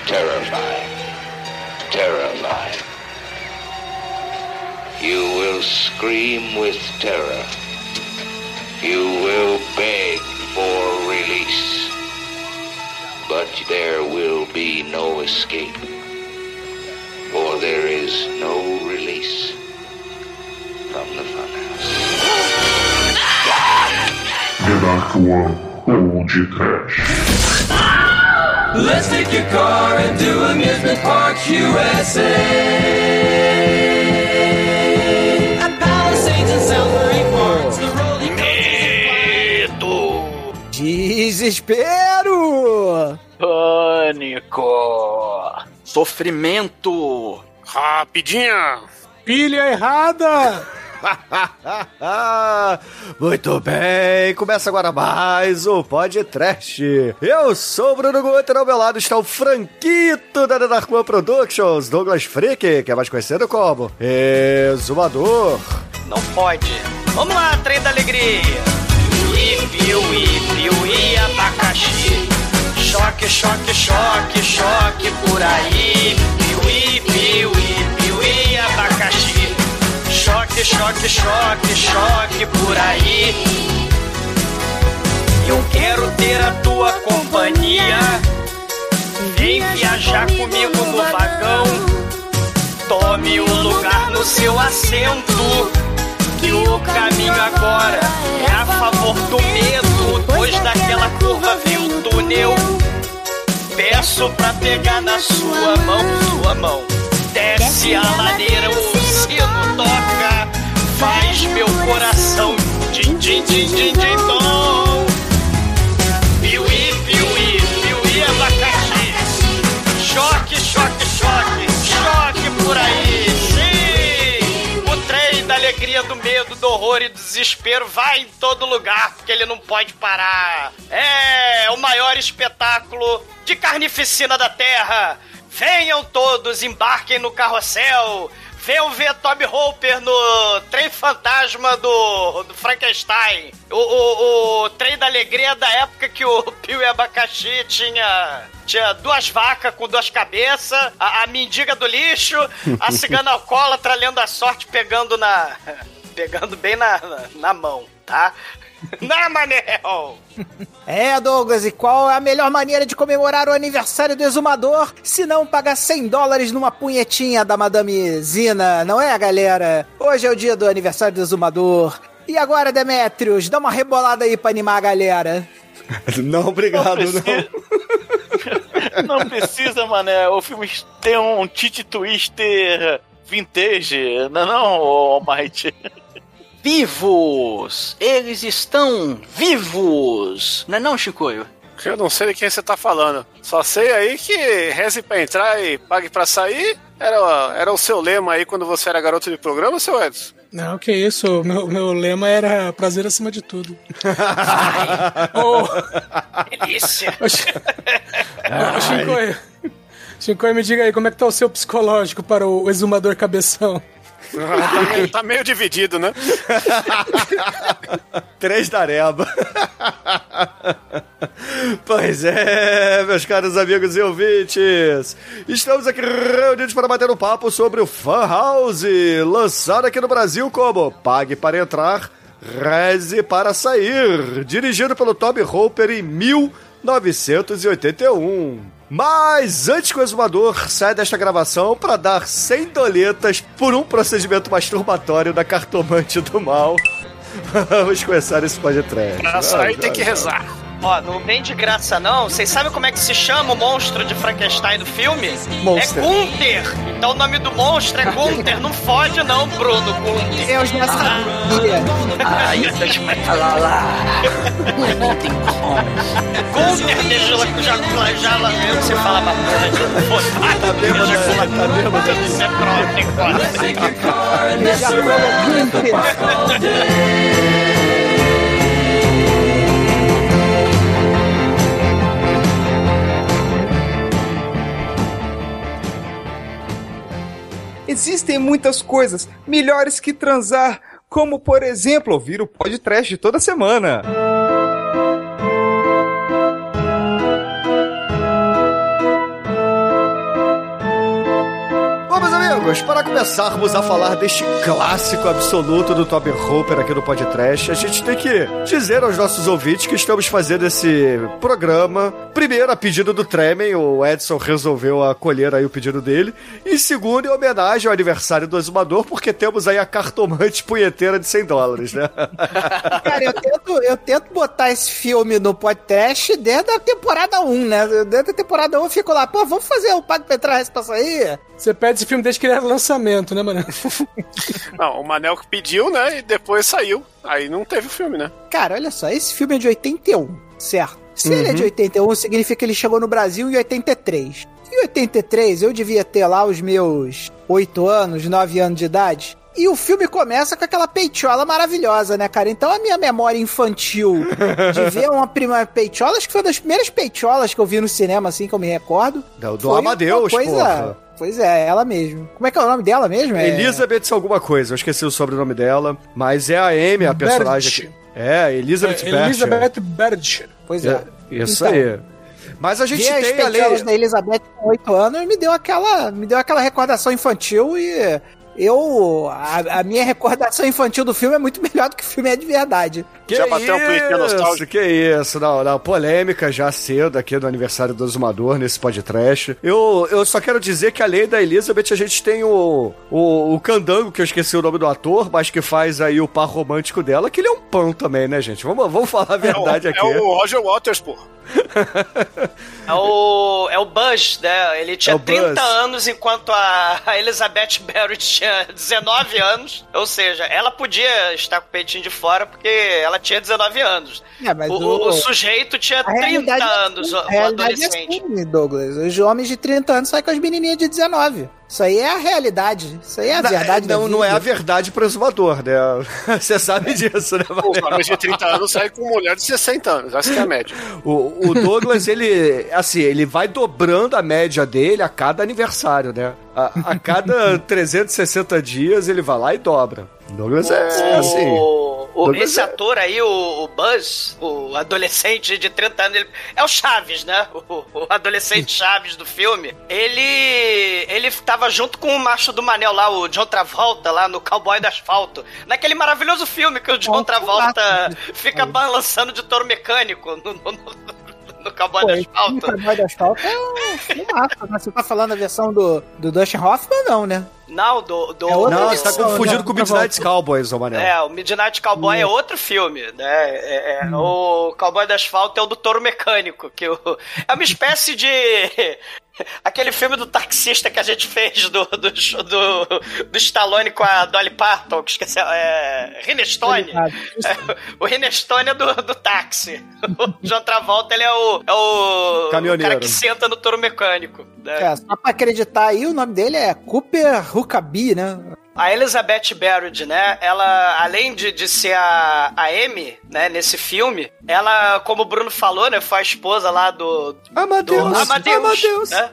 terrifying. Terrifying. You will scream with terror. You will beg for release. But there will be no escape. For there is no release from the funhouse. The Dark One, Old Trash. Let's take your car and do Amusement Park USA. At Palisades and Southbury Parks, the rolling Medo. Desespero. Pânico. Sofrimento. Rapidinha. Pilha errada. Muito bem, começa agora mais o Podcast. Eu sou o Bruno Guter, ao meu lado está o Franquito da The Dark One Productions, Douglas Freak, que é mais conhecido como Exumador. Não pode. Vamos lá, trem da alegria. Piuí, abacaxi. Choque, choque, choque, choque por aí. Piuí, abacaxi. Choque, choque, choque, choque por aí. Eu quero ter a tua companhia. Vem viajar comigo no vagão. Tome o lugar no seu assento. Que o caminho agora é a favor do medo. Depois daquela curva vem o túnel. Peço pra pegar na sua mão. Desce a ladeira, o sino toca, faz meu coração din din din din din tom. Piuí, abacaxi. Choque, choque, choque, choque por aí. Sim, o trem da alegria, do medo, do horror e do desespero vai em todo lugar, porque ele não pode parar. É o maior espetáculo de carnificina da Terra. Venham todos, embarquem no carrossel. Venham ver Toby Hooper no trem fantasma do Frankenstein. O trem da alegria da época que o Pio e Abacaxi tinha duas vacas com duas cabeças, a mendiga do lixo, a cigana alcoólatra lendo a sorte pegando bem na mão, tá? Na Manel! É, Douglas, e qual é a melhor maneira de comemorar o aniversário do Exumador se não pagar $100 numa punhetinha da Madame Zina, não é, galera? Hoje é o dia do aniversário do Exumador. E agora, Demetrius, dá uma rebolada aí pra animar a galera. Não, obrigado, não. Não precisa, mané. O filme tem um Titi Twister vintage, não, Almighty? Vivos! Eles estão vivos! Não é não, Chicoio? Eu não sei de quem você tá falando. Só sei aí que reze pra entrar e pague pra sair era o seu lema aí quando você era garoto de programa, seu Edson? Não, que isso. Meu lema era prazer acima de tudo. Delícia! Chicoio, me diga aí, como é que tá o seu psicológico para o Exumador Cabeção? Tá meio dividido, né? 3 tareba. Pois é, meus caros amigos e ouvintes, estamos aqui reunidos para bater um papo sobre o Funhouse, lançado aqui no Brasil como Pague para Entrar, Reze para Sair, dirigido pelo Toby Hooper em 1981. Mas antes que o Exumador saia desta gravação para dar 100 doletas por um procedimento masturbatório da cartomante do mal, vamos começar esse podcast. Pra sair tem que rezar. Ó, não vem de graça não. Vocês sabem como é que se chama o monstro de Frankenstein do filme? Monster. É Gunther. Então o nome do monstro é Gunther. Não fode não, Bruno. Gunther. Eu já sabia. Ai, eu tô te falando lá. Gunther, deixa lá já lá mesmo. Você fala uma porra de foda. Tá bêbado, Isso é próprio. Existem muitas coisas melhores que transar, como, por exemplo, ouvir o podcast toda semana. amigos, para começarmos a falar deste clássico absoluto do Toby Hooper aqui no Podcast, a gente tem que dizer aos nossos ouvintes que estamos fazendo esse programa, primeiro a pedido do Tremen, o Edson resolveu acolher aí o pedido dele, e segundo, em homenagem ao aniversário do Exumador, porque temos aí a cartomante punheteira de $100, né? Cara, eu tento botar esse filme no podcast desde a temporada 1, né? Desde a temporada 1 eu fico lá, pô, vamos fazer o Pago Petrarres pra sair? Você pede esse filme desde que ele era lançamento, né, Manel? Não, o Manel que pediu, né, e depois saiu. Aí não teve o filme, né? Cara, olha só, esse filme é de 81, certo? Se ele é de 81, significa que ele chegou no Brasil em 83. Em 83, eu devia ter lá os meus 8 anos, 9 anos de idade. E o filme começa com aquela peitiola maravilhosa, né, cara? Então a minha memória infantil de ver uma primeira peitiola, acho que foi uma das primeiras peitiolas que eu vi no cinema, assim, que eu me recordo. Do Amadeus, porra. Pois é, ela mesmo. Como é que é o nome dela mesmo? Elizabeth alguma coisa, eu esqueci o sobrenome dela. Mas é a Amy, a personagem aqui. É, Elizabeth Bercher. Elizabeth Bercher. Pois é. Isso então, aí. Mas a gente tem as peitiolas da Elizabeth com 8 anos me deu aquela recordação infantil e... A minha recordação infantil do filme é muito melhor do que o filme é de verdade. Já bateu um tweet nostálgico? Que isso, não, polêmica já cedo aqui do aniversário do Exumador nesse podcast. Eu só quero dizer que além da Elizabeth, a gente tem o Candango, que eu esqueci o nome do ator, mas que faz aí o par romântico dela, que ele é um pão também, né, gente? Vamos falar a verdade aqui. É o Roger Waters, pô. É o Buzz, né? Ele tinha 30 anos, enquanto a Elizabeth Barrett tinha 19 anos. Ou seja, ela podia estar com o peitinho de fora porque ela tinha 19 anos. Mas o sujeito tinha 30 anos, o adolescente. É assim, Douglas. Os homens de 30 anos saem com as menininhas de 19. Isso aí é a realidade. Isso aí é a verdade. Não é a verdade pro Exumador, né? Você sabe disso, né? Os homens de 30 anos saem com mulher de 60 anos. Essa que é a média. O Douglas, ele vai dobrando a média dele a cada aniversário, né? A cada 360 dias ele vai lá e dobra. Douglas é assim. Esse ator aí, o Buzz, o adolescente de 30 anos, ele é o Chaves, né? O adolescente Chaves do filme. Ele tava junto com o macho do Manel lá, o John Travolta, lá no Cowboy do Asfalto. Naquele maravilhoso filme que o John Travolta fica balançando de touro mecânico no Cowboy do Asfalto. O Cowboy do Asfalto é um filmaço, né? Você tá falando a versão do Dustin Hoffman, não, né? Não, Não, você tá confundindo com o Midnight Cowboys, ô Manel. O Midnight Cowboy é outro filme, né? O Cowboy do Asfalto é o do touro mecânico, que é uma espécie de... Aquele filme do taxista que a gente fez do Stallone com a Dolly Parton, que esqueci, Rinestone. O Rinestone é do táxi. O John Travolta, ele é o cara que senta no touro mecânico. Né? Só pra acreditar aí, o nome dele é Cooper Huckabee, né? A Elizabeth Barrett, né, ela, além de ser a Amy, né, nesse filme, ela, como o Bruno falou, né, foi a esposa lá do Amadeus. Né?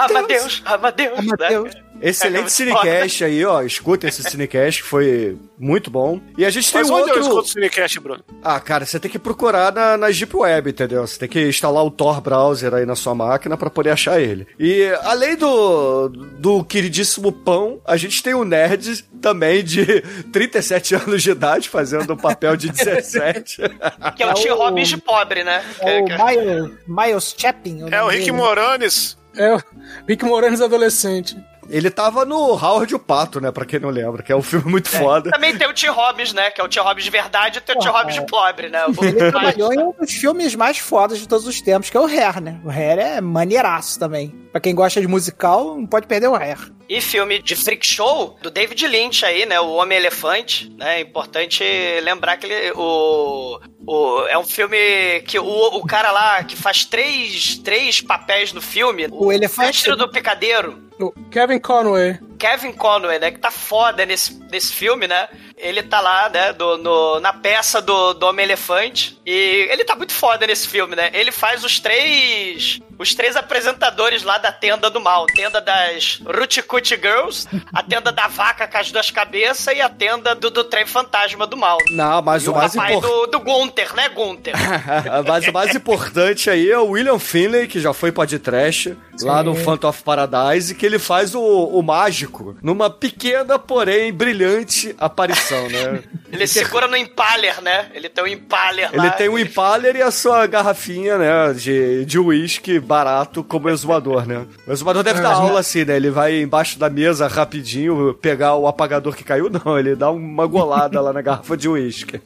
Amadeus. Excelente Cinecast aí, ó. Escuta esse Cinecast, que foi muito bom. E a gente tem Mas onde eu escuto o Cinecast, Bruno? Ah, cara, você tem que procurar na Deep Web, entendeu? Você tem que instalar o Tor Browser aí na sua máquina pra poder achar ele. E além do queridíssimo Pão, a gente tem o Nerd também de 37 anos de idade, fazendo um papel de 17. Que é o Tim Robbins de pobre, né? O Miles Chapin. É o Rick Moranis. É o Rick Moranis adolescente. Ele tava no Howard o Pato, né? Pra quem não lembra, que é um filme muito foda. Também tem o Tim Robbins, né? Que é o Tim Robbins de verdade e tem o Tim Robbins de pobre, né? Ele trabalhou em um dos filmes mais fodas de todos os tempos, que é o Hair, né? O Hair é maneiraço também. Pra quem gosta de musical, não pode perder o Hair. E filme de freak show do David Lynch aí, né? O Homem-Elefante, né? É importante lembrar que ele... é um filme que o cara lá que faz três papéis no filme. O elefante. Mestre do Picadeiro. O Kevin Conway, né? Que tá foda nesse filme, né? Ele tá lá, né? Na peça do Homem-Elefante. E ele tá muito foda nesse filme, né? Ele faz os três apresentadores lá da tenda do mal. Tenda das Ruticuti Girls, a tenda da vaca com as duas cabeças e a tenda do trem fantasma do mal. Não, mas o mais importante... do Gunther, né, Gunther? Mas o mais importante aí é o William Finley, que já foi podcast lá no Phantom of Paradise, que ele faz o mágico Chico, numa pequena, porém brilhante aparição, né? Ele segura no Impaler, né? Ele tem um Impaler lá. Ele tem um Impaler e a sua garrafinha, né, de uísque barato como exumador, né? O exumador deve dar aula assim, né? Ele vai embaixo da mesa rapidinho pegar o apagador que caiu. Não, ele dá uma golada lá na garrafa de uísque.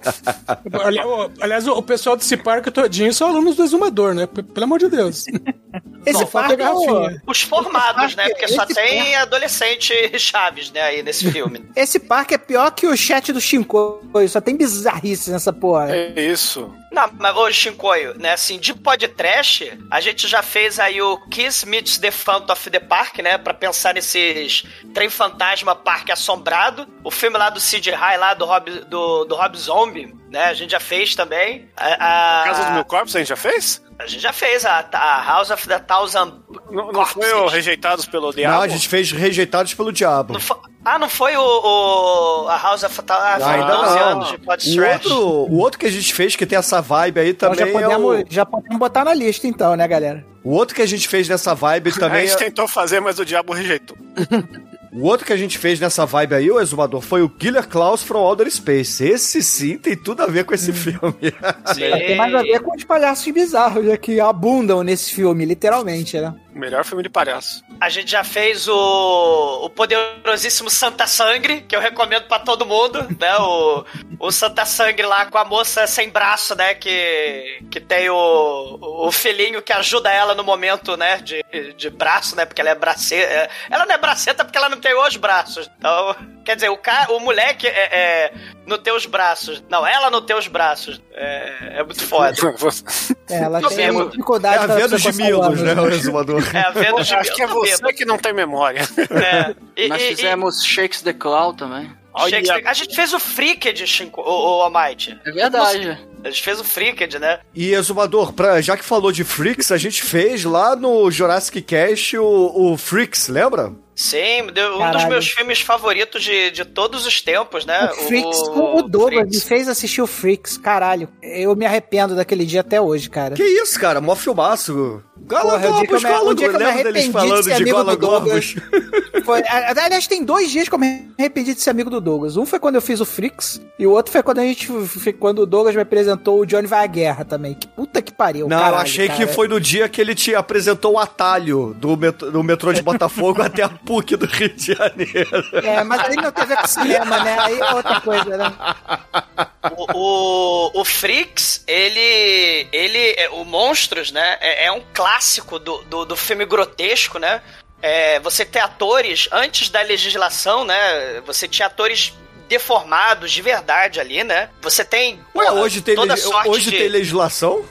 Aliás, o pessoal desse parque todinho são alunos do exumador, né? Pelo amor de Deus. Esse falta parque garrafinha. Os formados, né? Porque só tem adolescente chaves, né, aí nesse filme. Esse parque é pior que o chat do Shinko. Só tem bizarrice nessa porra. É isso. Não, mas ô Shinkoio, né, assim, de podcast, a gente já fez aí o Kiss Meets the Phantom of the Park, né, pra pensar nesses trem fantasma parque assombrado. O filme lá do Sid High, lá do Rob Zombie, né, a gente já fez também. A Casa do Mil Corpos a gente já fez? A gente já fez a House of the Thousand Não foi o Rejeitados pelo Diabo? Não, a gente fez Rejeitados pelo Diabo. Não foi a House of the Thousand ainda 12 não. anos de Podstretch. O outro que a gente fez, que tem essa vibe aí Então também já podemos botar na lista então, né, galera? O outro que a gente fez nessa vibe também... A gente tentou fazer, mas o Diabo rejeitou. O outro que a gente fez nessa vibe aí, o Exumador, foi o Killer Klaus from Outer Space. Esse sim tem tudo a ver com esse filme. Tem mais a ver com os palhaços bizarros, né, que abundam nesse filme, literalmente, né? O melhor filme de palhaço. A gente já fez o poderosíssimo Santa Sangre, que eu recomendo pra todo mundo, né? O Santa Sangre lá com a moça sem braço, né? Que tem o filhinho que ajuda ela no momento, né? De braço, né? Porque ela é braceta. Ela não é braceta porque ela não tem os braços. Então, quer dizer, o moleque não tem os braços. Não, ela não tem os braços. É muito foda. Ela tem mesmo. dificuldade. É a Vênus de Milos, né, o Exumador? É a Vênus de Acho que é você que não tem memória. Nós fizemos Shakes the Claw também. A gente fez o Freaked, o Almighty. É verdade. A gente fez o Freaked, né? E, Exumador, já que falou de Freaks, a gente fez lá no Jurassic Cast o Freaks, lembra? Sim, um dos meus filmes favoritos de todos os tempos, né? O Freaks, o Douglas me fez assistir o Freaks, caralho. Eu me arrependo daquele dia até hoje, cara. Que isso, cara? Mó filmaço. O dia que eu me arrependi de ser amigo do Douglas. Aliás, tem 2 dias que eu me arrependi de ser amigo do Douglas. Um foi quando eu fiz o Freaks, e o outro foi quando o Douglas me apresentou o Johnny Vai à Guerra também. Que puta que pariu, não, caralho, eu achei que foi no dia que ele te apresentou o atalho do metrô de Botafogo até a PUC do Rio de Janeiro. Mas aí não tem a ver com cinema, né? Aí é outra coisa, né? O Freaks, ele o Monstros, né? É um clássico do filme grotesco, né? Você tem atores, antes da legislação, né? Você tinha atores deformados de verdade ali, né? Você tem... hoje tem legislação?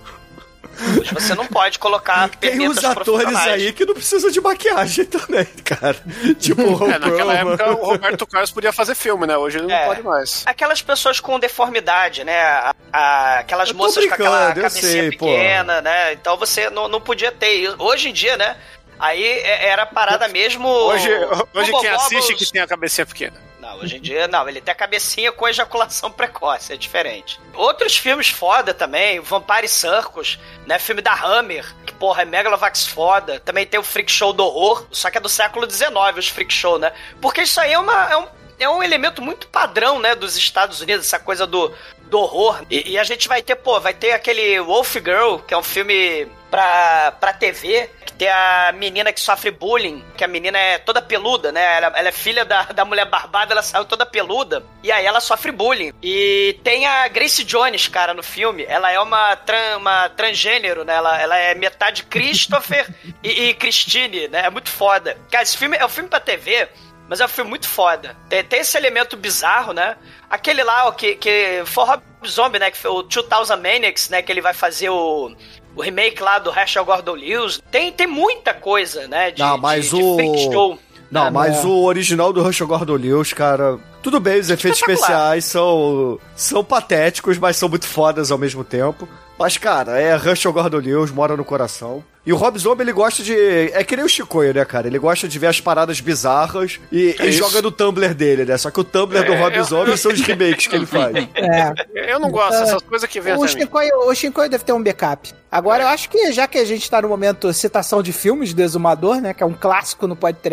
Hoje você não pode colocar tem uns atores aí que não precisam de maquiagem também, cara. Tipo o naquela época o Roberto Carlos podia fazer filme, né? Hoje ele não pode mais. Aquelas pessoas com deformidade, né? Aquelas moças com aquela cabecinha pequena, né? Então você não podia ter. Hoje em dia, né? Aí era parada mesmo... Hoje quem assiste que tem a cabecinha pequena. Não, hoje em dia não, ele tem a cabecinha com ejaculação precoce, é diferente. Outros filmes foda também, Vampire Circus, né, filme da Hammer, que porra, é Megalovax foda. Também tem o Freak Show do horror, só que é do século XIX, os Freak Show, né? Porque isso aí é um elemento muito padrão, né, dos Estados Unidos, essa coisa do horror. E a gente vai ter aquele Wolf Girl, que é um filme pra TV, que tem a menina que sofre bullying, que a menina é toda peluda, né? Ela é filha da mulher barbada, ela saiu toda peluda, e aí ela sofre bullying. E tem a Grace Jones, cara, no filme. Ela é uma transgênero, né? Ela é metade Christopher e Christine, né? É muito foda. Cara, esse filme é um filme pra TV, mas é um filme muito foda. Tem esse elemento bizarro, né? Aquele lá, que foi o Rob Zombie, né? Que foi o 2000 Maniacs, né? Que ele vai fazer o remake lá do Herschel Gordon Lewis. Tem muita coisa, né? De freak show. Não, mas o original do Herschel Gordon Lewis, cara... Tudo bem, os efeitos especiais são patéticos, mas são muito fodas ao mesmo tempo. Mas, cara, Herschel Gordon Lewis, mora no coração. E o Rob Zombie, ele gosta de... É que nem o Chicoio, né, cara? Ele gosta de ver as paradas bizarras e joga no Tumblr dele, né? Só que o Tumblr do Rob Zombie são os remakes que ele faz. Eu não gosto dessas coisas que vem o Chicoio deve ter um backup. Agora, eu acho que, já que a gente tá no momento citação de filmes do Exumador, né? Que é um clássico no podcast,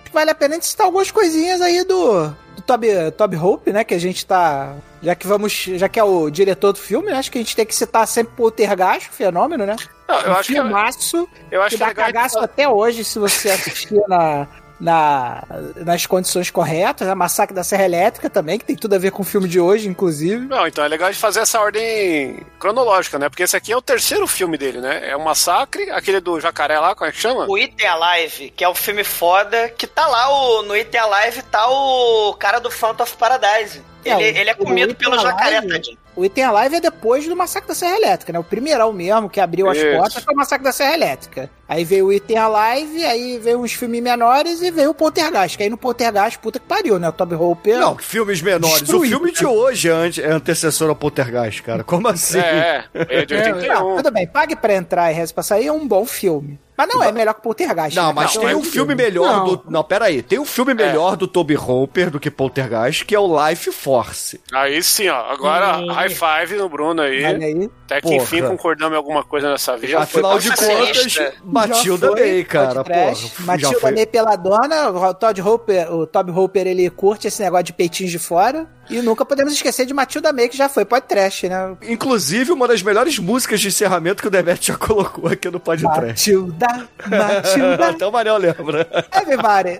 vale a pena a gente citar algumas coisinhas aí do Toby Hope, né? Que a gente tá... Já que é o diretor do filme, né, acho que a gente tem que citar sempre o Poltergeist, o fenômeno, né? Não, eu acho filmaço, eu acho que dá cagaço até hoje, se você assistir nas condições corretas, a Massacre da Serra Elétrica também, que tem tudo a ver com o filme de hoje, inclusive. Não, então é legal de fazer essa ordem cronológica, né? Porque esse aqui é o terceiro filme dele, né? É o Massacre, aquele do jacaré lá, como é que chama? O Eaten Alive, que é um filme foda, que tá lá, no Eaten Alive tá o cara do Phantom of Paradise. Ele é comido pelo jacaré, tadinho. O Eaten Alive é depois do Massacre da Serra Elétrica, né? O primeirão mesmo, que abriu as portas, foi o Massacre da Serra Elétrica. Aí veio o Eaten Alive, aí veio uns filmes menores e veio o Poltergeist. Que aí no Poltergeist, puta que pariu, né? O Toby Hope... Não, filmes menores. Destruído. O filme de hoje é antecessor ao Poltergeist, cara. Como assim? É de 81. Tudo bem, pague pra entrar e resta pra sair, é um bom filme. Mas não é melhor que Poltergeist. Não, mas tem um filme melhor do... Não, pera aí. Tem um filme melhor do Toby Hooper do que Poltergeist, que é o Life Force. Aí sim, ó. Agora, high five no Bruno aí. Olha aí. Até que enfim concordamos em alguma coisa nessa vida. Afinal de contas, Matilda May, cara. Matilda May pela dona, o Toby Hooper, ele curte esse negócio de peitinhos de fora. E nunca podemos esquecer de Matilda May, que já foi podcast, né? Inclusive, uma das melhores músicas de encerramento que o Demet já colocou aqui no podcast. Matilda. Até o Manel lembra. Everybody.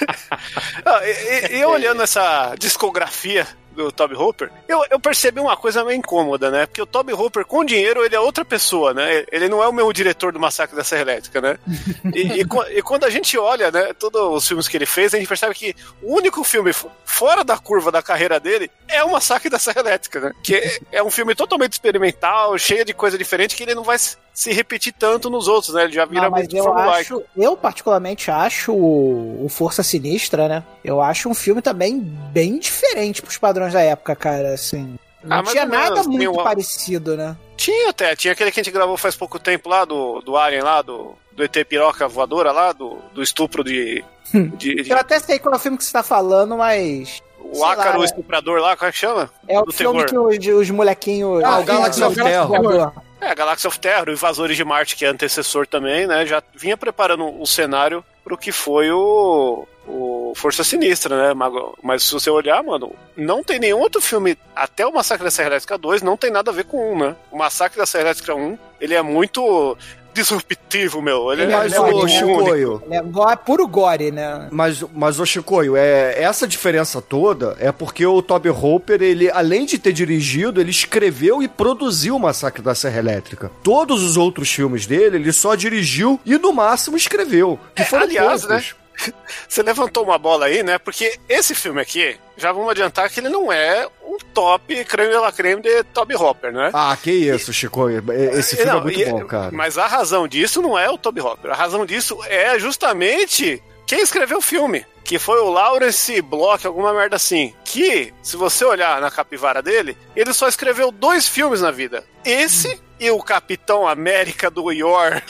E olhando essa discografia do Toby Hooper, eu percebi uma coisa meio incômoda, né? Porque o Toby Hooper, com dinheiro, ele é outra pessoa, né? Ele não é o mesmo diretor do Massacre da Serra Elétrica, né? E quando a gente olha, né, todos os filmes que ele fez, a gente percebe que o único filme fora da curva da carreira dele é o Massacre da Serra Elétrica, né? Que é um filme totalmente experimental, cheio de coisa diferente, que ele não vai se repetir tanto nos outros, né? Ele já vira muito formulaico. Eu particularmente acho o Força Sinistra, né? Eu acho um filme também bem diferente pros padrões da época, cara, assim. Não tinha nada muito parecido, né? Tinha aquele que a gente gravou faz pouco tempo lá, do Alien lá, do ET Piroca Voadora lá, do estupro de... Eu até sei qual é o filme que você tá falando, mas... O Ácaro, o estuprador lá, como é que chama? É o filme que os molequinhos... o Galaxy of Terror. Galaxy of Terror, Invasores de Marte, que é antecessor também, né? Já vinha preparando um cenário pro que foi o Força Sinistra, né? Mas se você olhar, mano, não tem nenhum outro filme, até o Massacre da Serra Elétrica 2, não tem nada a ver com 1, né? O Massacre da Serra Elétrica 1, ele é muito disruptivo, meu. Ele é o Chicoio. É puro gore, né? Mas o Chicoio, essa diferença toda é porque o Toby Hooper, ele, além de ter dirigido, ele escreveu e produziu o Massacre da Serra Elétrica. Todos os outros filmes dele, ele só dirigiu e, no máximo, escreveu. Que foram aliás, poucos. Né? Você levantou uma bola aí, né? Porque esse filme aqui, já vamos adiantar que ele não é um top creme de la creme de Toby Hooper, né? Ah, que isso, Chico. Esse filme é muito bom, cara. Mas a razão disso não é o Toby Hooper. A razão disso é justamente quem escreveu o filme, que foi o Lawrence Block, alguma merda assim. Que, se você olhar na capivara dele, ele só escreveu 2 filmes na vida. Esse e o Capitão América do Yor.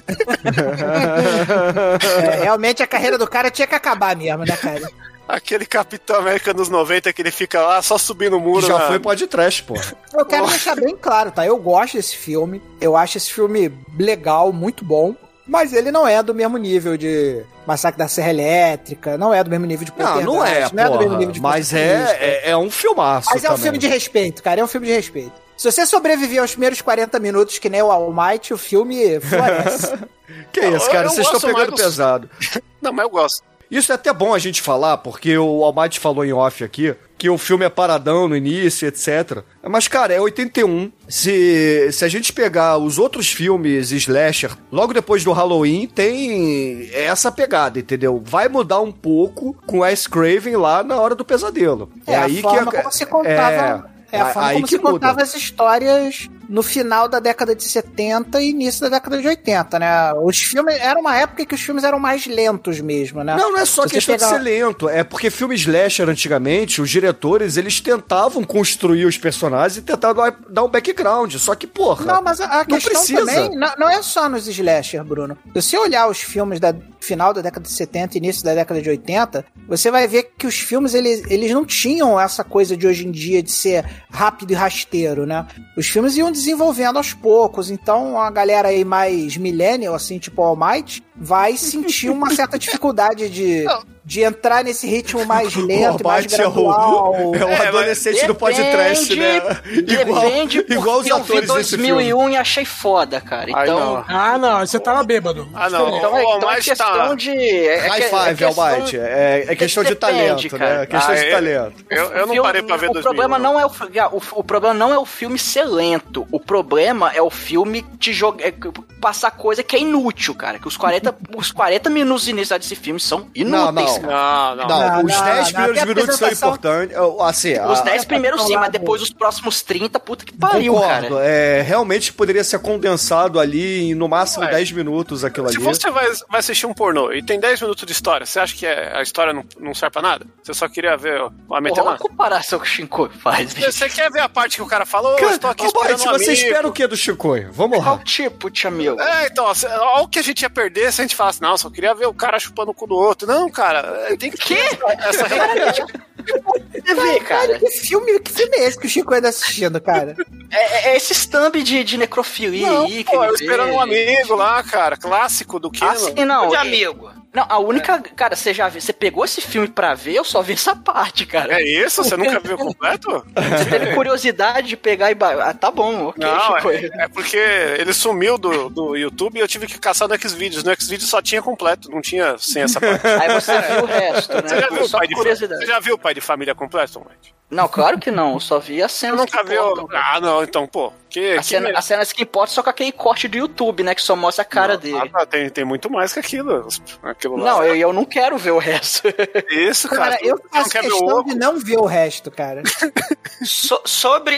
Realmente a carreira do cara tinha que acabar mesmo, né, cara? Aquele Capitão América dos 90 que ele fica lá só subindo o muro. Já foi podcast, pô. Eu quero deixar bem claro, tá? Eu gosto desse filme. Eu acho esse filme legal, muito bom. Mas ele não é do mesmo nível de Massacre da Serra Elétrica, não é do mesmo nível de Poltergeist. Não é do mesmo nível de mas é um filmaço. Mas é um filme de respeito, cara, é um filme de respeito. Se você sobreviver aos primeiros 40 minutos, que nem o All Might, o filme floresce. Que isso, cara, vocês estão pegando pesado. Não, mas eu gosto. Isso é até bom a gente falar, porque o Almighty falou em off aqui, que o filme é paradão no início, etc. Mas, cara, é 81. Se a gente pegar os outros filmes slasher, logo depois do Halloween, tem essa pegada, entendeu? Vai mudar um pouco com Wes Craven lá na Hora do Pesadelo. É aí a forma como se contava... a forma como se contava as histórias no final da década de 70 e início da década de 80, né? Os filmes... Era uma época que os filmes eram mais lentos mesmo, né? Não é só questão de ser lento. É porque filmes slasher, antigamente, os diretores, eles tentavam construir os personagens e tentavam dar um background. Só que, porra... Não, mas a questão também não é só nos slasher, Bruno. Se você olhar os filmes da final da década de 70 e início da década de 80, você vai ver que os filmes, eles não tinham essa coisa de hoje em dia de ser rápido e rasteiro, né? Os filmes iam desenvolvendo aos poucos, então a galera aí mais millennial, assim, tipo All Might, vai sentir uma certa dificuldade de de entrar nesse ritmo mais lento, mais Bart gradual. é o adolescente do podcast, né? Igual os atores desse filme. Eu vi 2001 e achei foda, cara. Então... não, você tava bêbado. Não. Então é questão de... High five, Albite. É questão de talento, né? É questão de talento. Eu não parei pra ver 2001. O problema não é o filme ser lento. O problema é o filme te passar coisa que é inútil, cara. Que os 40 minutos iniciais desse filme são inúteis. Não. Os 10 primeiros minutos são importantes. Assim, os 10 primeiros sim, mas depois os próximos 30, puta que pariu, concordo, cara. Realmente poderia ser condensado ali em no máximo 10 minutos aquilo ali. Se você vai assistir um pornô e tem 10 minutos de história, você acha que a história não serve pra nada? Você só queria ver a meter Olha a comparação que o Shinkoi faz, bicho. Você quer ver a parte que o cara falou? Eu estou aqui esperando um amigo. Você espera o que do Shinkoi? Vamos lá. Qual tipo de amigo? Então, olha o que a gente ia perder se a gente falasse, não, só queria ver o cara chupando o cu do outro. Não, cara, tem que ter essa realidade. Cara. Que filme é esse que o Chico anda assistindo, cara? É esse thumb de necrofilia aí. Pô, eu esperando um amigo lá, cara, clássico do Kino. Assim, não. De amigo. Não, a única... Cara, você pegou esse filme pra ver, eu só vi essa parte, cara. É isso? Você nunca viu completo? Você teve curiosidade de pegar e... tá bom, ok. Não, é porque ele sumiu do YouTube e eu tive que caçar no Xvideos. No Xvideos só tinha completo, não tinha sem essa parte. Aí você viu o resto, né? Você já viu o Pai de Família completo, Mike? Não, claro que não. Eu só vi as cenas que importam. Não, então, pô. As cenas que importam só com aquele corte do YouTube, né? Que só mostra a cara dele. Tem muito mais que aquilo. Não, eu não quero ver o resto. Isso, cara. Eu faço questão de não ver o resto, cara. Sobre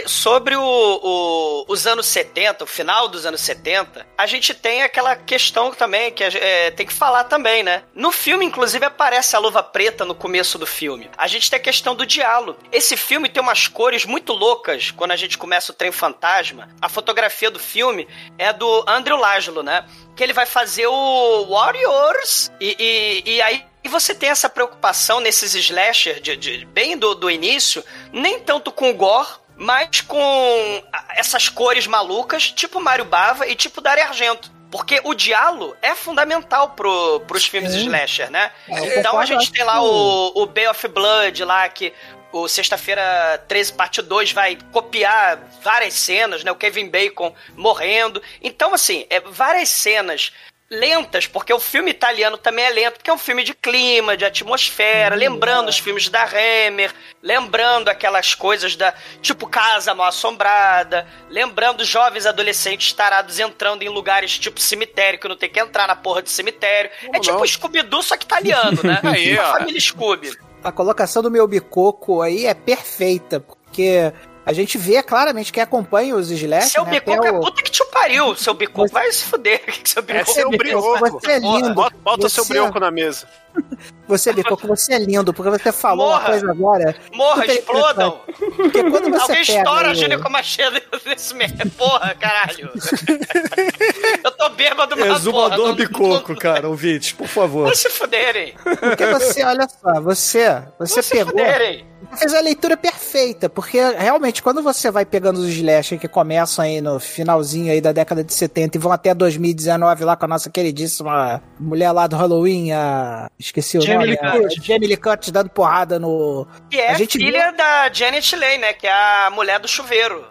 os anos 70, o final dos anos 70, a gente tem aquela questão também, que tem que falar também, né? No filme, inclusive, aparece a luva preta no começo do filme. A gente tem a questão do diálogo. Esse filme tem umas cores muito loucas quando a gente começa o Trem Fantasma. A fotografia do filme é do Andrew Laszlo, né? Que ele vai fazer o Warriors e aí você tem essa preocupação nesses slasher bem do início, nem tanto com o gore, mas com essas cores malucas, tipo Mário Bava e tipo Dario Argento. Porque o diálogo é fundamental pros filmes slasher, né? Então a gente tem lá o Bay of Blood lá, que o Sexta-feira 13, parte 2, vai copiar várias cenas, né? O Kevin Bacon morrendo. Então, assim, várias cenas lentas, porque o filme italiano também é lento, porque é um filme de clima, de atmosfera, lembrando os filmes da Hammer, lembrando aquelas coisas tipo Casa Mal Assombrada, lembrando jovens adolescentes tarados entrando em lugares tipo cemitério, que não tem que entrar na porra de cemitério. Tipo Scooby-Doo, só que italiano, né? Aí, a família Scooby. A colocação do meu bicoco aí é perfeita, porque a gente vê claramente quem acompanha os slasher. Seu bicoco é puta que te pariu, seu bicoco. Vai se fuder. Seu bicoco. Seu brioco. Você é lindo. Bota seu brioco na mesa. Você, bicoco, você é lindo, porque você falou uma coisa agora. Morra, explodam. Porque quando você alguém estoura a ginecomastia desse merda. Porra, caralho. Eu tô bêbado, mas Exumador bicoco, cara, ouvintes, por favor. Vai se fuderem. Porque você, olha só, você pegou... Você fez a leitura perfeita, porque realmente quando você vai pegando os slasher que começam aí no finalzinho aí da década de 70 e vão até 2019 lá com a nossa queridíssima mulher lá do Halloween, esqueci o nome. Jamie Lee Curtis dando porrada no... Que é filha da Janet Leigh, né? Que é a mulher do chuveiro.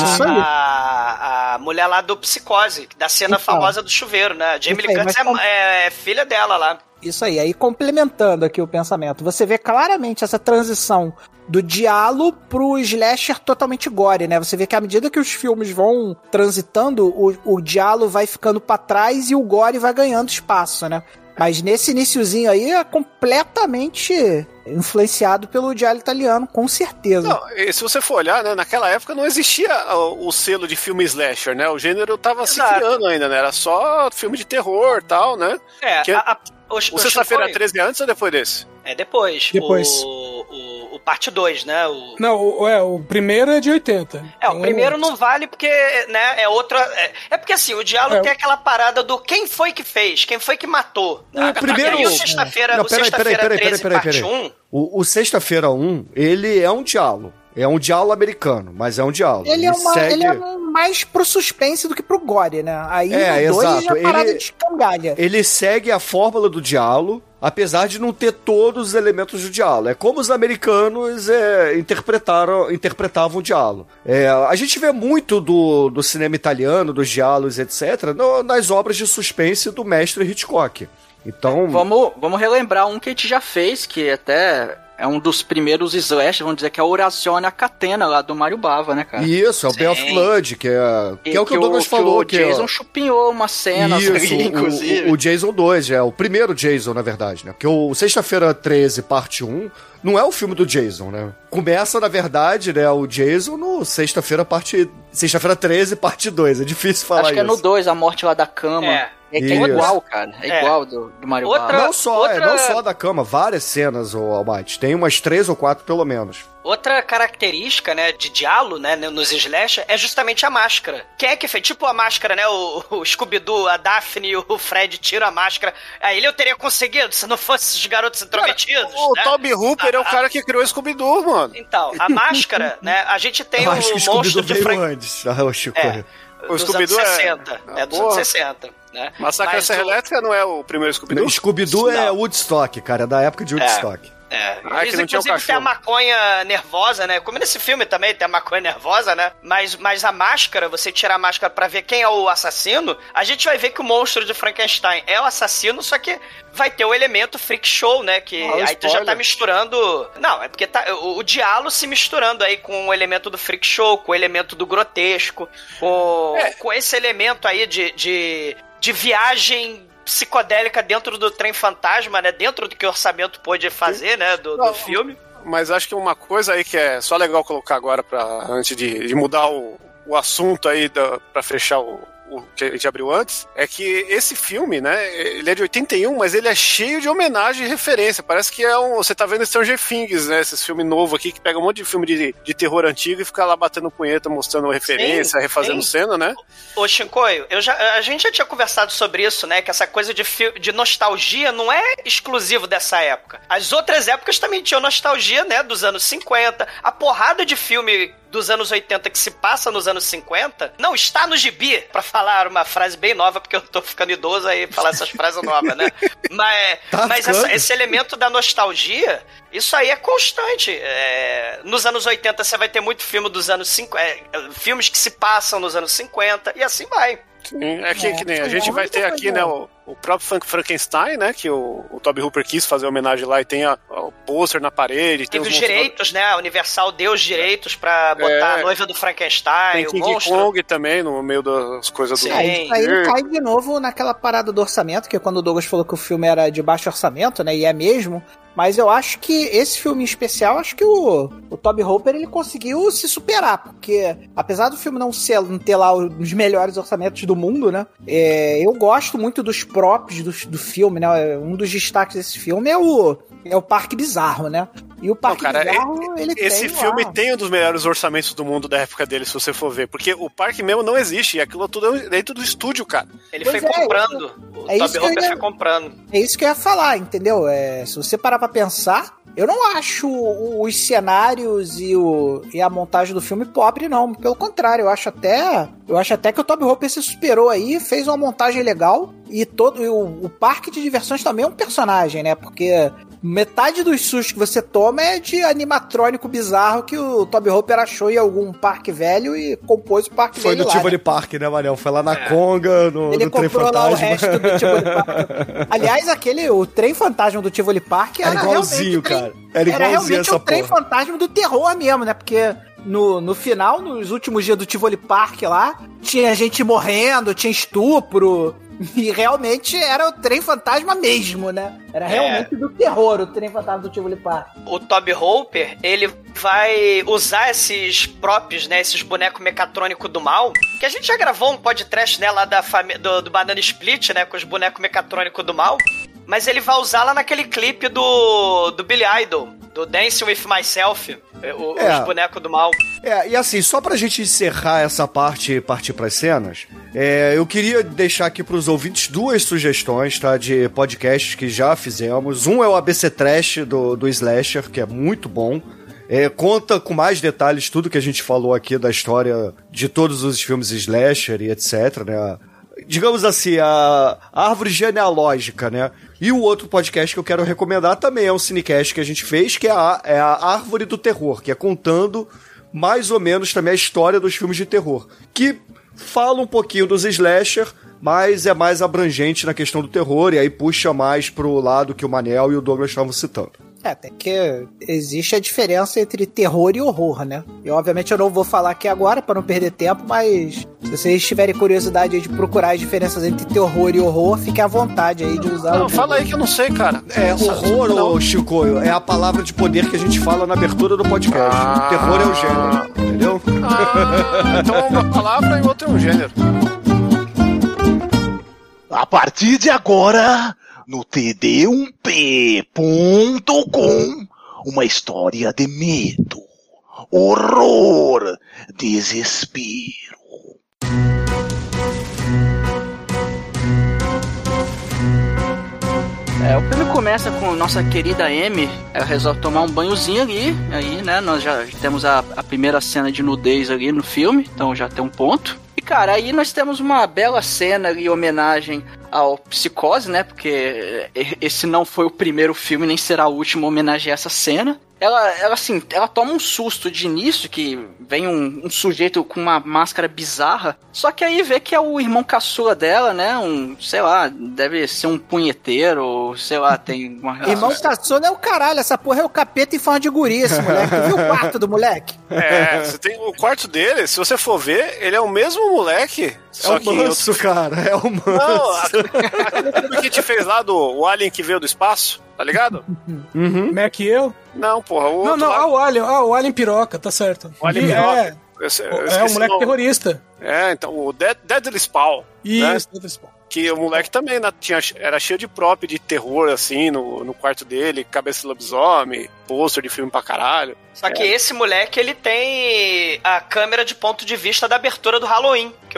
A mulher lá do Psicose, da cena famosa do chuveiro, né? Jamie Lee Curtis é filha dela lá. Isso aí complementando aqui o pensamento, você vê claramente essa transição do diálogo pro slasher totalmente gore, né? Você vê que à medida que os filmes vão transitando, o diálogo vai ficando pra trás e o gore vai ganhando espaço, né? Mas nesse iniciozinho aí é completamente influenciado pelo diálogo italiano, com certeza. Não, e se você for olhar, né, naquela época não existia o selo de filme slasher, né? O gênero tava se criando ainda, né? Era só filme de terror e tal, né? O Sexta-feira 13 é antes ou depois desse? É depois. O parte 2, né? Não, o primeiro é de 80. O primeiro não vale porque, né, é outra... É porque, assim, o diálogo tem aquela parada do quem foi que fez, quem foi que matou. O primeiro... E o Sexta-feira 13, parte 1... O Sexta-feira 1, ele é um diálogo. É um diálogo americano, mas é um diálogo. Ele é mais pro suspense do que pro gore, né? Aí no 2 já parada de escangalha. Ele segue a fórmula do diálogo, apesar de não ter todos os elementos do diálogo. É como os americanos interpretavam o diálogo. A gente vê muito do cinema italiano, dos diálogos, etc., nas obras de suspense do mestre Hitchcock. Então... Vamos relembrar um que a gente já fez, que até... é um dos primeiros slash, vamos dizer, que é a Orazione a Catena, lá do Mário Bava, né, cara? Isso, é o Bay of Blood, que é o que o Douglas falou. O Jason chupinhou uma cena, inclusive. O Jason 2, o primeiro Jason, na verdade, né? Porque o Sexta-feira 13, parte 1, não é o filme do Jason, né? Começa, na verdade, né, o Jason no Sexta-feira 13, parte 2. É difícil falar isso. Acho que é no 2, a morte lá da cama. É que é igual, cara. É igual do Mario Bava. Não só da cama, várias cenas, o Almighty. Tem umas 3 ou 4, pelo menos. Outra característica, né, de diálogo, né, nos slasher, é justamente a máscara. Quem é que fez? Tipo a máscara, né, o Scooby-Doo, a Daphne e o Fred tiram a máscara. Aí eu teria conseguido, se não fosse esses garotos intrometidos. O Tobe Hooper é o cara que criou o Scooby-Doo, mano. Então, a máscara, né, a gente tem o monstro de antes. O Scooby-Doo anos 60. É dos anos 60. Né? Massacre da Serra Elétrica não é o primeiro Scooby-Doo? Scooby-Doo é Woodstock, cara. É da época de Woodstock. Eles, inclusive, tem a maconha nervosa, né? Como nesse filme também tem a maconha nervosa, né? Mas a máscara, você tira a máscara pra ver quem é o assassino, a gente vai ver que o monstro de Frankenstein é o assassino, só que vai ter o elemento freak show, né? Que aí tu já tá misturando... Não, é porque tá o diálogo se misturando aí com o elemento do freak show, com o elemento do grotesco, com esse elemento aí de viagem psicodélica dentro do trem fantasma, né? Dentro do que o orçamento pôde fazer, né? Do filme. Mas acho que uma coisa aí que é só legal colocar agora antes de mudar o assunto aí pra fechar o que a gente abriu antes, é que esse filme, né, ele é de 81, mas ele é cheio de homenagem e referência. Parece que você tá vendo Stranger Things, né, esse filme novo aqui, que pega um monte de filme de terror antigo e fica lá batendo punheta, mostrando referência, refazendo cena, né? Ô, Shinkoio, a gente já tinha conversado sobre isso, né, que essa coisa de nostalgia não é exclusivo dessa época. As outras épocas também tinham nostalgia, né, dos anos 50, a porrada de filme dos anos 80 que se passa nos anos 50, não está no gibi, pra falar uma frase bem nova, porque eu tô ficando idoso aí falar essas frases novas, né? Mas esse elemento da nostalgia, isso aí é constante. Nos anos 80 você vai ter muito filme dos anos 50, filmes que se passam nos anos 50, e assim vai. Que nem a gente vai ter aqui, né, o próprio Frankenstein, né, que o Tobe Hooper quis fazer homenagem lá e tem o pôster na parede. Tem os direitos, né, a Universal deu os direitos pra botar a noiva do Frankenstein, tem o King monstro. Kong também no meio das coisas do... Aí cai de novo naquela parada do orçamento, que quando o Douglas falou que o filme era de baixo orçamento, né, e é mesmo... Mas eu acho que esse filme em especial, acho que o Tobe Hooper, ele conseguiu se superar, porque apesar do filme não ter lá os melhores orçamentos do mundo, né, eu gosto muito dos props do filme, né, um dos destaques desse filme é o Parque Bizarro, né, e o Parque Bizarro, esse filme tem um dos melhores orçamentos do mundo da época dele, se você for ver, porque o parque mesmo não existe, e aquilo tudo é dentro do estúdio, cara. Ele foi comprando, o Tobe Hooper foi comprando. É isso que eu ia falar, entendeu? Se você parar pra pensar, eu não acho os cenários e a montagem do filme pobre, não. Pelo contrário, eu acho até que o Tobe Hooper se superou aí, fez uma montagem legal, e o parque de diversões também é um personagem, né? Porque metade dos sustos que você toma é de animatrônico bizarro que o Tobe Hooper achou em algum parque velho e compôs o parque velho lá. Foi no Tivoli Park, né, Manel? Foi lá na Conga, ele comprou lá o resto do Tivoli Park. Aliás, o trem fantasma do Tivoli Park era igualzinho, cara. Era realmente o trem fantasma do terror mesmo, né? Porque no final, nos últimos dias do Tivoli Park lá, tinha gente morrendo, tinha estupro... E realmente era o trem fantasma mesmo, né? Era realmente do terror o trem fantasma do Tivoli Park. O Tobe Hooper, ele vai usar esses props, né? Esses bonecos mecatrônicos do mal. Que a gente já gravou um podcast, né? Lá do Banana Split, né? Com os bonecos mecatrônicos do mal. Mas ele vai usar lá naquele clipe do Billy Idol, do Dancing With Myself, os bonecos do mal. E assim, só pra gente encerrar essa parte e partir pras cenas, eu queria deixar aqui pros ouvintes 2 sugestões, tá, de podcasts que já fizemos. Um é o ABC Trash do Slasher, que é muito bom. conta com mais detalhes tudo que a gente falou aqui da história de todos os filmes slasher e etc, né? Digamos assim, a árvore genealógica, né? E o outro podcast que eu quero recomendar também é um cinecast que a gente fez, que é a Árvore do Terror, que é contando mais ou menos também a história dos filmes de terror, que fala um pouquinho dos slasher, mas é mais abrangente na questão do terror, e aí puxa mais pro lado que o Manel e o Douglas estavam citando. Até que existe a diferença entre terror e horror, né? E obviamente eu não vou falar aqui agora para não perder tempo, mas se vocês tiverem curiosidade aí de procurar as diferenças entre terror e horror, fiquem à vontade aí de usar. Não, fala aí que eu não sei, cara. Horror, ô Chico, é a palavra de poder que a gente fala na abertura do podcast. Terror é o gênero, entendeu? Então uma palavra e outra é um gênero. A partir de agora, no td1p.com, uma história de medo, horror, desespero. O filme começa com nossa querida Amy, ela resolve tomar um banhozinho ali, aí, né, nós já temos a primeira cena de nudez ali no filme, então já tem um ponto. E, cara, aí nós temos uma bela cena ali, homenagem ao Psicose, né, porque esse não foi o primeiro filme, nem será o último a homenagear essa cena. Ela toma um susto de início, que vem um sujeito com uma máscara bizarra, só que aí vê que é o irmão caçula dela, né, sei lá, deve ser um punheteiro, ou sei lá, tem uma... Irmão caçula é o caralho, essa porra é o capeta em forma de guri, esse moleque. Tu viu o quarto do moleque? Você tem o quarto dele, se você for ver, ele é o mesmo moleque. Só que manso, cara, é o manso. Não, aquele filme que te fez lá o Alien que veio do espaço, tá ligado? Uhum. Mac e eu? Não, porra, o outro o Alien piroca, tá certo. O Alien piroca. É um moleque terrorista. Então, o Deadly Spawn. Isso, né? Deadly Spawn. Que o moleque também era cheio de prop de terror, assim, no quarto dele, cabeça de lobisomem, pôster de filme pra caralho. Só que esse moleque, ele tem a câmera de ponto de vista da abertura do Halloween. Que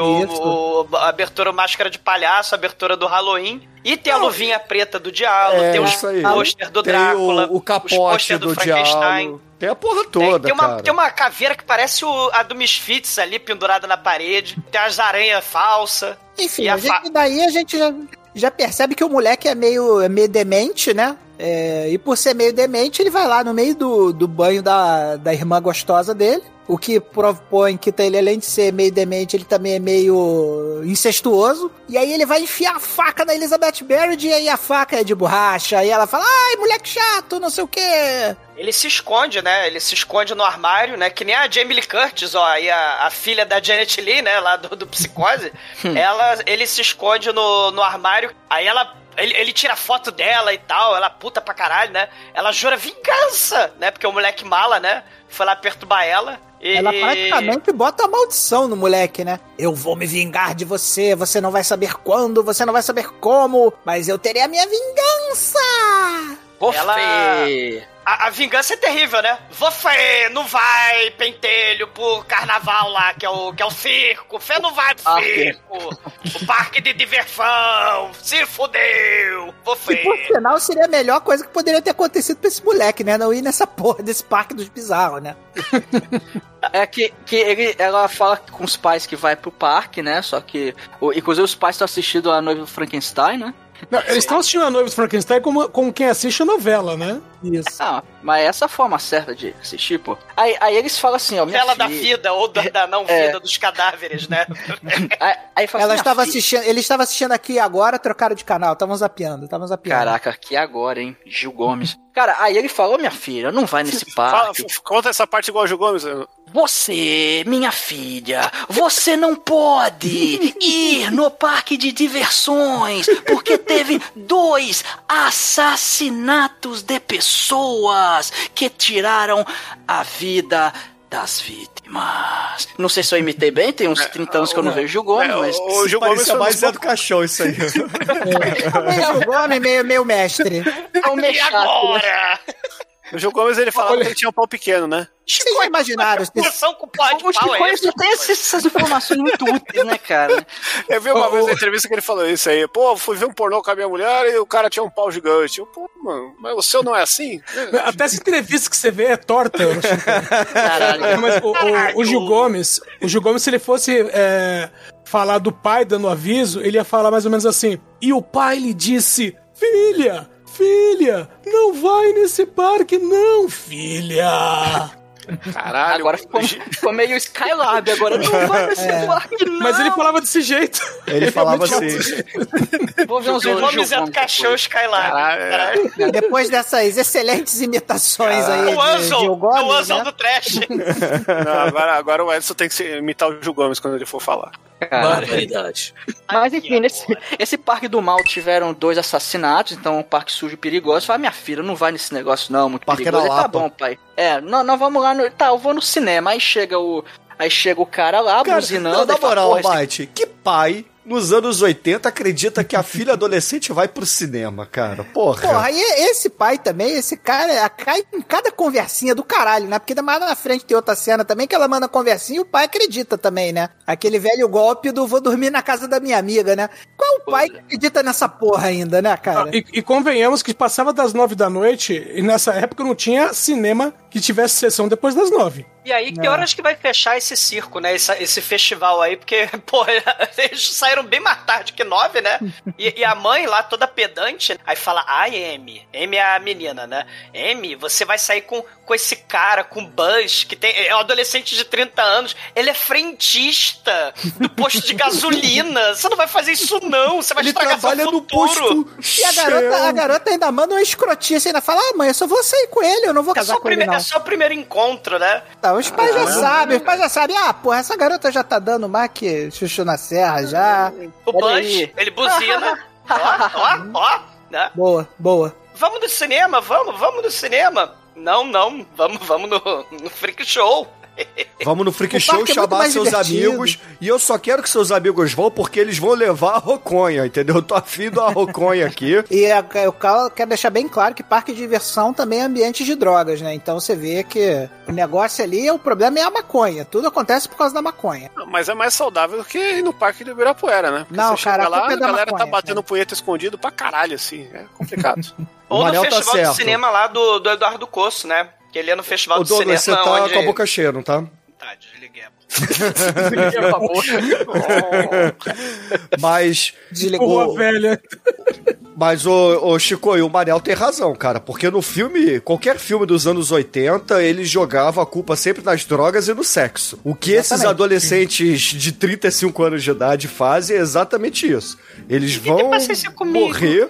a abertura Máscara de Palhaço, a abertura do Halloween. E tem a luvinha preta do Diablo, tem os pôster do Drácula, o capote do Frankenstein. Tem a porra toda, tem uma caveira que parece a do Misfits ali, pendurada na parede. Tem as aranhas falsas. Enfim, daí a gente já percebe que o moleque é meio demente, né? E por ser meio demente, ele vai lá no meio do banho da irmã gostosa dele. O que propõe que ele, além de ser meio demente, ele também é meio incestuoso. E aí ele vai enfiar a faca na Elizabeth Barrett, e aí a faca é de borracha. E ela fala, ai, moleque chato, não sei o quê. Ele se esconde, né? Ele se esconde no armário, né? Que nem a Jamie Lee Curtis, ó. Aí a filha da Janet Leigh, né? Lá do Psicose. Ele se esconde no armário. Aí ele tira foto dela e tal, ela puta pra caralho, né? Ela jura vingança, né? Porque o moleque mala, né? Foi lá perturbar ela. Ela praticamente bota a maldição no moleque, né? Eu vou me vingar de você, você não vai saber quando, você não vai saber como, mas eu terei a minha vingança! A vingança é terrível, né? Você não vai, pentelho, pro carnaval lá, que é o circo. Você não vai pro circo. O parque de diversão. Se fudeu. Você. E por sinal, seria a melhor coisa que poderia ter acontecido pra esse moleque, né? Não ir nessa porra desse parque dos bizarros, né? Ela fala com os pais que vai pro parque, né? Só que, inclusive, os pais estão assistindo a Noiva do Frankenstein, né? Não, eles estão assistindo a Noiva do Frankenstein como quem assiste a novela, né? Isso. Mas essa é a forma certa de assistir, pô. Aí eles falam assim, ó, minha novela filha... da vida ou da não vida dos cadáveres, né? Aí fala assim, ele estava assistindo aqui agora, trocaram de canal, estavam zapeando. Caraca, que agora, hein? Gil Gomes. Cara, aí ele falou, minha filha, não vai nesse parque. Conta essa parte igual o Gil Gomes. Você, minha filha, você não pode ir no parque de diversões, porque teve 2 assassinatos de pessoas que tiraram a vida das vítimas. Não sei se eu imitei bem, tem uns 30 anos que eu não vejo o Gil Gomes, mas... O Gil Gomes é mais do caixão, isso aí. Gil Gomes meio mestre. É o meio chato, agora? O Gil Gomes, ele falava que ele tinha um pau pequeno, né? Vocês já imaginaram? Com pó de O Chico pau é essa? tem essas informações muito úteis, né, cara? Eu vi uma vez na entrevista que ele falou isso aí. Pô, fui ver um pornô com a minha mulher e o cara tinha um pau gigante. Eu, pô, mano, mas o seu não é assim? Até essa entrevista que você vê é torta. Caralho. Mas o Gil Gomes, se ele fosse falar do pai dando aviso, ele ia falar mais ou menos assim. E o pai lhe disse: Filha, não vai nesse parque não, filha. Caralho. Agora ficou meio Skylab, agora não vai nesse parque, não. Mas ele falava desse jeito. Ele falava assim. Vou ver uns O outros Gomes é do cachorro Skylab. Caralho. Depois dessas excelentes imitações aí de Gil Gomes, o Anson né? do trash. Não, agora o Edson tem que imitar o Gil Gomes quando ele for falar. Barbaridade. Mas enfim, esse parque do mal tiveram 2 assassinatos, então um parque sujo e perigoso. Fala, minha filha, não vai nesse negócio não, muito Parque perigoso. da Tá Lapa. bom, pai. Nós vamos lá Tá, eu vou no cinema. Aí chega o cara lá, buzinando. Não, na e fala, moral, "Porra, Mate, que pai nos anos 80 acredita que a filha adolescente vai pro cinema, cara? Porra, e esse pai também, esse cara, cai em cada conversinha do caralho, né? Porque mais na frente tem outra cena também que ela manda conversinha e o pai acredita também, né? Aquele velho golpe do vou dormir na casa da minha amiga, né? Qual o pai que acredita nessa porra ainda, né, cara? E convenhamos que passava das 9 da noite e nessa época não tinha cinema que tivesse sessão depois das 9. E aí, que horas que vai fechar esse circo, né? Esse festival aí, porque, pô, eles saíram bem mais tarde que 9, né? E a mãe lá, toda pedante, aí fala, ai, Amy é a menina, né? Amy, você vai sair com esse cara, com Buzz, que é um adolescente de 30 anos, ele é frentista do posto de gasolina, você não vai fazer isso não, você vai estragar seu futuro. No posto. E a garota ainda manda uma escrotice, ainda fala, mãe, eu só vou sair com ele, eu não vou casar com ele, não. É só o primeiro encontro, né? Tá, os pais já sabem, porra, essa garota já tá dando mais que chuchu na serra, já. O Buzz, ele buzina, ó, né? Boa. Vamos no cinema, vamos no cinema. Não, vamos no Freak Show. Vamos no Freak Show chamar seus amigos. E eu só quero que seus amigos vão porque eles vão levar a roconha, entendeu? Eu tô afim da roconha aqui. E eu quero deixar bem claro que parque de diversão também é ambiente de drogas, né? Então você vê que o negócio ali, o problema é a maconha. Tudo acontece por causa da maconha. Mas é mais saudável do que ir no parque do Ibirapuera, né? Porque não, você cara, chega lá, a a galera maconha, tá batendo punheta escondido pra caralho, assim. É complicado. Ou no Manel tá festival certo. de cinema lá do Eduardo Coço, né? Que ele é no festival de Douglas, cinema. você tá onde... com a boca cheia, não tá? Tá, desliguei. Mas... Desligou a velha. Mas o Chico, e o Manel tem razão, cara, porque no filme, qualquer filme dos anos 80, ele jogava a culpa sempre nas drogas e no sexo. O que esses adolescentes de 35 anos de idade fazem é exatamente isso. Eles vão morrer...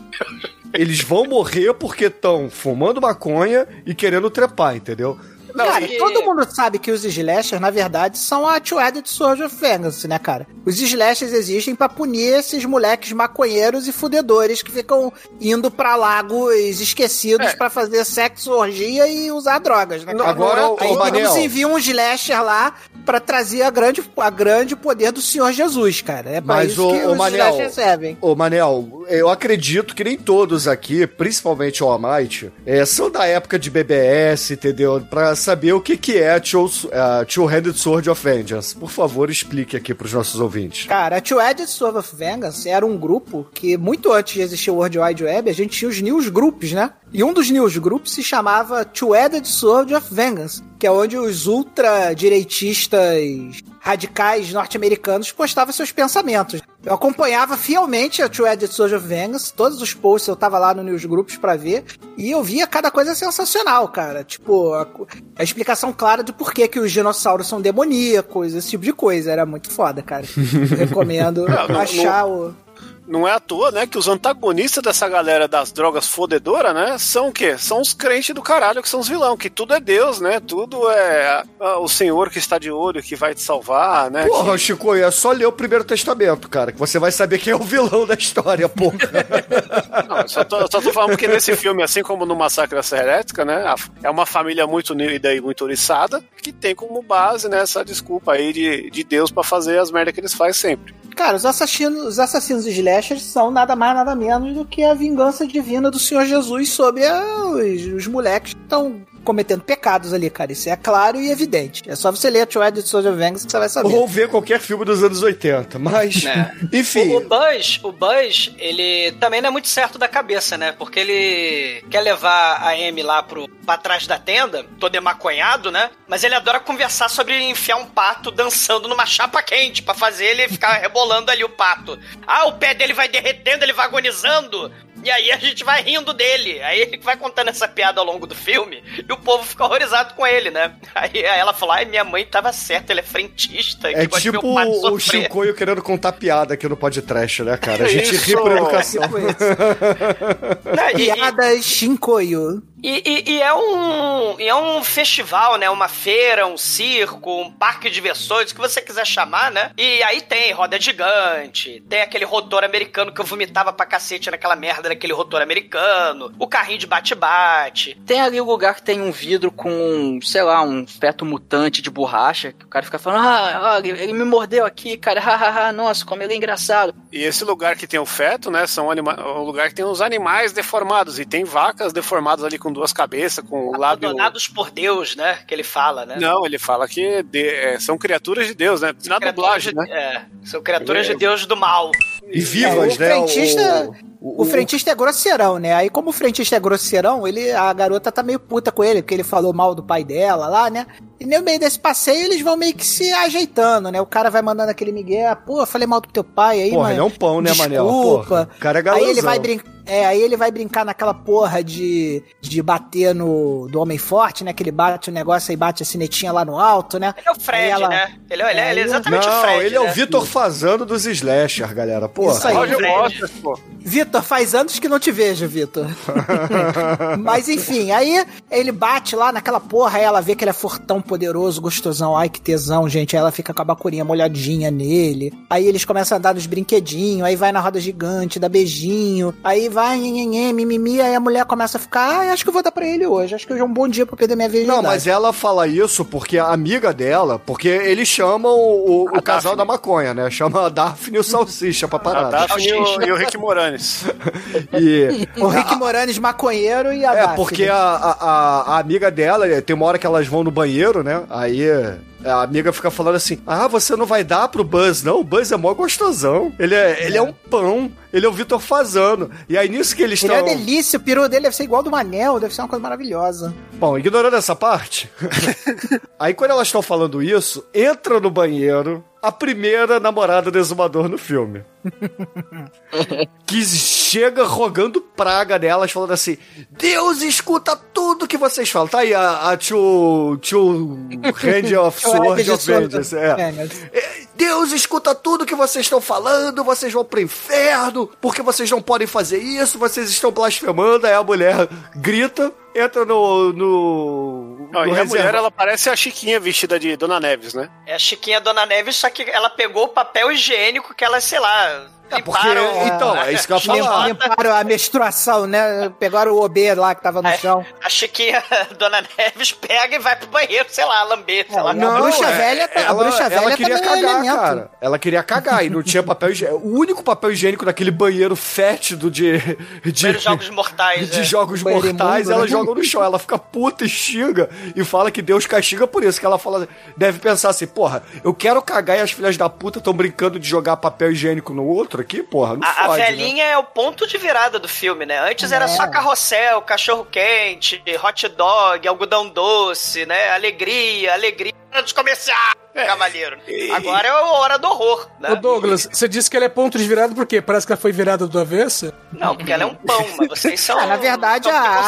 Eles vão morrer porque estão fumando maconha e querendo trepar, entendeu? Não, cara, todo mundo sabe que os slashers, na verdade, são a Two-Headed Sword of Vengeance, né, cara? Os slashers existem pra punir esses moleques maconheiros e fudedores que ficam indo pra lagos esquecidos pra fazer sexo, orgia e usar drogas, né, cara? Agora, aí Manel, eles enviam um slasher lá pra trazer a grande poder do Senhor Jesus, cara. É pra mas isso que os slashers servem. Ô, Manel, eu acredito que nem todos aqui, principalmente o Almighty, são da época de BBS, entendeu? Pra saber o que é a Two-Handed Sword of Vengeance. Por favor, explique aqui pros nossos ouvintes. Cara, a Two-Handed Sword of Vengeance era um grupo que, muito antes de existir o World Wide Web, a gente tinha os newsgroups, né? E um dos newsgroups se chamava Two-Handed Sword of Vengeance, que é onde os ultradireitistas radicais norte-americanos postavam seus pensamentos. Eu acompanhava fielmente a Two-Handed Sword of Vengeance, todos os posts eu tava lá no newsgroups pra ver, e eu via cada coisa sensacional, cara. Tipo, a explicação clara de por que os dinossauros são demoníacos, esse tipo de coisa. Era muito foda, cara. Eu recomendo achar o... Não é à toa, né, que os antagonistas dessa galera das drogas fodedoras, né, são o quê? São os crentes do caralho, que são os vilão, que tudo é Deus, né, tudo é o Senhor que está de olho, que vai te salvar, né. Porra, Chico, é só ler o Primeiro Testamento, cara, que você vai saber quem é o vilão da história, porra. Não, só tô falando porque nesse filme, assim como no Massacre da Serra Elétrica, né, é uma família muito unida e muito oriçada, que tem como base, né, essa desculpa aí de Deus pra fazer as merdas que eles fazem sempre. Cara, os assassinos slashers são nada mais nada menos do que a vingança divina do Senhor Jesus sobre os moleques que estão cometendo pecados ali, cara. Isso é claro e evidente. É só você ler a Twilight Zone of Vengeance que você vai saber. Ou ver qualquer filme dos anos 80, mas... Enfim... O Buzz, ele também não é muito certo da cabeça, né? Porque ele quer levar a Amy lá pra trás da tenda, todo emaconhado, né? Mas ele adora conversar sobre enfiar um pato dançando numa chapa quente pra fazer ele ficar rebolando ali o pato. Ah, o pé dele vai derretendo, ele vai agonizando. E aí a gente vai rindo dele. Aí ele vai contando essa piada ao longo do filme e o povo fica horrorizado com ele, né? Aí ela fala, ai, minha mãe tava certa, ele é frentista. É tipo o Chicoio querendo contar piada aqui no podcast, né, cara? A gente ri por educação. Piadas Chicoio. E é um festival, né? Uma feira, um circo, um parque de diversões, o que você quiser chamar, né? E aí tem roda gigante, tem aquele rotor americano que eu vomitava pra cacete naquela merda daquele rotor americano, o carrinho de bate-bate. Tem ali um lugar que tem um vidro com, sei lá, um feto mutante de borracha, que o cara fica falando, ele me mordeu aqui, cara, nossa, como ele é engraçado. E esse lugar que tem o feto, né, um lugar que tem uns animais deformados, e tem vacas deformadas ali com duas cabeças, com o lábio... Abandonados por Deus, né, que ele fala, né? Não, ele fala que são criaturas de Deus, né? Na dublagem, né? São criaturas de Deus do mal. E vivas, né? O frentista é grosseirão, né? Aí, como o frentista é grosseirão, a garota tá meio puta com ele, porque ele falou mal do pai dela lá, né? E no meio desse passeio, eles vão meio que se ajeitando, né? O cara vai mandando aquele migué, pô, eu falei mal do teu pai aí, mano. Porra, ele é um pão, né, Manel? Desculpa. O cara é galãozão. Aí ele vai brincar naquela porra de bater do homem forte, né? Que ele bate o negócio e bate a sinetinha lá no alto, né? Ele é o Fred, né? Ele é exatamente o Fred. Não, ele é o Vitor Fazano dos slasher, galera. Porra. Isso aí. Vitor, faz anos que não te vejo, Vitor. Mas enfim, aí ele bate lá naquela porra, aí ela vê que ele é fortão, poderoso, gostosão. Ai, que tesão, gente. Aí ela fica com a bacurinha molhadinha nele. Aí eles começam a andar nos brinquedinhos, aí vai na roda gigante, dá beijinho. Aí vai, mimimi, aí a mulher começa a ficar, acho que eu vou dar pra ele hoje. Acho que hoje é um bom dia pra perder minha virgindade. Não, mas ela fala isso porque a amiga dela, porque eles chamam o casal da maconha, né? Chama a Daphne e o Salsicha pra parada. A Daphne e o Rick Moranis. O Rick Moranis maconheiro e a Daphne. Porque a amiga dela, tem uma hora que elas vão no banheiro, né? Aí a amiga fica falando assim, você não vai dar pro Buzz, não? O Buzz é mó gostosão. Ele é um pão. Ele é o Vitor Fazano. E aí nisso que eles estão... Ele é delícia, o peru dele deve ser igual ao do Manel, deve ser uma coisa maravilhosa. Bom, ignorando essa parte, aí quando elas estão falando isso, entra no banheiro a primeira namorada do exumador no filme. Que chega rogando praga delas, falando assim, Deus escuta tudo que vocês falam. Tá aí a tio Hand of Sword of Vengeance. Deus escuta tudo que vocês estão falando, vocês vão pro inferno, porque vocês não podem fazer isso, vocês estão blasfemando. Aí a mulher grita, entra no e a mulher, ela parece a Chiquinha vestida de Dona Neves, né? É a Chiquinha Dona Neves, só que ela pegou o papel higiênico que ela, sei lá... Então, é isso que eu ia falar. Limparam a menstruação, né? Pegaram o OB lá que tava no chão. A Chiquinha Dona Neves pega e vai pro banheiro, sei lá, lamber, sei lá. Não, a bruxa velha ela queria cagar, cara. Ela queria cagar e não tinha papel higiênico. O único papel higiênico daquele banheiro fétido de jogos mortais. De jogos mortais, ela joga no chão. Ela fica puta e xinga e fala que Deus castiga por isso. Que ela fala, deve pensar assim, porra, eu quero cagar e as filhas da puta estão brincando de jogar papel higiênico no outro aqui, porra, não fode, a velhinha, né? É o ponto de virada do filme, né? Antes era só carrossel, cachorro quente, hot dog, algodão doce, né? Alegria dos comerciais, cavaleiro. Agora é a hora do horror, né? Ô Douglas, você disse que ela é ponto de virada por quê? Parece que ela foi virada do avesso? Não, porque ela é um pão, mas vocês são... na verdade,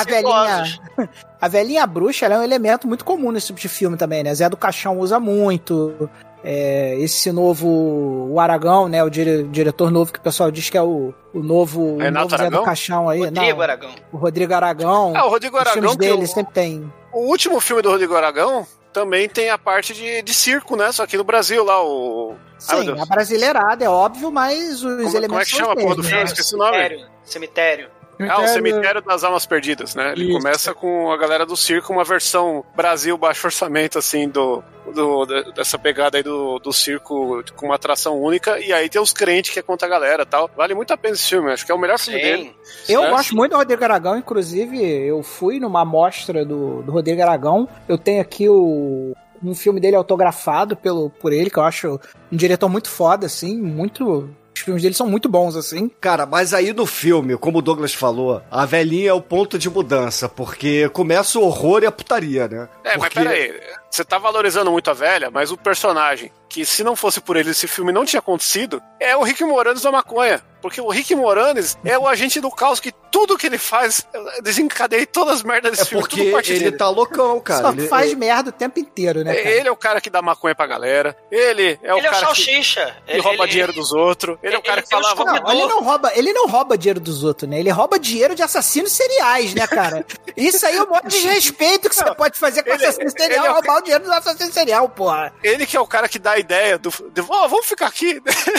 a velhinha bruxa, ela é um elemento muito comum nesse tipo de filme também, né? Zé do Caixão usa muito... esse novo, o Aragão, né, o diretor novo que o pessoal diz que é o novo Zé do Caixão aí. Aragão. O Rodrigo Aragão. O Rodrigo Aragão. Os filmes dele sempre tem. O último filme do Rodrigo Aragão também tem a parte de circo, né? Só que no Brasil lá, Sim, a brasileirada, é óbvio, mas os elementos. Como é que chama a porra do filme? Esqueci o nome. Cemitério. O Cemitério das Almas Perdidas, né? Ele começa com a galera do circo, uma versão Brasil baixo orçamento, assim, do dessa pegada aí do circo com uma atração única, e aí tem os crentes que é contra a galera e tal. Vale muito a pena esse filme, acho que é o melhor filme dele. Eu gosto muito do Rodrigo Aragão, inclusive eu fui numa amostra do Rodrigo Aragão, eu tenho aqui um filme dele autografado por ele, que eu acho um diretor muito foda, assim, os filmes dele são muito bons, assim. Cara, mas aí no filme, como o Douglas falou, a velhinha é o ponto de mudança, porque começa o horror e a putaria, né? Mas peraí, você tá valorizando muito a velha, mas o personagem, que se não fosse por ele esse filme não tinha acontecido, é o Rick Moranis da maconha. Porque o Rick Moranis é o agente do caos que tudo que ele faz desencadeia todas as merdas desse filme. Porque ele tá loucão, cara. Só faz merda o tempo inteiro, né, cara? Ele é o cara que dá maconha pra galera. Ele é o cara salsicha. que rouba dinheiro dos outros. Ele é o cara que falava... Não, ele não rouba dinheiro dos outros, né? Ele rouba dinheiro de assassinos seriais, né, cara? Isso aí é um monte de desrespeito que você pode fazer com assassino serial, roubar o dinheiro do assassino serial, porra. Ele que é o cara que dá a ideia vamos ficar aqui.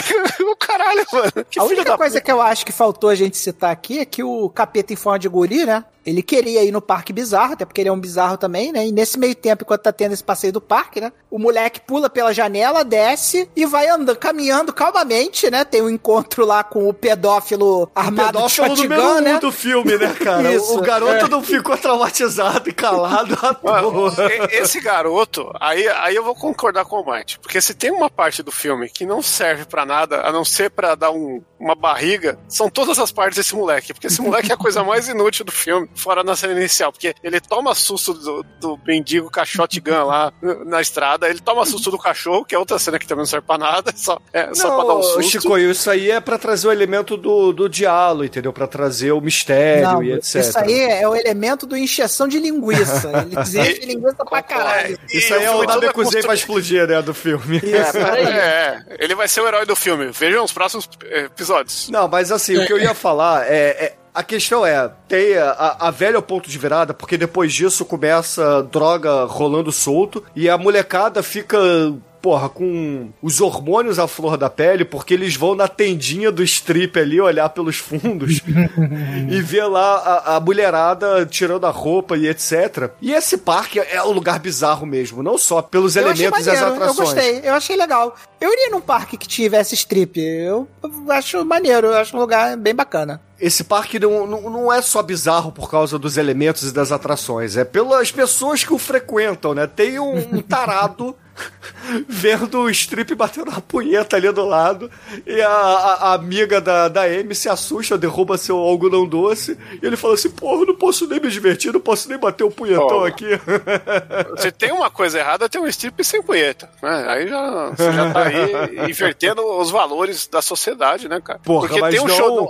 O caralho, mano. A única coisa que eu acho que faltou a gente citar aqui é que o Capeta em Forma de Guri, né? Ele queria ir no Parque Bizarro, até porque ele é um bizarro também, né? E nesse meio tempo, enquanto tá tendo esse passeio do parque, né? O moleque pula pela janela, desce e vai andando, caminhando calmamente, né? Tem um encontro lá com o pedófilo armado de shotgun, né? Do filme, né, cara? Isso, o garoto não ficou traumatizado e calado à toa. Esse garoto, aí eu vou concordar com o Mike, porque se tem uma parte do filme que não serve pra nada, a não ser pra dar uma barriga, são todas as partes desse moleque, porque esse moleque é a coisa mais inútil do filme, fora na cena inicial, porque ele toma susto do mendigo com a shotgun lá na estrada, ele toma susto do cachorro, que é outra cena que também não serve pra nada, só pra dar um susto. Chico, isso aí é pra trazer o elemento do diálogo, entendeu? Pra trazer o mistério e etc. Isso aí é o elemento do encheção de linguiça. Ele desenche de linguiça pra caralho. Isso aí é o Namekusei vai explodir, né, do filme. Ele vai ser o herói do filme. Vejam os próximos episódios. Não, mas assim, o que eu ia falar a questão tem a velha é o ponto de virada, porque depois disso começa droga rolando solto e a molecada fica, com os hormônios à flor da pele, porque eles vão na tendinha do strip ali, olhar pelos fundos e ver lá a mulherada tirando a roupa e etc. E esse parque é um lugar bizarro mesmo, não só pelos elementos e as atrações. Eu gostei, eu achei legal. Eu iria num parque que tivesse strip, eu acho maneiro, eu acho um lugar bem bacana. Esse parque não é só bizarro por causa dos elementos e das atrações, é pelas pessoas que o frequentam, né? Tem um tarado vendo o strip batendo uma punheta ali do lado e a amiga da Amy se assusta, derruba seu algodão doce e ele fala assim, porra, não posso nem me divertir, não posso nem bater o punhetão aqui. Se tem uma coisa errada, tem um strip sem punheta, né? Aí você já tá aí invertendo os valores da sociedade, né, cara? Porra, porque tem um show...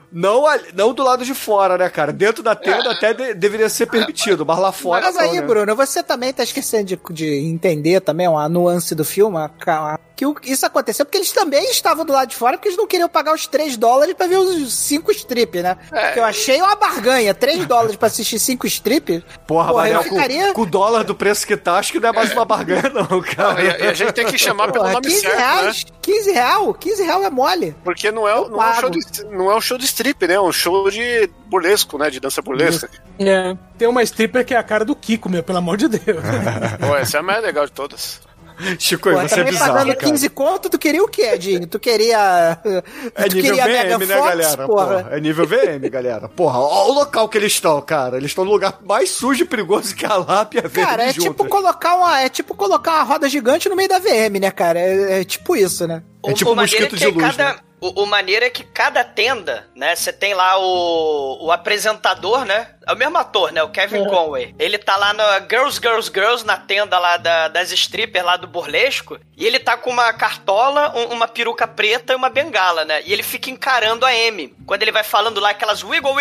Não do lado de fora, né, cara? Dentro da tenda até deveria ser permitido, mas lá fora mas aí, né? Bruno, você também tá esquecendo de entender também uma nuance do filme, que isso aconteceu porque eles também estavam do lado de fora porque eles não queriam pagar os $3 pra ver os 5 strips, né? Porque eu achei uma barganha, $3 pra assistir 5 strips. Porra, eu ficaria... com o dólar do preço que tá, acho que não é mais uma barganha não, cara. Não, e a gente tem que chamar pelo nome certo, reais, né? $15 é mole. Porque não é um show de strip, né? É um show de burlesco, né? De dança burlesca. Tem uma stripper que é a cara do Kiko, meu, pelo amor de Deus. Pô, essa é a mais legal de todas. Chico, você é bizarro, pagando 15 conto, tu queria o quê, Edinho? Tu queria... É nível VM, né, galera? Porra. É nível VM, galera. Porra, olha o local que eles estão, cara. Eles estão no lugar mais sujo e perigoso que a lápia VM. Cara, é tipo colocar uma roda gigante no meio da VM, né, cara? É tipo isso, né? É tipo um mosquito de luz, né? O maneiro é que cada tenda, né, você tem lá o apresentador, né, é o mesmo ator, né, o Kevin Conway. Ele tá lá na Girls, na tenda lá das strippers lá do burlesco, e ele tá com uma cartola, uma peruca preta e uma bengala, né, e ele fica encarando a Amy. Quando ele vai falando lá aquelas wiggle.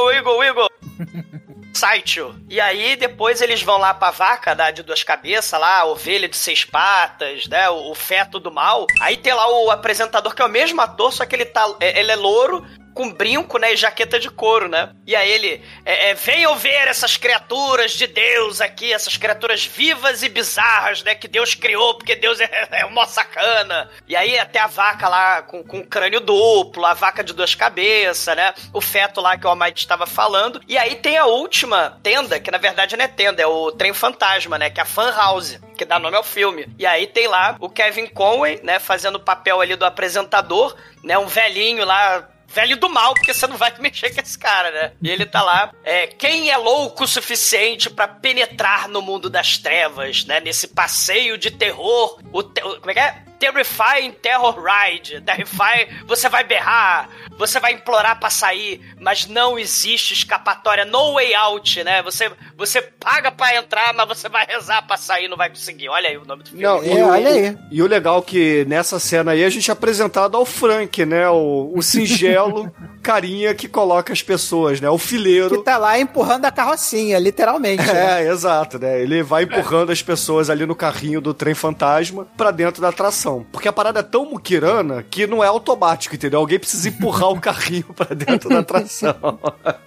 Sideshow. E aí, depois eles vão lá pra vaca de 2 cabeças lá, a ovelha de 6 patas, né, o feto do mal. Aí tem lá o apresentador, que é o mesmo ator, só que ele é louro, com brinco, né, e jaqueta de couro, né? E aí ele, venham ver essas criaturas de Deus aqui, essas criaturas vivas e bizarras, né, que Deus criou, porque Deus é uma sacana. E aí até a vaca lá com crânio duplo, a vaca de 2 cabeças, né, o feto lá que o Almighty estava falando. E aí tem a última tenda, que na verdade não é tenda, é o trem fantasma, né, que é a fan house, que dá nome ao filme. E aí tem lá o Kevin Conway, né, fazendo o papel ali do apresentador, né, um velhinho lá, velho do mal, porque você não vai mexer com esse cara, né? E ele tá lá, quem é louco o suficiente pra penetrar no mundo das trevas, né, nesse passeio de terror, como é que é? Terrifying Terror Ride. Terrify, você vai berrar, você vai implorar pra sair, mas não existe escapatória, no way out, né? Você paga pra entrar, mas você vai rezar pra sair, não vai conseguir. Olha aí o nome do filme. Não, olha aí. E o legal é que nessa cena aí a gente é apresentado ao Frank, né? O singelo carinha que coloca as pessoas, né? O fileiro. Que tá lá empurrando a carrocinha, literalmente. Né? Exato, né? Ele vai empurrando as pessoas ali no carrinho do trem fantasma pra dentro da atração. Porque a parada é tão muquirana que não é automático, entendeu? Alguém precisa empurrar o carrinho pra dentro da atração.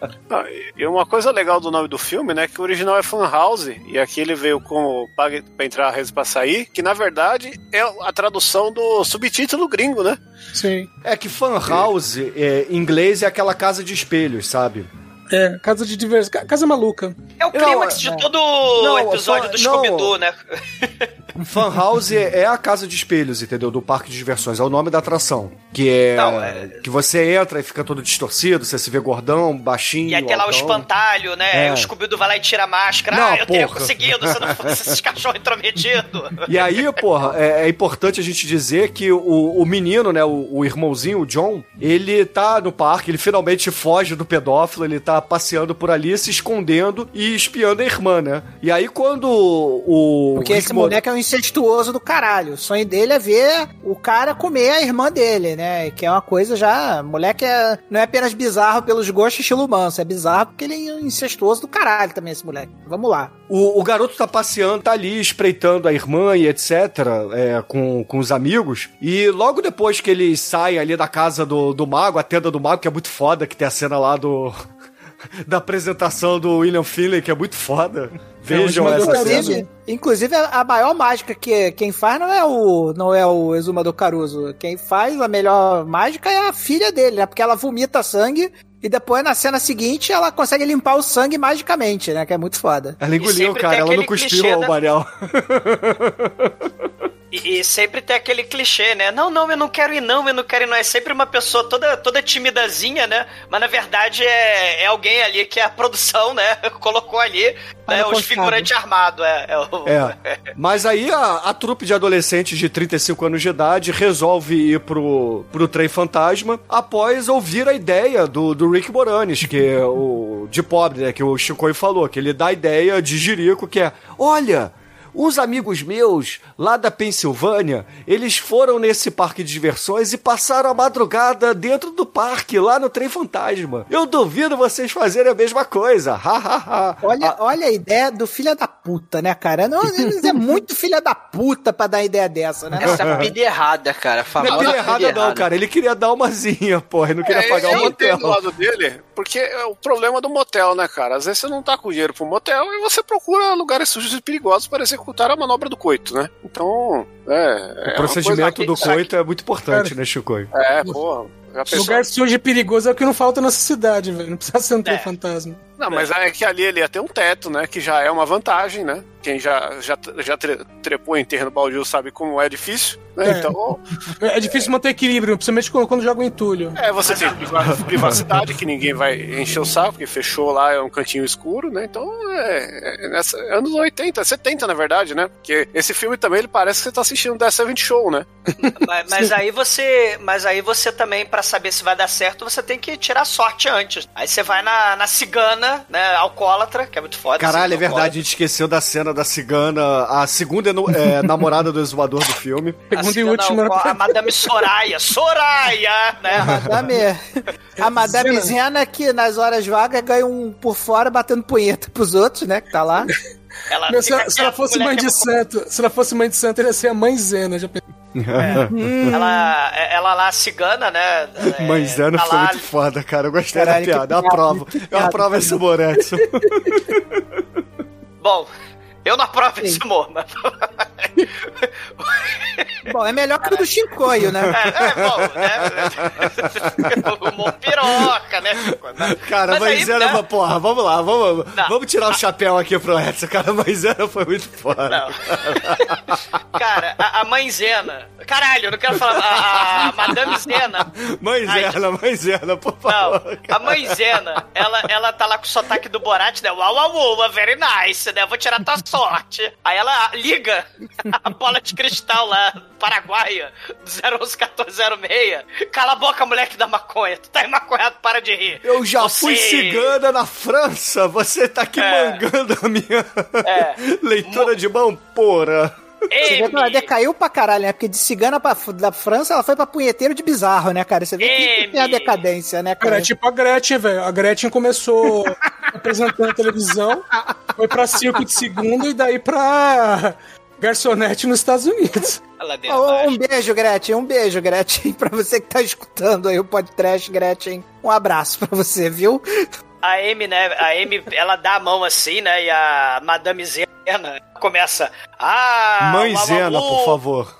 E uma coisa legal do nome do filme, né? Que o original é Fan House, e aqui ele veio com paga pra entrar, reza pra sair, que na verdade é a tradução do subtítulo gringo, né? Sim. É que Fan House, em inglês, é aquela casa de espelhos, sabe? Casa de diversão. Casa maluca. É o clímax de todo o episódio do Scooby-Doo, né? Fan House é a casa de espelhos, entendeu? Do parque de diversões. É o nome da atração. Que que você entra e fica todo distorcido, você se vê gordão, baixinho. E aí tem lá o espantalho, né? O Scooby-Doo vai lá e tira a máscara. Eu teria conseguido se não fosse esses cachorros intrometidos. E aí, porra, é importante a gente dizer que o menino, né? O irmãozinho, o John, ele tá no parque, ele finalmente foge do pedófilo, ele tá passeando por ali, se escondendo e espiando a irmã, né? E aí quando Porque esse moleque é um incestuoso do caralho. O sonho dele é ver o cara comer a irmã dele, né? Que é uma coisa já... Moleque não é apenas bizarro pelos gostos estilo manso, é bizarro porque ele é um incestuoso do caralho também, esse moleque. Vamos lá. O garoto tá passeando, tá ali espreitando a irmã e etc, com os amigos, e logo depois que eles saem ali da casa do mago, a tenda do mago, que é muito foda, que tem a cena lá da apresentação do William Finley, que é muito foda. Vejam essa cena. Inclusive, a maior mágica que quem faz não é o Exumador Caruso. Quem faz a melhor mágica é a filha dele, né? Porque ela vomita sangue e depois, na cena seguinte, ela consegue limpar o sangue magicamente, né? Que é muito foda. Ela engoliu, cara. Ela não cuspiu o Mariel. E sempre tem aquele clichê, né? Não, eu não quero ir não. É sempre uma pessoa toda timidazinha, né? Mas na verdade é alguém ali que a produção, né? Colocou ali, né? Os figurantes armados. Mas aí a trupe de adolescentes de 35 anos de idade resolve ir pro trem fantasma após ouvir a ideia do Rick Moranis, que é o de pobre, né? Que o Chicoio falou, que ele dá a ideia de Jerico, que é, olha... Uns amigos meus, lá da Pensilvânia, eles foram nesse parque de diversões e passaram a madrugada dentro do parque, lá no trem fantasma. Eu duvido vocês fazerem a mesma coisa. Olha a ideia do filho da puta, né, cara? Não, eles é muito filha da puta pra dar ideia dessa, né? Essa é pilha errada, cara. Não é pilha errada não, cara. Ele queria dar umazinha, porra. Ele não queria pagar o motel. Do lado dele, porque é o problema do motel, né, cara? Às vezes você não tá com dinheiro pro motel e você procura lugares sujos e perigosos para executar a manobra do coito, né? Então, o procedimento do coito é muito importante, né, Chico? Porra. Lugar sujo e perigoso é o que não falta nessa cidade, velho. Não precisa ser um trem fantasma. Não, mas é que ali ele ia ter um teto, né? Que já é uma vantagem, né? Quem já trepou em terreno baldio sabe como é difícil, né? Então... É difícil manter equilíbrio, principalmente quando joga um entulho. Você tem privacidade, que ninguém vai encher o saco, porque fechou lá, é um cantinho escuro, né? Então, anos 80, 70, na verdade, né? Porque esse filme também, ele parece que você tá assistindo The Seventh Show, né? Mas aí você também, pra saber se vai dar certo, você tem que tirar sorte antes. Aí você vai na cigana, né? Alcoólatra, que é muito foda. Caralho, é verdade, a gente esqueceu da cena da cigana, a segunda namorada do exumador do filme. Segunda e última. A Madame Soraya, né? A Madame Zena, que nas horas vagas ganha um por fora batendo punheta pros outros, né? Que tá lá. Se ela fosse mãe de santo, ela ia ser a mãe Zena, já pensou? Ela lá, cigana, né? Mãezana tá foi lá... muito foda, cara. Eu gostei Caralho, da piada. Eu aprovo esse Moretsu. Bom, eu não aprovo esse humor, mas... Bom, é melhor que o do Shinkoio, né? Bom, né? O humor piroca, né? Cara, mas Maisena, aí, né? porra, vamos lá, vamos tirar o chapéu aqui pro Edson, cara. A Maisena foi muito foda. Não. Cara, a Mãezena... Caralho, eu não quero falar... A Madame Zena... Maisena, por favor. Não, a Mãezena, ela tá lá com o sotaque do Borat, né? Uau, very nice, né? Vou tirar tua sorte. Aí ela liga a bola de cristal lá, paraguaia, do 011-1406. Cala a boca, moleque da maconha. Tu tá maconhado, para de rir. Eu já fui cigana na França. Você tá aqui mangando a minha leitura de mão, porra. Você vê que ela decaiu pra caralho, né? Porque de cigana da França, ela foi pra punheteiro de bizarro, né, cara? Você vê que tem a decadência, né, cara? Cara, é tipo a Gretchen, velho. A Gretchen começou apresentando televisão, foi pra circo de segundo e daí pra garçonete nos Estados Unidos. Um beijo, Gretchen, pra você que tá escutando aí o podcast, Gretchen. Um abraço pra você, viu? A Amy, né? A Amy, ela dá a mão assim, né? E a Madame Zena começa... Mãezena, por favor.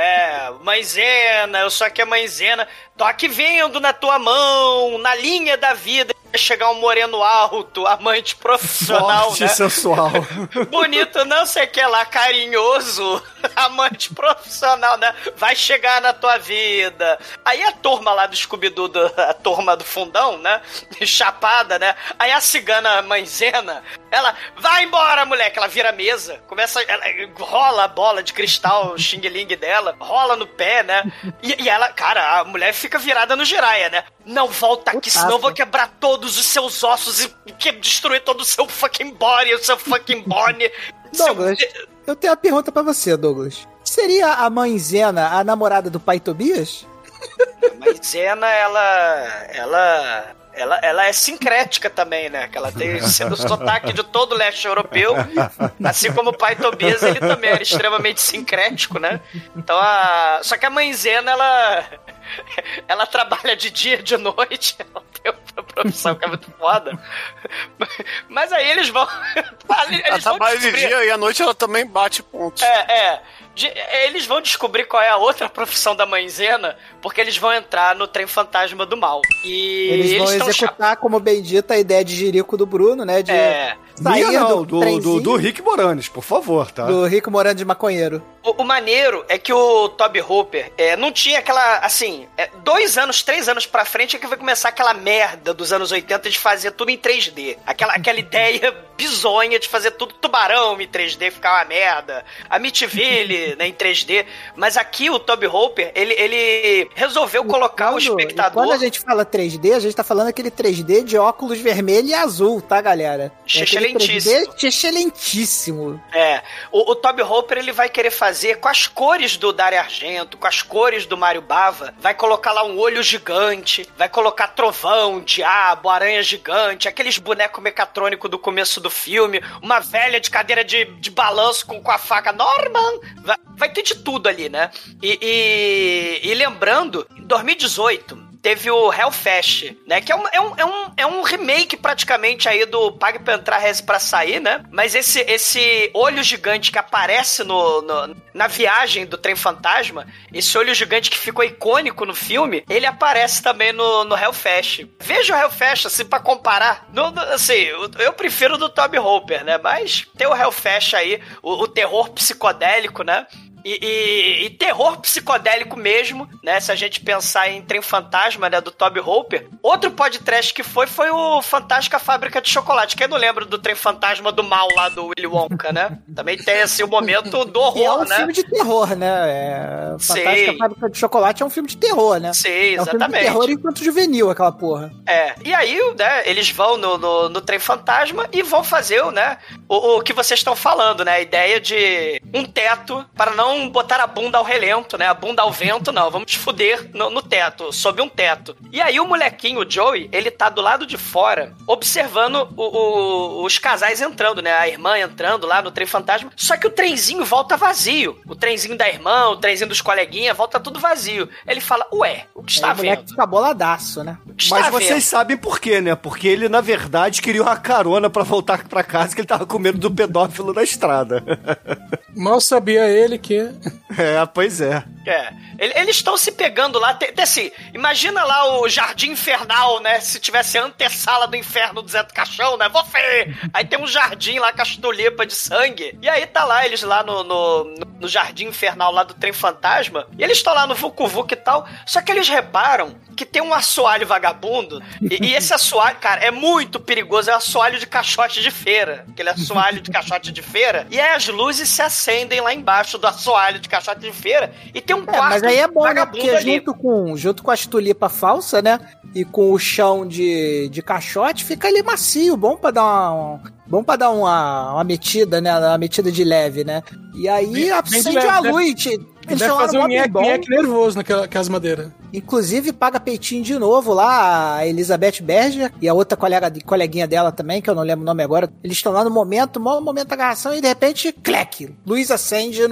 Mãezena, eu sou aqui a Mãezena. Tô aqui vendo na tua mão, na linha da vida, chegar um moreno alto, amante profissional, forte, né? sensual. Bonito, não sei o que lá, carinhoso, amante profissional, né? Vai chegar na tua vida. Aí a turma lá do Scooby-Doo, a turma do fundão, né? Chapada, né? Aí a cigana Mãezena, ela, vai embora, moleque. Ela vira a mesa, ela rola a bola de cristal, xing-ling dela, rola no pé, né? E ela, cara, a mulher fica virada no giraia, né? Não volta aqui, senão eu vou quebrar todos os seus ossos e destruir todo o seu fucking body, o seu fucking bone. Douglas, eu tenho uma pergunta pra você, Douglas. Seria a Mãezena a namorada do pai Tobias? A Mãezena, ela é sincrética também, né? Que ela tem o sotaque de todo o leste europeu. Assim como o pai Tobias, ele também era extremamente sincrético, né? Então, só que a Mãezena, ela trabalha de dia e de noite. Ela tem uma profissão que é muito foda. Mas aí eles vão... Ela trabalha de dia e à noite ela também bate pontos. Eles vão descobrir qual é a outra profissão da Mãezena, porque eles vão entrar no trem fantasma do mal. E eles vão executar, como bem dito, a ideia de Jerico do Bruno, né? De sair do Rick Moranis, por favor, tá? Do Rick Moranis de maconheiro. O maneiro é que o Tobe Hooper não tinha aquela, assim, 2 anos, 3 anos pra frente é que vai começar aquela merda dos anos 80 de fazer tudo em 3D. Aquela ideia bizonha de fazer tudo tubarão em 3D, ficar uma merda. Amityville, né, em 3D. Mas aqui o Tobe Hooper, ele resolveu colocar o espectador... Quando a gente fala 3D, a gente tá falando aquele 3D de óculos vermelho e azul, tá, galera? Excelentíssimo. Excelentíssimo. O Tobe Hooper, ele vai querer fazer com as cores do Dario Argento, com as cores do Mário Bava, vai colocar lá um olho gigante, vai colocar trovão, diabo, aranha gigante, aqueles bonecos mecatrônicos do começo do filme, uma velha de cadeira de balanço com a faca Norman, vai ter de tudo ali, né? E lembrando, em 2018... teve o Hellfest, né? Que é um remake praticamente aí do Pague Pra Entrar, Reze Pra Sair, né? Mas esse olho gigante que aparece na viagem do trem fantasma, esse olho gigante que ficou icônico no filme, ele aparece também no Hellfest. Veja o Hellfest, assim, pra comparar. Assim, eu prefiro do Tobe Hooper, né? Mas tem o Hellfest aí, o terror psicodélico, né? E terror psicodélico mesmo, né? Se a gente pensar em Trem Fantasma, né? Do Tobe Hooper. Outro podcast que foi o Fantástica Fábrica de Chocolate. Quem não lembra do Trem Fantasma do mal lá do Willy Wonka, né? Também tem, assim, o momento do horror, né? É um filme de terror, né? Fantástica Fábrica de Chocolate é um filme de terror, né? Sim, exatamente. É um filme de terror enquanto juvenil, aquela porra. E aí, né? Eles vão no Trem Fantasma e vão fazer, né? O que vocês estão falando, né? A ideia de um teto para não vão botar a bunda ao relento, né? A bunda ao vento, não. Vamos fuder no teto, sob um teto. E aí o molequinho, o Joey, ele tá do lado de fora, observando os casais entrando, né? A irmã entrando lá no trem fantasma. Só que o trenzinho volta vazio. O trenzinho da irmã, o trenzinho dos coleguinhas, volta tudo vazio. Ele fala, ué, o que está O moleque vendo? fica boladaço, né? Mas vocês sabem por quê, né? Porque ele, na verdade, queria uma carona pra voltar pra casa, que ele tava com medo do pedófilo na estrada. Mal sabia ele que... É, pois é. Eles estão se pegando lá, assim, imagina lá o Jardim Infernal, né, se tivesse a antessala do inferno do Zé do Caixão, né, aí tem um jardim lá com as tulipas de sangue, e aí tá lá, eles lá no Jardim Infernal lá do Trem Fantasma, e eles estão lá no Vucu Vucu e tal, só que eles reparam que tem um assoalho vagabundo, e esse assoalho, cara, é muito perigoso, é um assoalho de caixote de feira, aquele assoalho de caixote de feira, e aí as luzes se acendem lá embaixo do assoalho de caixote de feira, e tem um quarto mas aí é bom, né? vagabundo Porque ali. junto com as tulipas falsas, né? E com o chão de caixote, fica ali macio, bom pra dar uma metida, né? Uma metida de leve, né? E aí acende a luz. Eles Deve estão lá fazer no um Mob Bom. nheque nervoso naquelas madeiras. Inclusive, paga peitinho de novo lá, a Elizabeth Berger e a outra coleguinha dela também, que eu não lembro o nome agora. Eles estão lá no momento da agarração e de repente, cleque, luz acende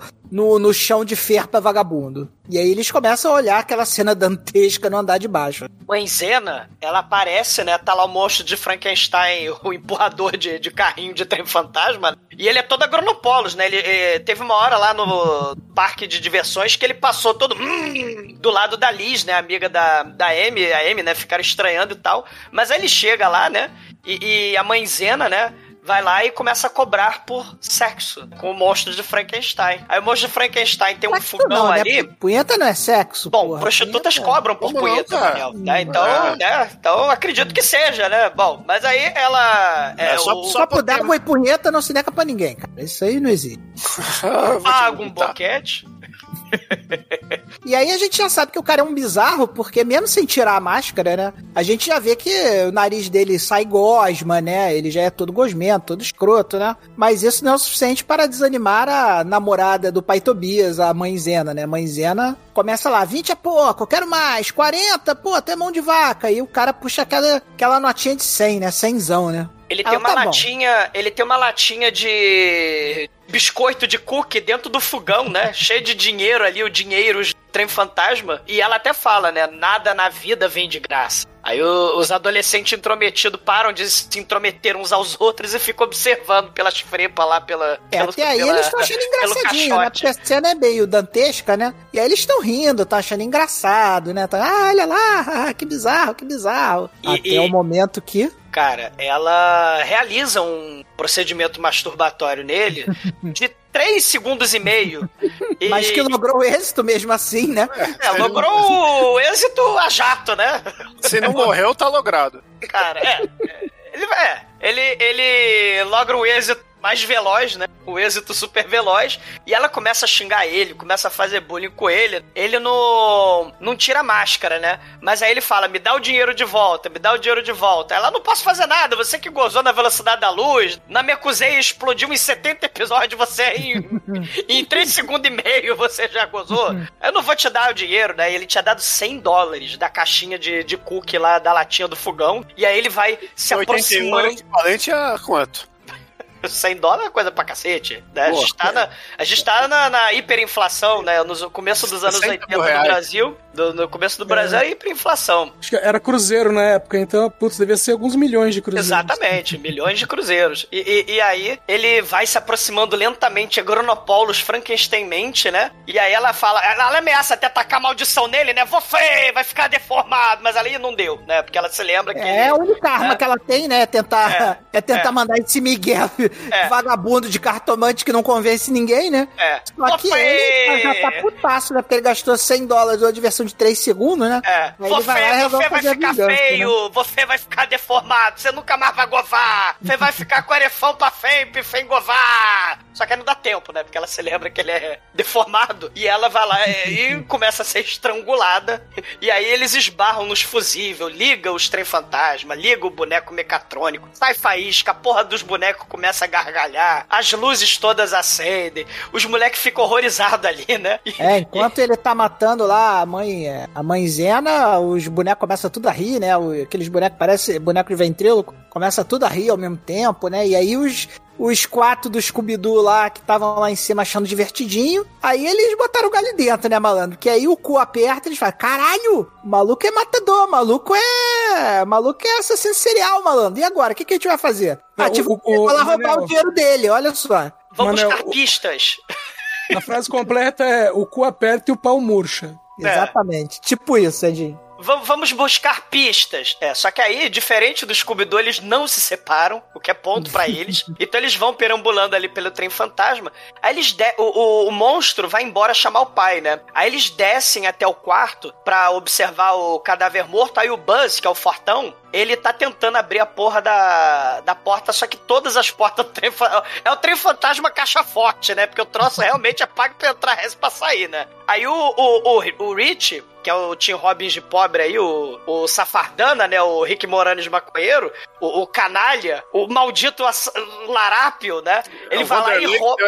no chão de ferpa vagabundo. E aí eles começam a olhar aquela cena dantesca no andar de baixo. O Enzena, ela aparece, né? Tá lá o monstro de Frankenstein, o empurrador de carrinho de trem fantasma. E ele é todo agronopolos, né? Ele teve uma hora lá no parque de diversões que ele passou todo do lado da Liz, né? Amiga da Amy. A Amy, né? Ficaram estranhando e tal. Mas aí ele chega lá, né? E a mãe Zena, né? Vai lá e começa a cobrar por sexo com o monstro de Frankenstein. Aí o monstro de Frankenstein tem um fogão não, ali. Né? Punheta não é sexo, bom, porra. prostitutas punheta. cobram por punheta, Daniel. Né? Então acredito que seja, né? Bom, mas aí ela... Só por d'água e punheta não se neca pra ninguém, cara. Isso aí não existe. Paga um boquete. E aí a gente já sabe que o cara é um bizarro, porque mesmo sem tirar a máscara, né? A gente já vê que o nariz dele sai gosma, né? Ele já é todo gosmento, todo escroto, né? Mas isso não é o suficiente para desanimar a namorada do pai Tobias, a mãe Zena, né? A mãe Zena começa lá, 20 é pouco, eu quero mais, 40, pô, até mão de vaca. E o cara puxa aquela notinha de 100, né? 100zão, né? Ele tem uma latinha de biscoito de cookie dentro do fogão, né? Cheio de dinheiro ali, o dinheiro do trem fantasma. E ela até fala, né? Nada na vida vem de graça. Aí os adolescentes intrometidos param de se intrometer uns aos outros e ficam observando pelas frepas lá, até aí eles estão achando engraçadinho, né? Porque a cena é meio dantesca, né? E aí eles estão rindo, estão achando engraçado, né? Olha lá, que bizarro, que bizarro. Até o momento que... Cara, ela realiza um procedimento masturbatório nele de 3 segundos e meio. Mas que logrou êxito mesmo assim, né? Logrou o êxito a jato, né? Se não morreu, tá logrado. Cara, ele logra o êxito mais veloz, né? O êxito super veloz. E ela começa a xingar ele, começa a fazer bullying com ele. Ele não tira a máscara, né? Mas aí ele fala, me dá o dinheiro de volta, me dá o dinheiro de volta. Ela, não posso fazer nada, você que gozou na velocidade da luz, na Mekuseia explodiu em 70 episódios, você em 3 segundos e meio você já gozou. Eu não vou te dar o dinheiro, né? Ele tinha dado $100 da caixinha de cookie lá, da latinha do fogão. E aí ele vai se aproximando. Equivalente a quanto? $100 é coisa pra cacete, né? A gente tá na hiperinflação, né? No começo dos anos 80 no Brasil. No começo do Brasil era hiperinflação. Acho que era cruzeiro na época, então, putz, devia ser alguns milhões de cruzeiros. Exatamente, milhões de cruzeiros. E aí ele vai se aproximando lentamente, Agronopolos Frankensteinmente, né? E aí ela fala, ela ameaça até tacar maldição nele, né? Você vai ficar deformado, mas ali não deu, né? Porque ela se lembra que... a única arma que ela tem, né? É tentar mandar esse Miguel vagabundo de cartomante que não convence ninguém, né? Só que ele já tá putaço, né? Porque ele gastou $100 de uma diversão de 3 segundos, né? Você vai ficar feio, né? Você vai ficar deformado, você nunca mais vai govar, você vai ficar com arefão pra fem govar. Só que aí não dá tempo, né? Porque ela se lembra que ele é deformado. E ela vai lá e começa a ser estrangulada. E aí eles esbarram nos fusíveis, liga os trem fantasma, liga o boneco mecatrônico, sai faísca, a porra dos bonecos começa a gargalhar, as luzes todas acendem, os moleques ficam horrorizados ali, né? Enquanto ele tá matando lá a mãe Zena, os bonecos começam tudo a rir, né? Aqueles bonecos, parece boneco de ventríloco, começa tudo a rir ao mesmo tempo, né? E aí os 4 do Scooby-Doo lá, que estavam lá em cima achando divertidinho, aí eles botaram o galho dentro, né, malandro? Que aí o cu aperta e eles falam, caralho, o maluco é matador, o maluco é assassino serial, malandro. E agora, o que a gente vai fazer? Roubar o dinheiro dele, olha só. Vamos buscar pistas. A frase completa é o cu aperta e o pau murcha. Exatamente. Tipo isso, Edinho. Vamos buscar pistas. Só que aí, diferente do Scooby-Doo, eles não se separam, o que é ponto pra eles. Então eles vão perambulando ali pelo trem fantasma. Aí o monstro vai embora chamar o pai, né? Aí eles descem até o quarto pra observar o cadáver morto. Aí o Buzz, que é o fortão, ele tá tentando abrir a porra da porta, só que todas as portas do trem... É o trem fantasma caixa forte, né? Porque o troço realmente é pago pra entrar, resto pra sair, né? Aí o Rich, que é o Tim Robbins de pobre aí, o Safardana, né? O Rick Moranis de maconheiro, o canalha, o maldito larápio, né? Ele vai lá e rouba...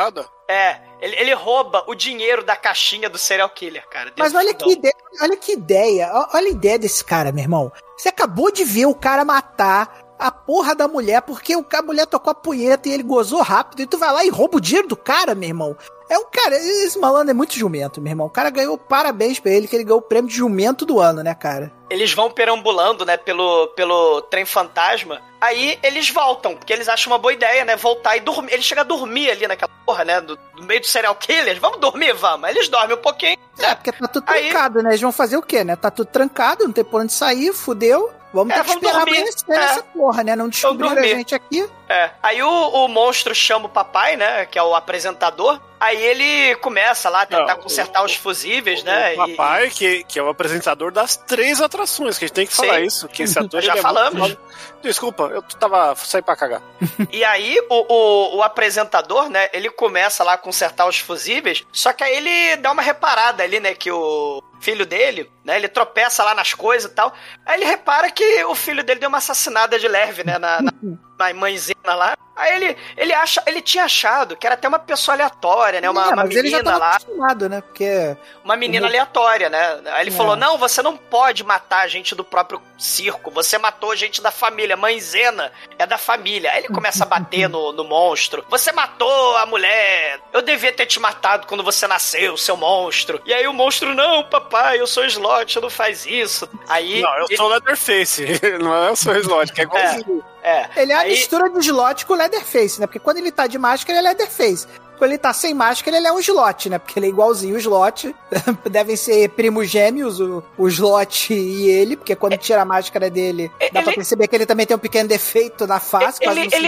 Ele rouba o dinheiro da caixinha do serial killer, cara. Mas olha que ideia, olha a ideia desse cara, meu irmão. Você acabou de ver o cara matar a porra da mulher porque a mulher tocou a punheta e ele gozou rápido, e tu vai lá e rouba o dinheiro do cara, meu irmão. Esse malandro é muito jumento, meu irmão. O cara ganhou, parabéns pra ele, que ele ganhou o prêmio de jumento do ano, né, cara? Eles vão perambulando, né, pelo trem fantasma. Aí eles voltam, porque eles acham uma boa ideia, né, voltar e dormir. Ele chega a dormir ali naquela porra, né, no meio do serial killers. Vamos dormir, vamos. Aí eles dormem um pouquinho, né? Porque tá tudo trancado, né? Eles vão fazer o quê, né? Tá tudo trancado, não tem por onde sair, fudeu. Vamos ter que esperar amanhecer nessa porra, né? Não descobriram a gente aqui. Aí o monstro chama o papai, né? Que é o apresentador. Aí ele começa lá a tentar consertar os fusíveis, né? O papai, que é o apresentador das 3 atrações, que a gente tem que falar isso. Que esse ator já falamos. Desculpa, eu saí pra cagar. E aí o apresentador, né? Ele começa lá a consertar os fusíveis, só que aí ele dá uma reparada ali, né? Que o filho dele, né? Ele tropeça lá nas coisas e tal. Aí ele repara que o filho dele deu uma assassinada de leve, né? Na mãezinha lá. Aí ele tinha achado que era até uma pessoa aleatória, né? Uma menina ele já tava lá. Acostumado, né? Porque uma menina aleatória, né? Aí ele falou: não, você não pode matar gente do próprio circo. Você matou gente da família. Mãe Zena é da família. Aí ele começa a bater no monstro. Você matou a mulher. Eu devia ter te matado quando você nasceu, seu monstro. E aí o monstro: não, papai, eu sou Slot, não faz isso. Aí não, eu sou Leatherface. Não é eu sou Slot, que é igualzinho. Ele é a mistura de Slot com Leatherface, né? Porque quando ele tá de máscara, ele é Leatherface. Quando ele tá sem máscara, ele é um Slot, né? Porque ele é igualzinho o Slot. Devem ser primos gêmeos, o Slot e ele, porque quando tira a máscara dele, dá pra perceber que ele também tem um pequeno defeito na face.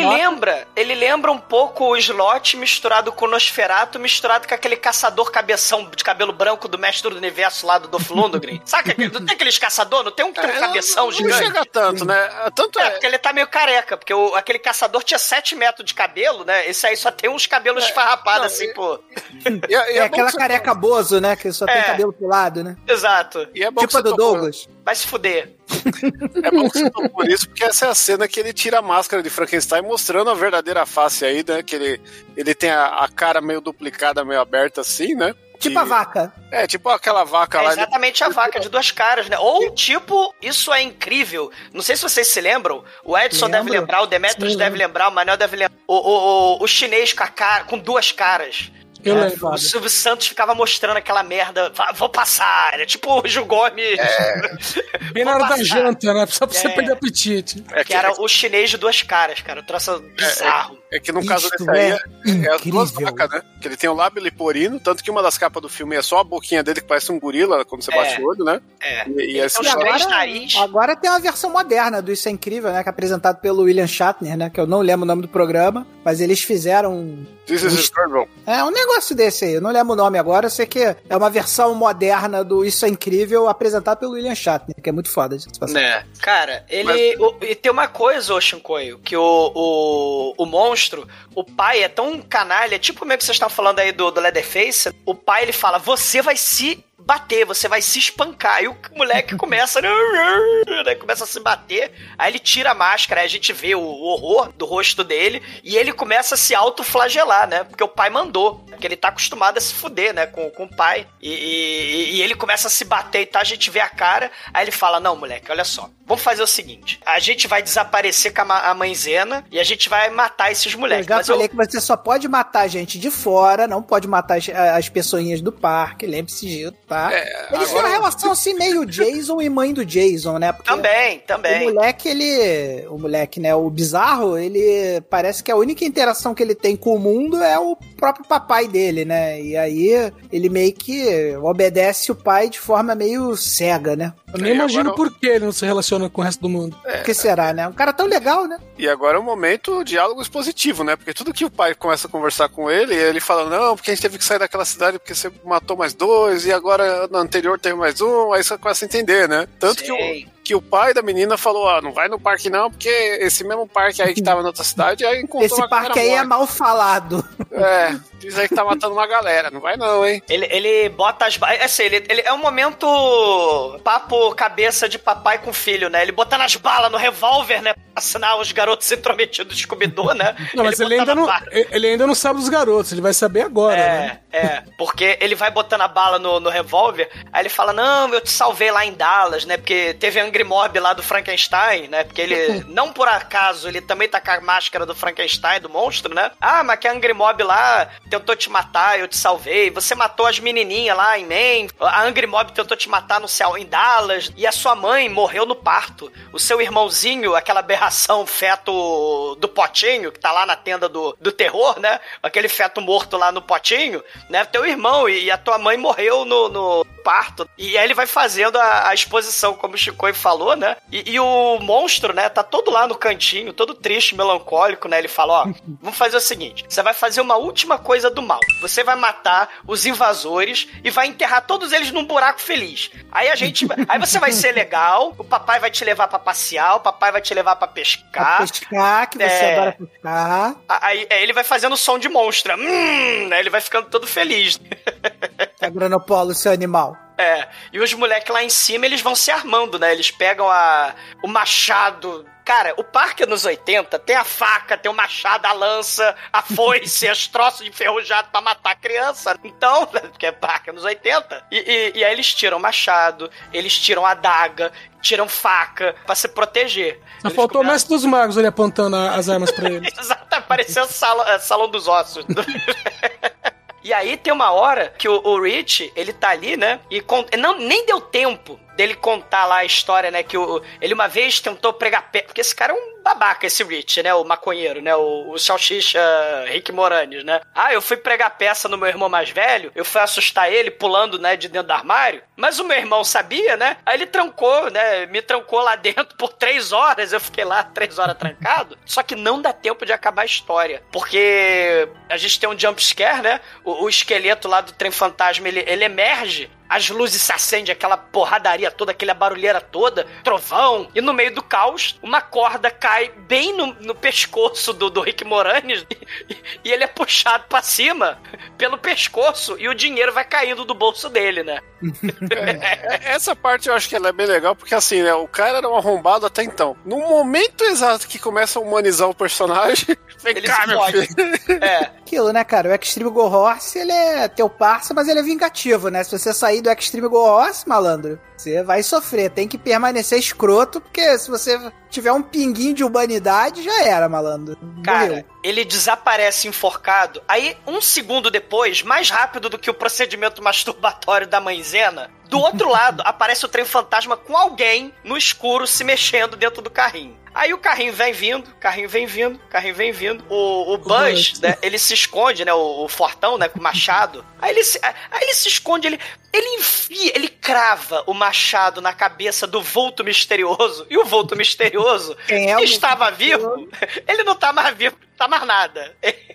Ele lembra um pouco o Slot misturado com o Nosferatu, misturado com aquele caçador cabeção de cabelo branco do Mestre do Universo lá do Dolph Lundgren. Saca? Não tem aqueles caçador? Não tem um que tem um cabeção gigante? Não chega tanto, né? Porque ele tá meio careca, porque aquele caçador tinha 7 metros de cabelo, né? Esse aí só tem uns cabelos esfarrapados. Assim, pô. Aquela careca Bozo, né? Que só tem cabelo pro lado, né? Exato. E é bom tipo a do Douglas. Vai se fuder. É bom que você tocou por isso, porque essa é a cena que ele tira a máscara de Frankenstein mostrando a verdadeira face aí, né? Que ele tem a cara meio duplicada, meio aberta assim, né? Tipo a vaca. Tipo aquela vaca lá. Exatamente a vaca de 2 caras, né? Ou tipo, isso é incrível. Não sei se vocês se lembram. O Edson deve lembrar, o Demetrius deve lembrar, o Manuel deve lembrar. O chinês com 2 caras. Eu lembro. O Silvio Santos ficava mostrando aquela merda. Vou passar. Era tipo o Gil Gomes. Bem na hora da janta, né? Só pra você perder apetite. Que era o chinês de 2 caras, cara. O troço bizarro. É que no caso desse aí é as 2 vacas, né? Que ele tem o lábio leporino, tanto que uma das capas do filme é só a boquinha dele que parece um gorila quando você bate o olho, né? Agora tem uma versão moderna do Isso é Incrível, né? Que é apresentado pelo William Shatner, né? Que eu não lembro o nome do programa. mas eles fizeram This is Incredible. um negócio desse aí, eu não lembro o nome agora, eu sei que é uma versão moderna do Isso é Incrível, apresentado pelo William Shatner, que é muito foda. Né? Cara, e tem uma coisa, ô Shinkoio, que o monstro, o pai é tão canalha, tipo mesmo que vocês estão falando aí do Leatherface, o pai ele fala, você vai se bater, você vai se espancar. E o moleque começa começa a se bater, aí ele tira a máscara, aí a gente vê o horror do rosto dele, e ele começa a se autoflagelar, né? Porque o pai mandou, porque ele tá acostumado a se fuder, né? Com o pai. E ele começa a se bater e tá, a gente vê a cara, aí ele fala, não, moleque, olha só, vamos fazer o seguinte, a gente vai desaparecer com a mãe Zena e a gente vai matar esses moleques. Eu já falei que você só pode matar gente de fora, não pode matar as pessoinhas do parque, lembre-se disso, tá? Eles têm uma relação assim meio Jason e mãe do Jason, né? Porque também. O moleque, né, o bizarro, ele parece que a única interação que ele tem com o mundo é o próprio papai dele, né? E aí ele meio que obedece o pai de forma meio cega, né? Eu nem imagino por que ele não se relaciona com o resto do mundo. Por que será, né? Um cara tão legal, né? E agora é o momento diálogo expositivo, né? Porque tudo que o pai começa a conversar com ele fala, não, porque a gente teve que sair daquela cidade porque você matou mais 2 e agora no anterior teve mais 1, aí você começa a entender, né? Tanto que o pai da menina falou, não vai no parque não, porque esse mesmo parque aí que tava na outra cidade, aí encontrou esse parque aí morta. É mal falado. Diz aí que tá matando uma galera, não vai não, hein? Ele bota as balas, assim, ele é um momento papo cabeça de papai com filho, né? Ele botando as balas no revólver, né? Pra assinar os garotos intrometidos de Scooby-Doo, né? Não, mas ele ainda não sabe dos garotos, ele vai saber agora, né? Porque ele vai botando a bala no revólver, aí ele fala, não, eu te salvei lá em Dallas, né? Porque teve Angry Mob lá do Frankenstein, né? Porque ele, não por acaso, ele também tá com a máscara do Frankenstein, do monstro, né? Ah, mas que a Angry Mob lá tentou te matar, eu te salvei. Você matou as menininhas lá em Maine. A Angry Mob tentou te matar no céu em Dallas. E a sua mãe morreu no parto. O seu irmãozinho, aquela aberração feto do potinho, que tá lá na tenda do terror, né? Aquele feto morto lá no potinho, né? Teu irmão e a tua mãe morreu no parto. E aí ele vai fazendo a exposição, como o Chico falou, né? E o monstro, né? Tá todo lá no cantinho, todo triste, melancólico, né? Ele fala, vamos fazer o seguinte, você vai fazer uma última coisa do mal. Você vai matar os invasores e vai enterrar todos eles num buraco feliz. Aí você vai ser legal, o papai vai te levar pra passear, o papai vai te levar pra pescar. Pra pescar, que você adora pescar. Aí ele vai fazendo som de monstro. Né? Ele vai ficando todo feliz. Tá Granopolo, seu animal. E os moleques lá em cima, eles vão se armando, né? Eles pegam o machado. Cara, o parque nos 80 tem a faca, tem o machado, a lança, a foice, os troços de enferrujado pra matar a criança. Então, porque é parque nos 80. E aí eles tiram o machado, eles tiram a adaga, tiram faca pra se proteger. Só faltou o mestre dos magos ali apontando as armas pra eles. Exato, pareceu o salão dos ossos. E aí tem uma hora que o Rich, ele tá ali, né? E nem deu tempo dele contar lá a história, né? Que ele uma vez tentou pregar peça. Porque esse cara é um babaca, esse Rich, né? O maconheiro, né? O salsicha Rick Moranis, né? Eu fui pregar peça no meu irmão mais velho, eu fui assustar ele pulando, né? De dentro do armário. Mas o meu irmão sabia, né? Aí ele trancou, né? Me trancou lá dentro por 3 horas. Eu fiquei lá 3 horas trancado. Só que não dá tempo de acabar a história. Porque a gente tem um jump scare, né? O esqueleto lá do trem fantasma, ele emerge. As luzes se acendem, aquela porradaria toda, aquela barulheira toda, trovão. E no meio do caos, uma corda cai bem no pescoço do Rick Moranis e ele é puxado pra cima pelo pescoço e o dinheiro vai caindo do bolso dele, né? Essa parte eu acho que ela é bem legal, porque assim, né, o cara era um arrombado até então. No momento exato que começa a humanizar o personagem, vem cá, meu filho. Aquilo, né, cara? O Extreme Go Horse, ele é teu parça, mas ele é vingativo, né? Se você sair do Extreme Go Horse, malandro, você vai sofrer. Tem que permanecer escroto, porque se você tiver um pinguinho de humanidade, já era, malandro. Cara, ele desaparece enforcado. Aí, 1 segundo depois, mais rápido do que o procedimento masturbatório da mãe Zena, do outro lado, aparece o trem fantasma com alguém no escuro se mexendo dentro do carrinho. Aí o carrinho vem vindo. O Buzz, né, ele se esconde, né, o fortão, né, com o machado. Aí ele se esconde, ele enfia, ele crava o machado na cabeça do vulto misterioso. E o vulto misterioso que estava vivo, ele não tá mais vivo, não tá mais nada.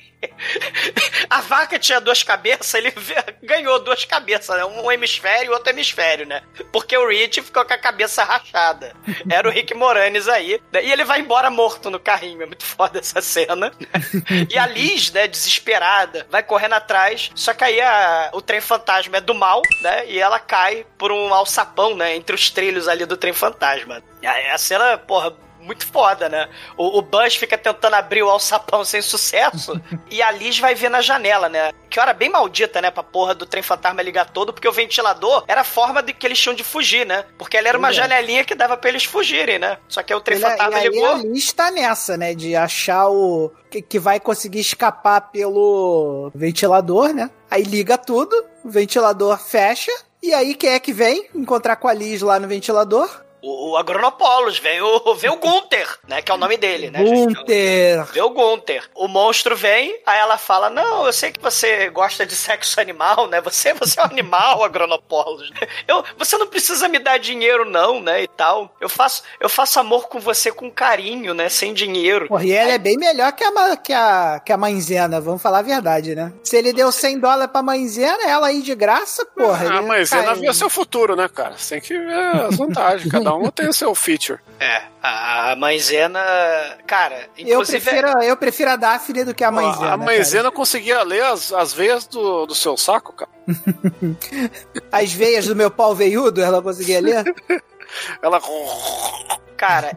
A vaca tinha 2 cabeças, ele ganhou 2 cabeças, né? Um hemisfério e outro hemisfério, né? Porque o Rich ficou com a cabeça rachada. Era o Rick Moranis aí. E ele vai embora morto no carrinho. É muito foda essa cena. E a Liz, né, desesperada, vai correndo atrás. Só que aí o trem fantasma é do mal, né? E ela cai por um alçapão, né? Entre os trilhos ali do trem fantasma. A cena, porra, muito foda, né? O Buzz fica tentando abrir o alçapão sem sucesso e a Liz vai ver na janela, né? Que hora bem maldita, né? Pra porra do trem fantasma ligar todo, porque o ventilador era a forma de que eles tinham de fugir, né? Porque ela era uma janelinha que dava pra eles fugirem, né? Só que aí o trem fantasma ligou. E a Liz tá nessa, né? De achar o... Que vai conseguir escapar pelo ventilador, né? Aí liga tudo, o ventilador fecha, e aí quem é que vem encontrar com a Liz lá no ventilador? O Agronopolis, vem o Gunther, né? Que é o nome dele, né? Gunther. Vê o Gunther. O monstro vem, aí ela fala, não, eu sei que você gosta de sexo animal, né? Você é um animal, Agronopolis. Você não precisa me dar dinheiro, não, né? E tal. Eu faço amor com você com carinho, né? Sem dinheiro. Porra, e ela é bem melhor que a mãezena, vamos falar a verdade, né? Se ele deu $100 pra mãezena, ela aí de graça, porra. A mãezena via seu futuro, né, cara? Você tem que ver as vantagens, cada um tem o seu feature. A mãezena, cara, inclusive... Eu prefiro a Daphne do que a mãezena. A mãezena conseguia ler as veias do seu saco, cara. As veias do meu pau veiudo, ela conseguia ler? Ela... Cara,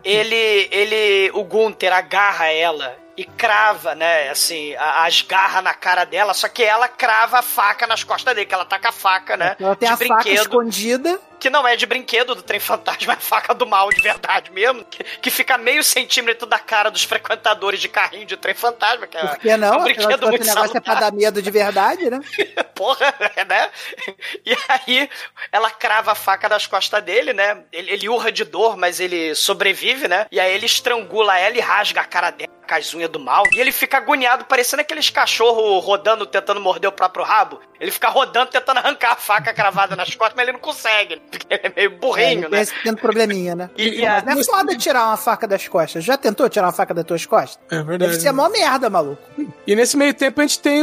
o Gunther agarra ela e crava, né, assim, as garras na cara dela, só que ela crava a faca nas costas dele, que ela tá com a faca, né, ela tem a faca escondida. Que não é de brinquedo do trem fantasma, é a faca do mal de verdade mesmo, que fica meio centímetro da cara dos frequentadores de carrinho de trem fantasma, que Por que não? É um brinquedo muito negócio salutar. é pra dar medo de verdade, né? Porra, né? E aí, ela crava a faca nas costas dele, né? Ele urra de dor, mas ele sobrevive, né? E aí ele estrangula ela e rasga a cara dela com as unhas do mal. E ele fica agoniado, parecendo aqueles cachorros rodando, tentando morder o próprio rabo. Ele fica rodando, tentando arrancar a faca cravada nas costas, mas ele não consegue, porque ele é meio burrinho, né? Tendo probleminha, né? Mas não é foda tirar uma faca das costas. Já tentou tirar uma faca das tuas costas? É verdade. Deve ser mó merda, maluco. E nesse meio tempo a gente tem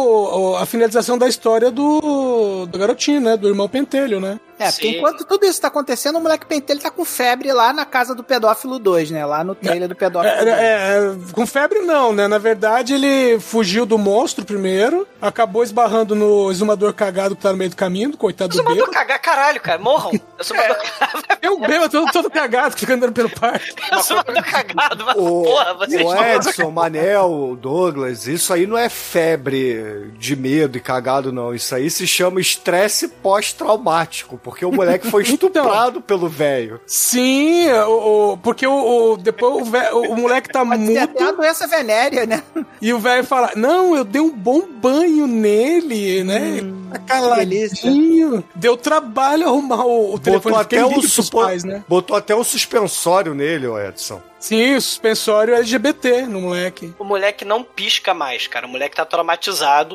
a finalização da história do garotinho, né? Do irmão Pentelho, né? Porque enquanto tudo isso tá acontecendo, o moleque Pentelho tá com febre lá na casa do Pedófilo 2, né? Lá no trailer do Pedófilo 2. Com febre não, né? Na verdade, ele fugiu do monstro primeiro, acabou esbarrando no exumador cagado que tá no meio do caminho, coitado do bêbado. Exumador cagado, caralho, cara, morram. Exumador cagado. Eu bêbado todo cagado, que fica andando pelo parque. Exumador cagado, mas porra, vocês O Edson, o Manel, o Douglas, isso aí não é febre de medo e cagado, não. Isso aí se chama estresse pós-traumático, porque o moleque foi estuprado pelo velho. Sim, porque depois o moleque tá muito... É até uma doença venérea, né? E o velho fala, não, eu dei um bom banho nele, né? Tá caladinho. Deu trabalho arrumar o telefone. Pais, né? Botou até um suspensório nele, o Edson. Sim, o suspensório LGBT no moleque. O moleque não pisca mais, cara. O moleque tá traumatizado.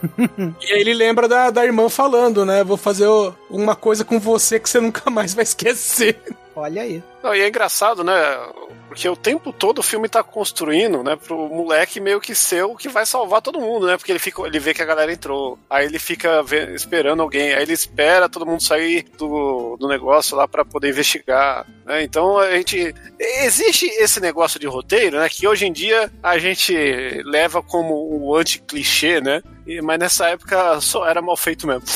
E aí ele lembra da irmã falando, né? Vou fazer uma coisa com você que você nunca mais vai esquecer. Olha aí. Não, e é engraçado, né? Porque o tempo todo o filme tá construindo, né, pro moleque meio que ser o que vai salvar todo mundo, né? Porque ele vê que a galera entrou, aí ele fica esperando alguém, aí ele espera todo mundo sair do negócio lá pra poder investigar, né? Então existe esse negócio de roteiro, né, que hoje em dia a gente leva como o anti-clichê, né? Mas nessa época só era mal feito mesmo.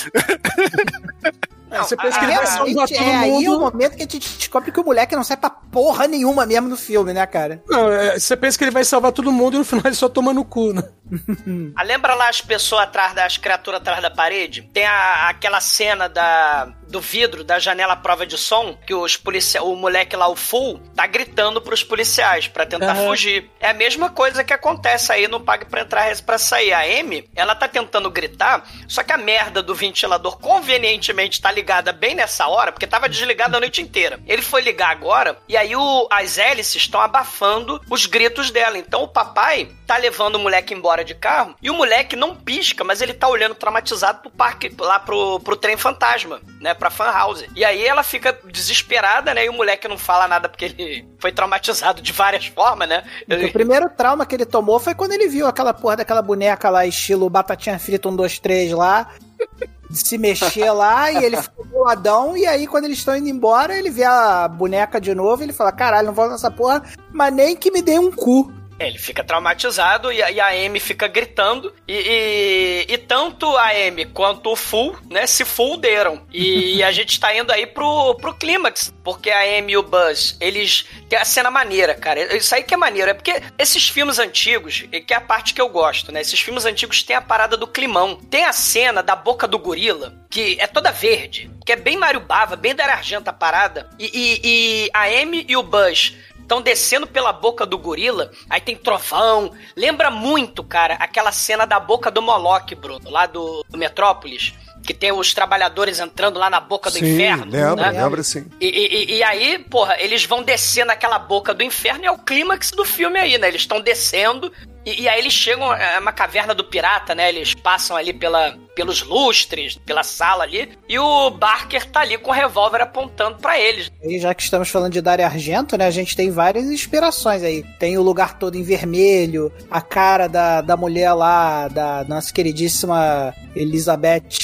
Você pensa que ele vai salvar todo mundo. Aí o momento que a gente descobre que o moleque não sai pra porra nenhuma mesmo no filme, né, cara? Não, você pensa que ele vai salvar todo mundo e no final ele só toma no cu, né? Lembra lá as pessoas atrás das criaturas atrás da parede? Tem aquela cena do vidro, da janela à prova de som, que o moleque lá, o Full, tá gritando pros policiais pra tentar fugir. É a mesma coisa que acontece aí no Pague Pra Entrar, Reze Pra Sair. A Amy, ela tá tentando gritar, só que a merda do ventilador convenientemente tá ligada bem nessa hora, porque tava desligado a noite inteira. Ele foi ligar agora, e aí as hélices estão abafando os gritos dela. Então o papai tá levando o moleque embora de carro, e o moleque não pisca, mas ele tá olhando traumatizado pro parque, lá pro trem fantasma, né, pra fan house. E aí ela fica desesperada, né, e o moleque não fala nada porque ele foi traumatizado de várias formas, né. O primeiro trauma que ele tomou foi quando ele viu aquela porra daquela boneca lá, estilo Batatinha Frita 1, 2, 3 lá, se mexer lá, e ele ficou boladão, e aí quando eles estão indo embora, ele vê a boneca de novo, e ele fala, caralho, não vou nessa porra, mas nem que me dê um cu. Ele fica traumatizado e a Amy fica gritando e tanto a Amy quanto o Full, né, se fuderam. E a gente tá indo aí pro clímax, porque a Amy e o Buzz, eles... Tem a cena maneira, cara. Isso aí que é maneiro. É porque esses filmes antigos, que é a parte que eu gosto, né, esses filmes antigos tem a parada do climão. Tem a cena da boca do gorila, que é toda verde, que é bem Mário Bava, bem Dario Argento a parada. E a Amy e o Buzz estão descendo pela boca do gorila, aí tem trovão. Lembra muito, cara, aquela cena da boca do Moloch, Bruno, lá do Metrópolis, que tem os trabalhadores entrando lá na boca do inferno. Lembra sim. E aí, porra, eles vão descer naquela boca do inferno e é o clímax do filme aí, né? Eles estão descendo e aí eles chegam a uma caverna do pirata, né? Eles passam ali pelos lustres, pela sala ali, e o Barker tá ali com o revólver apontando pra eles. E já que estamos falando de Dario Argento, né, a gente tem várias inspirações aí. Tem o lugar todo em vermelho, a cara da mulher lá, da nossa queridíssima Elizabeth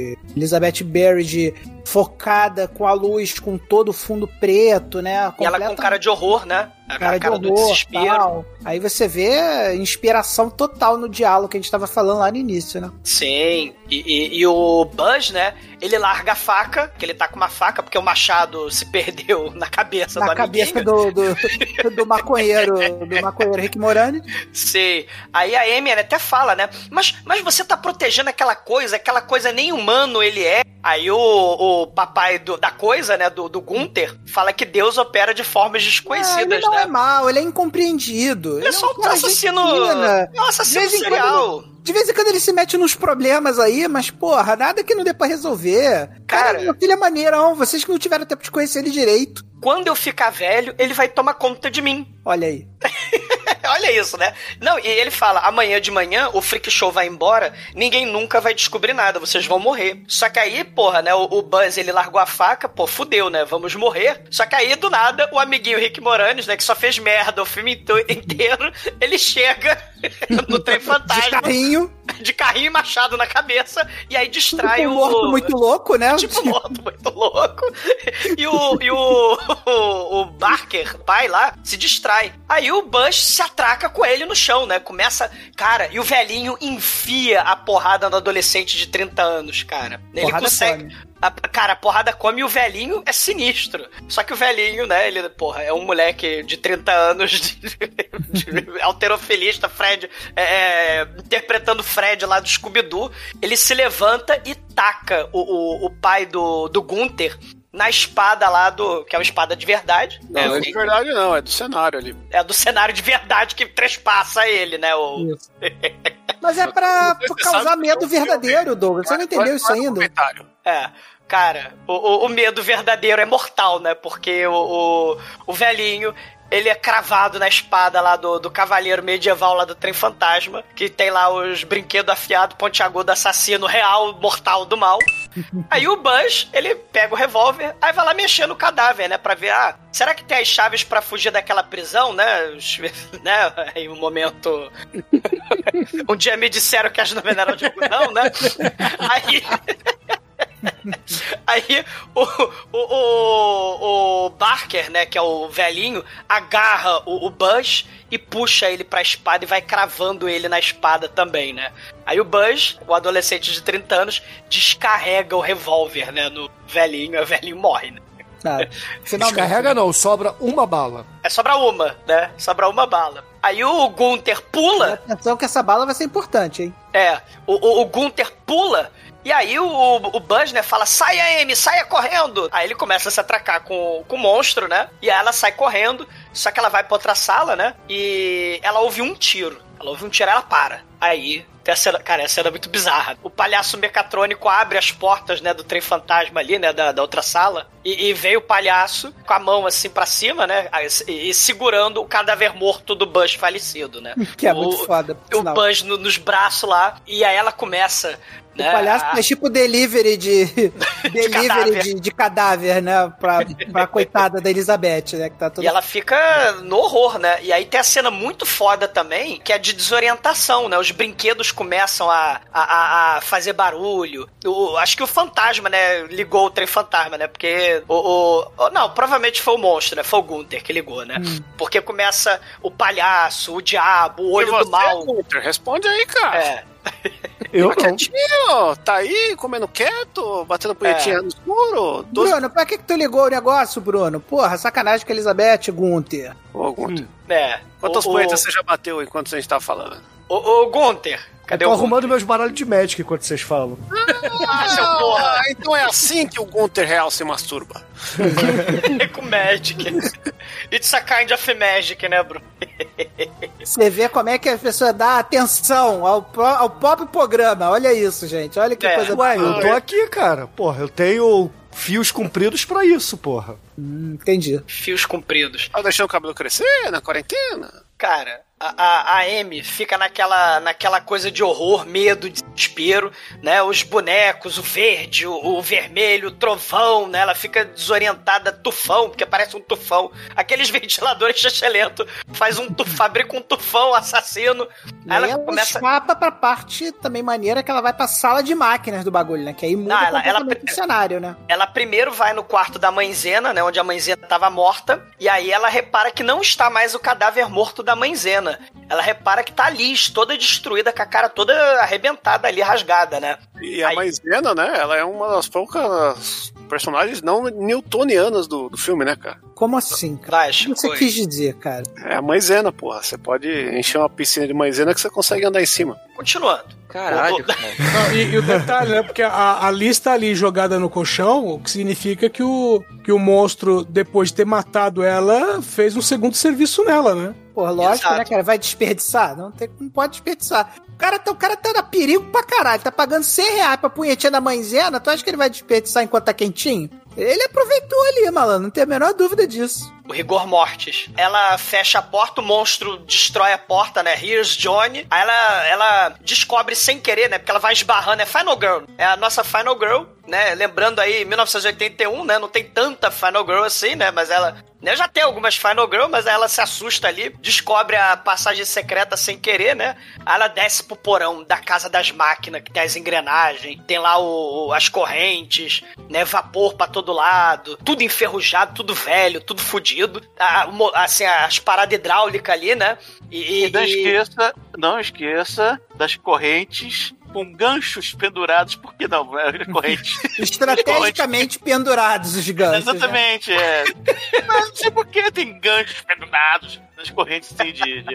Berridge, focada com a luz, com todo o fundo preto, né? E ela com cara de horror, né? Cara de horror, do desespero. Tal. Aí você vê inspiração total no diálogo que a gente tava falando lá no início, né? Sim. E o Buzz, né? Ele larga a faca, que ele tá com uma faca, porque o machado se perdeu na cabeça do amiguinho. Na cabeça do maconheiro Rick Moranis. Sim. Aí a Amy até fala, né? Mas você tá protegendo aquela coisa nem humano ele é. Aí o papai da coisa, né, do Gunther, fala que Deus opera de formas desconhecidas, ele não né? é mau, ele é incompreendido. Ele é só um assassino. É um assassino serial. De vez em quando ele se mete nos problemas aí, mas, porra, nada que não dê pra resolver. Cara, meu filho é maneirão, vocês que não tiveram tempo de conhecer ele direito. Quando eu ficar velho, ele vai tomar conta de mim. Olha aí. Olha isso, né? Não, e ele fala, amanhã de manhã o Freak Show vai embora, ninguém nunca vai descobrir nada, vocês vão morrer. Só que aí, porra, né, o Buzz, ele largou a faca, pô, fudeu, né, vamos morrer. Só que aí, do nada, o amiguinho Rick Moranis, né, que só fez merda o filme inteiro, ele chega no trem fantasma. De carrinho e machado na cabeça, e aí distrai tipo morto muito louco, né? Tipo morto muito louco. E o Barker, pai lá, se distrai. Aí o Buzz se atraca com ele no chão, né? Começa... Cara, e o velhinho enfia a porrada no adolescente de 30 anos, cara. Ele consegue... Cara, a porrada come e o velhinho é sinistro. Só que o velhinho, né, ele, porra, é um moleque de 30 anos de alterofilista, Fred, interpretando Fred lá do Scooby-Doo. Ele se levanta e taca o pai do Gunther na espada lá que é uma espada de verdade. Não é de verdade não, é do cenário ali. É do cenário de verdade que trespassa ele, né? Mas é pra causar medo verdadeiro, Douglas. Você não entendeu isso ainda? Cara, o medo verdadeiro é mortal, né? Porque o velhinho, ele é cravado na espada lá do cavaleiro medieval lá do Trem Fantasma, que tem lá os brinquedos afiados, pontiagudo, assassino real, mortal do mal. Aí o Buzz, ele pega o revólver, aí vai lá mexer no cadáver, né? Pra ver, será que tem as chaves pra fugir daquela prisão, né? Aí um momento... um dia me disseram que as não eram de algodão, né? Aí o Barker, né, que é o velhinho, agarra o Buzz e puxa ele pra espada e vai cravando ele na espada também, né? Aí o Buzz, o adolescente de 30 anos, descarrega o revólver, né, no velhinho, e o velhinho morre, né? Descarrega não, sobra uma bala. Sobra uma, né? Sobra uma bala. Aí o Gunther pula. Atenção que essa bala vai ser importante, hein? O Gunther pula. E aí o Buzz, né, fala, saia, Amy, saia correndo. Aí ele começa a se atracar com o monstro, né? E aí ela sai correndo, só que ela vai pra outra sala, né? E ela ouve um tiro. Ela para. Aí, tem a cena, cara, a cena é muito bizarra. O palhaço mecatrônico abre as portas, né, do trem fantasma ali, né, da outra sala. E vem o palhaço com a mão assim pra cima, né? E segurando o cadáver morto do Buzz falecido, né? Que é muito foda. O Buzz nos braços lá. E aí ela começa... O palhaço é tipo delivery de cadáver, né? Pra coitada da Elizabeth, né? Que tá tudo... E ela fica no horror, né? E aí tem a cena muito foda também, que é de desorientação, né? Os brinquedos começam a fazer barulho. Acho que o fantasma, né? Ligou o trem fantasma, né? Porque não, provavelmente foi o monstro, né? Foi o Gunther que ligou, né? Porque começa o palhaço, o diabo, o olho do mal. Gunther, responde aí, cara. Eu tá quietinho, tá aí, comendo quieto, batendo punhetinha no escuro. Bruno, pra que tu ligou o negócio, Bruno? Porra, sacanagem com a Elizabeth, Gunther. Ô, Gunther. Quantas punhetas você já bateu enquanto a gente tava falando? Ô, Gunther, cadê eu tô o arrumando meus baralhos de Magic enquanto vocês falam. Porra. Então é assim que o Gunther real se masturba. Com Magic. It's a kind of magic, né, Bruno? Você vê como é que a pessoa dá atenção ao próprio programa. Olha isso, gente. Olha que coisa... Ué, eu tô aqui, cara. Porra, eu tenho fios compridos pra isso, porra. Entendi. Fios compridos. Tá deixando o cabelo crescer na quarentena? Cara, a Amy fica naquela coisa de horror, medo, desespero, né? Os bonecos, o verde, o vermelho, o trovão, né? Ela fica desorientada, tufão, porque parece um tufão. Aqueles ventiladores chachelentos fabrica um tufão assassino. Aí ela escapa pra parte também maneira que ela vai pra sala de máquinas do bagulho, né? Que aí muda completamente o cenário, né? Ela primeiro vai no quarto da mãezena, né? Onde a mãezena tava morta. E aí ela repara que não está mais o cadáver morto da mãezena. Ela repara que tá ali, toda destruída, com a cara toda arrebentada ali, rasgada, né? E a mãezena, né? Ela é uma das poucas personagens não newtonianas do filme, né, cara? Como assim, cara? O que você quis dizer, cara? É a maisena, porra. Você pode encher uma piscina de maisena que você consegue andar em cima. Continuando. Caralho. E o detalhe, né? Porque a lista ali jogada no colchão, o que significa que o monstro, depois de ter matado ela, fez um segundo serviço nela, né? Porra, lógico, né, cara? Vai desperdiçar? Não pode desperdiçar. O cara tá na perigo pra caralho. Tá pagando R$100 pra punhetinha da mãezena. Tu acha que ele vai desperdiçar enquanto tá quentinho? Ele aproveitou ali, malandro. Não tem a menor dúvida disso. O rigor mortis. Ela fecha a porta, o monstro destrói a porta, né? Here's Johnny. Aí ela descobre sem querer, né? Porque ela vai esbarrando. É Final Girl. É a nossa Final Girl, né? Lembrando aí, 1981, né? Não tem tanta Final Girl assim, né? Mas ela... né? Já tem algumas Final Girl, mas ela se assusta ali. Descobre a passagem secreta sem querer, né? Aí ela desce pro porão da casa das máquinas, que tem as engrenagens. Tem lá as correntes, né? Vapor pra todo lado. Tudo enferrujado, tudo velho, tudo fudido. Assim, as paradas hidráulicas ali, né? E não esqueça das correntes com ganchos pendurados, por que não? Correntes. Estrategicamente pendurados os ganchos. Exatamente, né? Não sei por que tem ganchos pendurados nas correntes assim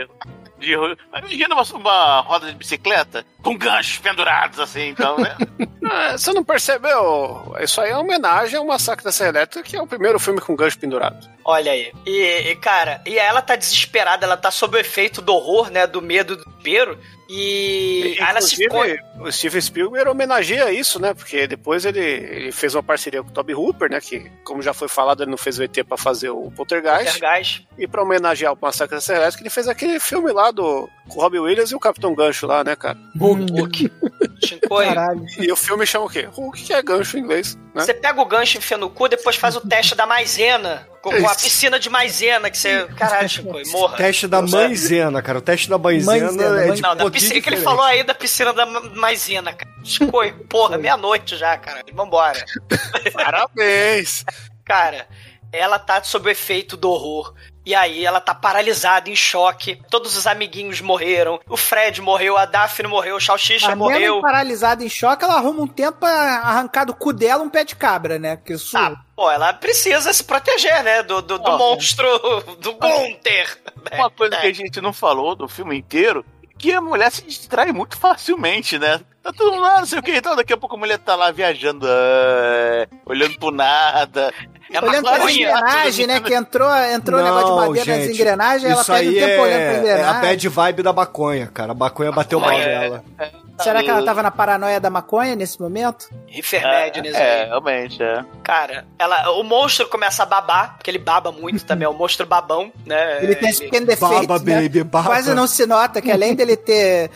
imagina uma roda de bicicleta com ganchos pendurados assim, então, né? Você não percebeu? Isso aí é uma homenagem ao Massacre da Serra Elétrica, que é o primeiro filme com gancho pendurado. Olha aí. E cara, ela tá desesperada, ela tá sob o efeito do horror, né? Do medo, do desespero. E ela se esconde. O Steven Spielberg homenageia isso, né? Porque depois ele fez uma parceria com o Tobe Hooper, né? Que, como já foi falado, ele não fez o ET pra fazer o Poltergeist. E pra homenagear o Massacre da Serra Elétrica, ele fez aquele filme lá com o Robin Williams e o Capitão Gancho lá, né, cara? Hulk. Caralho. E o filme chama o quê? Hulk, que é gancho em inglês, né? Você pega o gancho, enfia no cu, depois faz o teste da maisena. Com a piscina de maisena que você... Caralho, Chico, morra. Teste da maisena, cara. O teste da maisena é de não, da piscina que ele falou aí da piscina da maisena, cara. Chico, porra, meia-noite já, cara. Vambora. Parabéns. Cara, ela tá sob o efeito do horror. E aí ela tá paralisada, em choque. Todos os amiguinhos morreram. O Fred morreu, a Daphne morreu, o Salsicha morreu. Mesmo paralisada em choque, ela arruma um tempo pra arrancar do cu dela um pé de cabra, né? Porque isso... Pô, ela precisa se proteger, né? Do monstro, do Gunther. Uma coisa que a gente não falou do filme inteiro, que a mulher se distrai muito facilmente, né? Tá todo mundo lá, não sei o que, então daqui a pouco a mulher tá lá viajando, olhando pro nada. Olhando para as engrenagens, né? Que entrou um negócio de madeira nas engrenagens, ela perde um tempo olhando pra engrenagem. É a bad vibe da maconha, cara. A maconha bateu mal nela. Será que ela tava na paranoia da maconha nesse momento? Remédio nisso aí. Realmente, Cara, o monstro começa a babar, porque ele baba muito também, é um monstro babão, né? Ele tem esse pequeno defeito, baba, né? baby, baba. Quase não se nota que além dele ter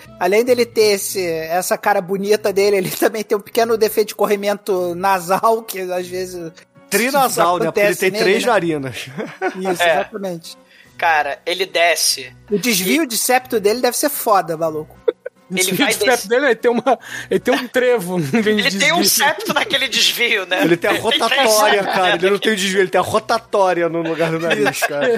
essa cara bonita dele, ele também tem um pequeno defeito de corrimento nasal, que às vezes... Trinasal, né? Porque ele tem nele, 3 né? narinas. Isso, exatamente. Cara, ele desce. O desvio de septo dele deve ser foda, maluco. Ele vai descer. Dele, ele tem um trevo. Ele tem um septo naquele desvio, né? Ele tem a rotatória, cara. Ele não tem o desvio, ele tem a rotatória no lugar do nariz, cara.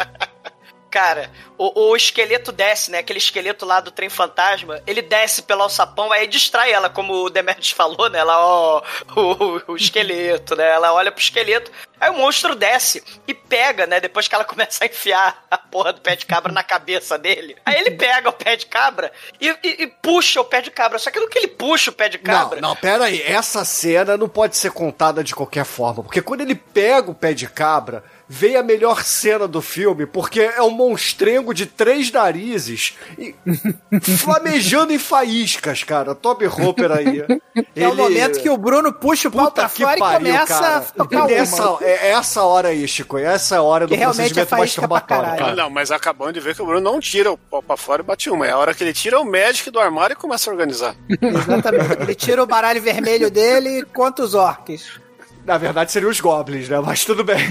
Cara, o esqueleto desce, né? Aquele esqueleto lá do trem fantasma, ele desce pelo alçapão, aí distrai ela, como o Demetrius falou, né? Ela, o esqueleto, né? Ela olha pro esqueleto, aí o monstro desce e pega, né? Depois que ela começa a enfiar a porra do pé de cabra na cabeça dele. Aí ele pega o pé de cabra e puxa o pé de cabra. Só que no que ele puxa o pé de cabra... Não, pera aí. Essa cena não pode ser contada de qualquer forma, porque quando ele pega o pé de cabra... veio a melhor cena do filme, porque é um monstrengo de 3 narizes e flamejando em faíscas, cara. Toby Hooper aí. É o momento que o Bruno puxa o pau pra fora e começa a tocar essa hora aí, Chico. Essa é a hora do procedimento masturbatório, cara. Não, mas acabamos de ver que o Bruno não tira o pau pra fora e bate uma. É a hora que ele tira o Magic do armário e começa a organizar. Exatamente. Ele tira o baralho vermelho dele e conta os orcs. Na verdade, seriam os goblins, né? Mas tudo bem.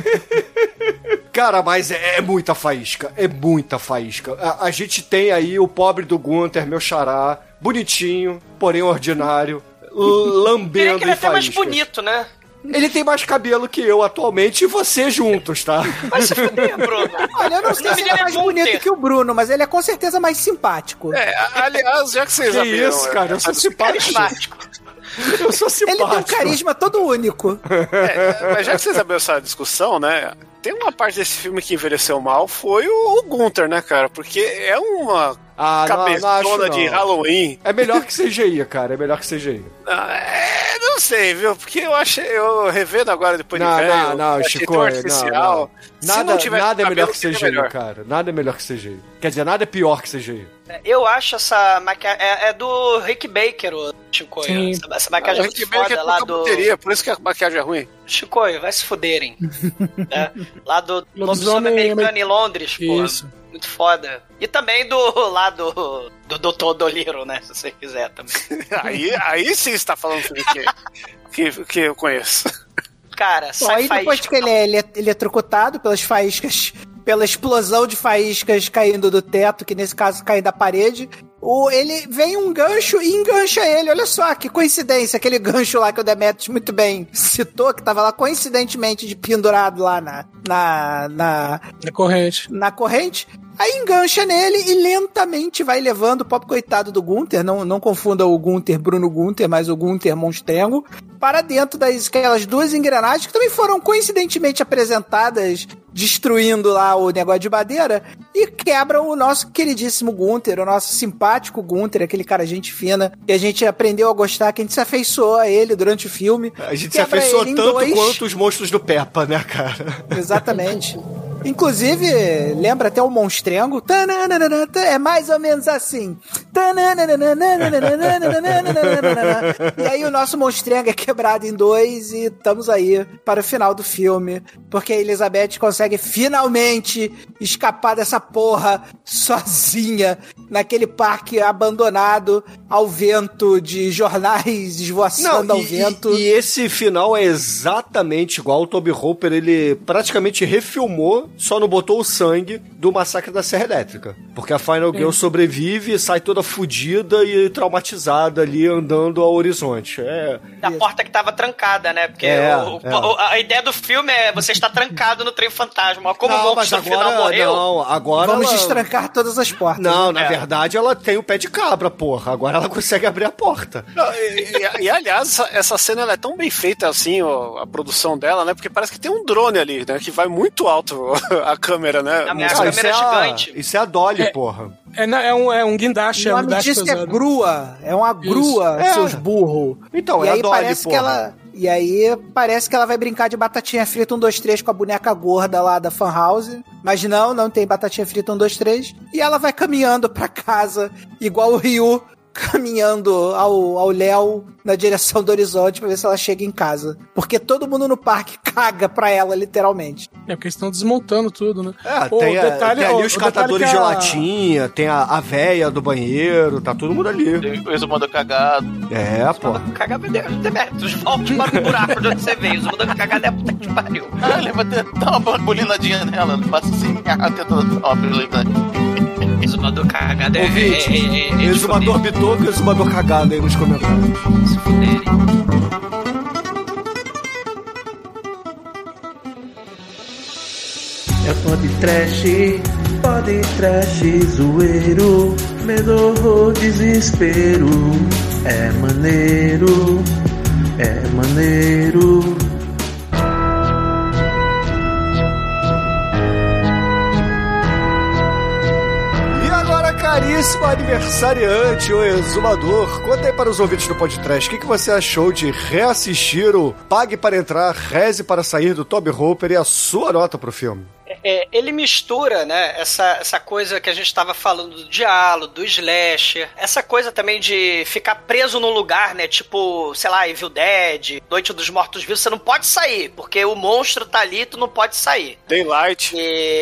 Cara, mas é muita faísca. É muita faísca. A gente tem aí o pobre do Gunther, meu xará, bonitinho, porém ordinário, lambendo que ele é até mais bonito, né? Ele tem mais cabelo que eu atualmente e você juntos, tá? Vai se fuder, Bruno. Olha, eu não sei se ele é mais bonito que o Bruno, mas ele é com certeza mais simpático. Aliás, já que vocês abriram... isso, cara? Eu sou simpático. Eu sou simpático. Ele tem um carisma todo único. Mas já que vocês abriram essa discussão, né? Tem uma parte desse filme que envelheceu mal, foi o Gunther, né, cara? Porque é uma cabeçona de Halloween. É melhor que CGI, cara. É melhor que CGI. Não sei, viu? Porque eu revendo agora depois de velho. Não, Chico, artificial. Nada é melhor que CGI, cara. Nada é melhor que CGI. Quer dizer, nada é pior que CGI. Eu acho essa maquiagem... É do Rick Baker, o Chicoio. Essa maquiagem é muito foda lá do... Por isso que a maquiagem é ruim. Chicoio, vai se fuderem. Lá do Lobisomem Americano em Londres, pô. Isso. Muito foda. E também lá do Dr. Dolittle, né? Se você quiser também. aí sim você tá falando filme que eu conheço. Cara, sai faísca. Depois que ele é eletrocutado pelas faíscas, pela explosão de faíscas caindo do teto, que nesse caso cai da parede, ele vem um gancho e engancha ele. Olha só, que coincidência. Aquele gancho lá que o Demetrius muito bem citou, que tava lá coincidentemente de pendurado lá na corrente. Na corrente. Aí engancha nele e lentamente vai levando o pobre coitado do Gunther, não confunda o Gunther Bruno Gunther, mas o Gunther monstrengo, para dentro daquelas 2 engrenagens que também foram coincidentemente apresentadas, destruindo lá o negócio de madeira, e quebram o nosso queridíssimo Gunther, o nosso simpático Gunther, aquele cara gente fina, que a gente aprendeu a gostar, que a gente se afeiçoou a ele durante o filme. A gente se afeiçoou tanto quanto os monstros do Peppa, né, cara? Exatamente. Inclusive, lembra até o monstrengo. É mais ou menos assim. E aí o nosso monstrengo é quebrado em 2 e estamos aí para o final do filme. Porque a Elizabeth consegue finalmente escapar dessa porra sozinha naquele parque abandonado ao vento, de jornais esvoaçando ao vento. E esse final é exatamente igual. O Toby Hooper, ele praticamente refilmou só não botou o sangue do massacre da Serra Elétrica. Porque a Final Girl sobrevive e sai toda fudida e traumatizada ali, andando ao horizonte. Da porta que tava trancada, né? Porque a ideia do filme é você estar trancado no trem fantasma. Como o monstro no final morreu. Não, agora Vamos destrancar todas as portas. Não, na verdade ela tem o pé de cabra, porra. Agora ela consegue abrir a porta. E aliás, essa cena ela é tão bem feita assim, a produção dela, né? Porque parece que tem um drone ali, né? Que vai muito alto a câmera, né? A câmera é gigante. Isso é a Dolly, porra. É um guindaste, O nome disso é grua. É uma grua, seus burros. Então, e é aí a Dolly, parece porra. que ela... E aí parece que ela vai brincar de batatinha frita 1, 2, 3 com a boneca gorda lá da Fan House. Mas não tem batatinha frita 1, 2, 3. E ela vai caminhando pra casa, igual o Ryu, caminhando ao Léo na direção do horizonte pra ver se ela chega em casa. Porque todo mundo no parque caga pra ela, literalmente. É porque eles estão desmontando tudo, né? Tem ali os catadores de latinha, tem a véia do banheiro, tá todo mundo ali. Tem o exumador cagado. Pô. Cagado deméritos. Volte para o buraco de onde você veio. O exumador cagado é puta que pariu. Lembra, dá uma bulinadinha nela, passa assim, tentando dar uma bulinadinha. Exumador cagado é... Exumador bitoco e exumador cagado aí nos comentários. Se fuderem. É pode trash, zoeiro, medo, horror, desespero. É maneiro. Caríssimo aniversariante, o Exumador, conta aí para os ouvintes do podcast o que você achou de reassistir o Pague para Entrar, Reze para Sair do Tobe Hooper e a sua nota pro filme. Ele mistura, né, essa coisa que a gente estava falando do diálogo, do slasher, essa coisa também de ficar preso num lugar, né, tipo, sei lá, Evil Dead, Noite dos Mortos-Vivos, você não pode sair, porque o monstro tá ali, tu não pode sair. Daylight.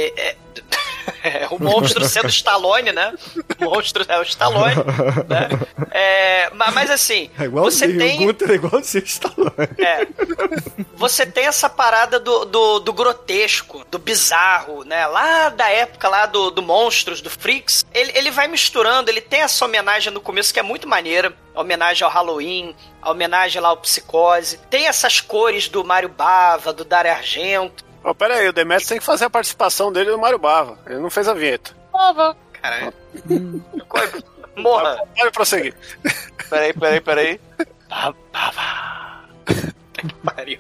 O monstro sendo Stallone, né? O monstro é o Stallone, né? Mas assim, você tem... O Gunther é igualzinho o Stallone. Você tem essa parada do grotesco, do bizarro, né? Lá da época lá do Monstros, do Freaks. Ele vai misturando, ele tem essa homenagem no começo que é muito maneira. A homenagem ao Halloween, a homenagem lá ao Psicose. Tem essas cores do Mário Bava, do Dario Argento. Pera aí, o Demetrius tem que fazer a participação dele no Mário Bava. Ele não fez a vinheta. Caralho. Morra. Pode prosseguir. Peraí. Bava. Que pariu.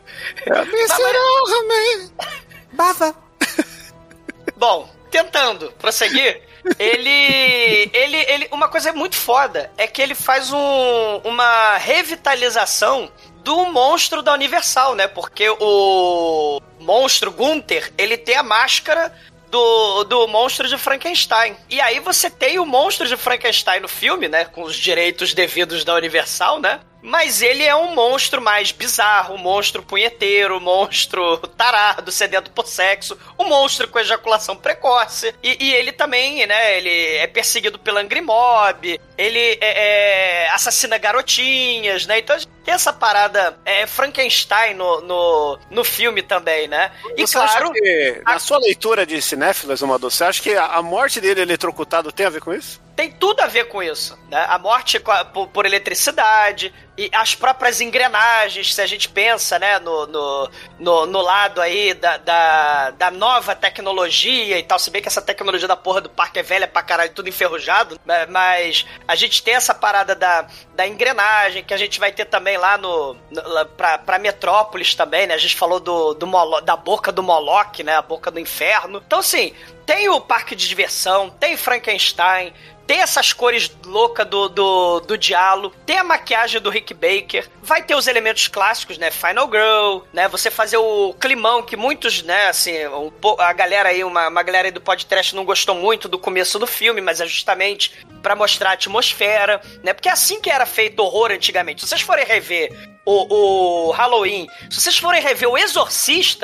Bava. Bom, tentando prosseguir, ele uma coisa muito foda é que ele faz uma revitalização do monstro da Universal, né? Porque o monstro Gunther, ele tem a máscara do monstro de Frankenstein. E aí você tem o monstro de Frankenstein no filme, né? Com os direitos devidos da Universal, né? Mas ele é um monstro mais bizarro, um monstro punheteiro, um monstro tarado, sedento por sexo, um monstro com ejaculação precoce. E ele também, né, ele é perseguido pela Angry Mob, ele assassina garotinhas, né? Então a gente tem essa parada Frankenstein no filme também, né? E você claro... acha que, na sua leitura de cinéfilo, Exumador, você acha que a morte dele eletrocutado tem a ver com isso? Tem tudo a ver com isso, né? A morte por eletricidade e as próprias engrenagens, se a gente pensa, né, no lado aí da nova tecnologia e tal, se bem que essa tecnologia da porra do parque é velha pra caralho, tudo enferrujado, mas a gente tem essa parada da engrenagem, que a gente vai ter também lá pra Metrópolis também, né? A gente falou da boca do Moloch, né? A boca do inferno. Então, assim, tem o parque de diversão, tem Frankenstein, tem essas cores loucas do Diallo, tem a maquiagem do Rick Baker, vai ter os elementos clássicos, né? Final Girl, né? Você fazer o climão que muitos, né? Assim, a galera aí, uma galera aí do podcast não gostou muito do começo do filme, mas é justamente pra mostrar a atmosfera, né? Porque é assim que era feito horror antigamente. Se vocês forem rever o Halloween, se vocês forem rever o Exorcista,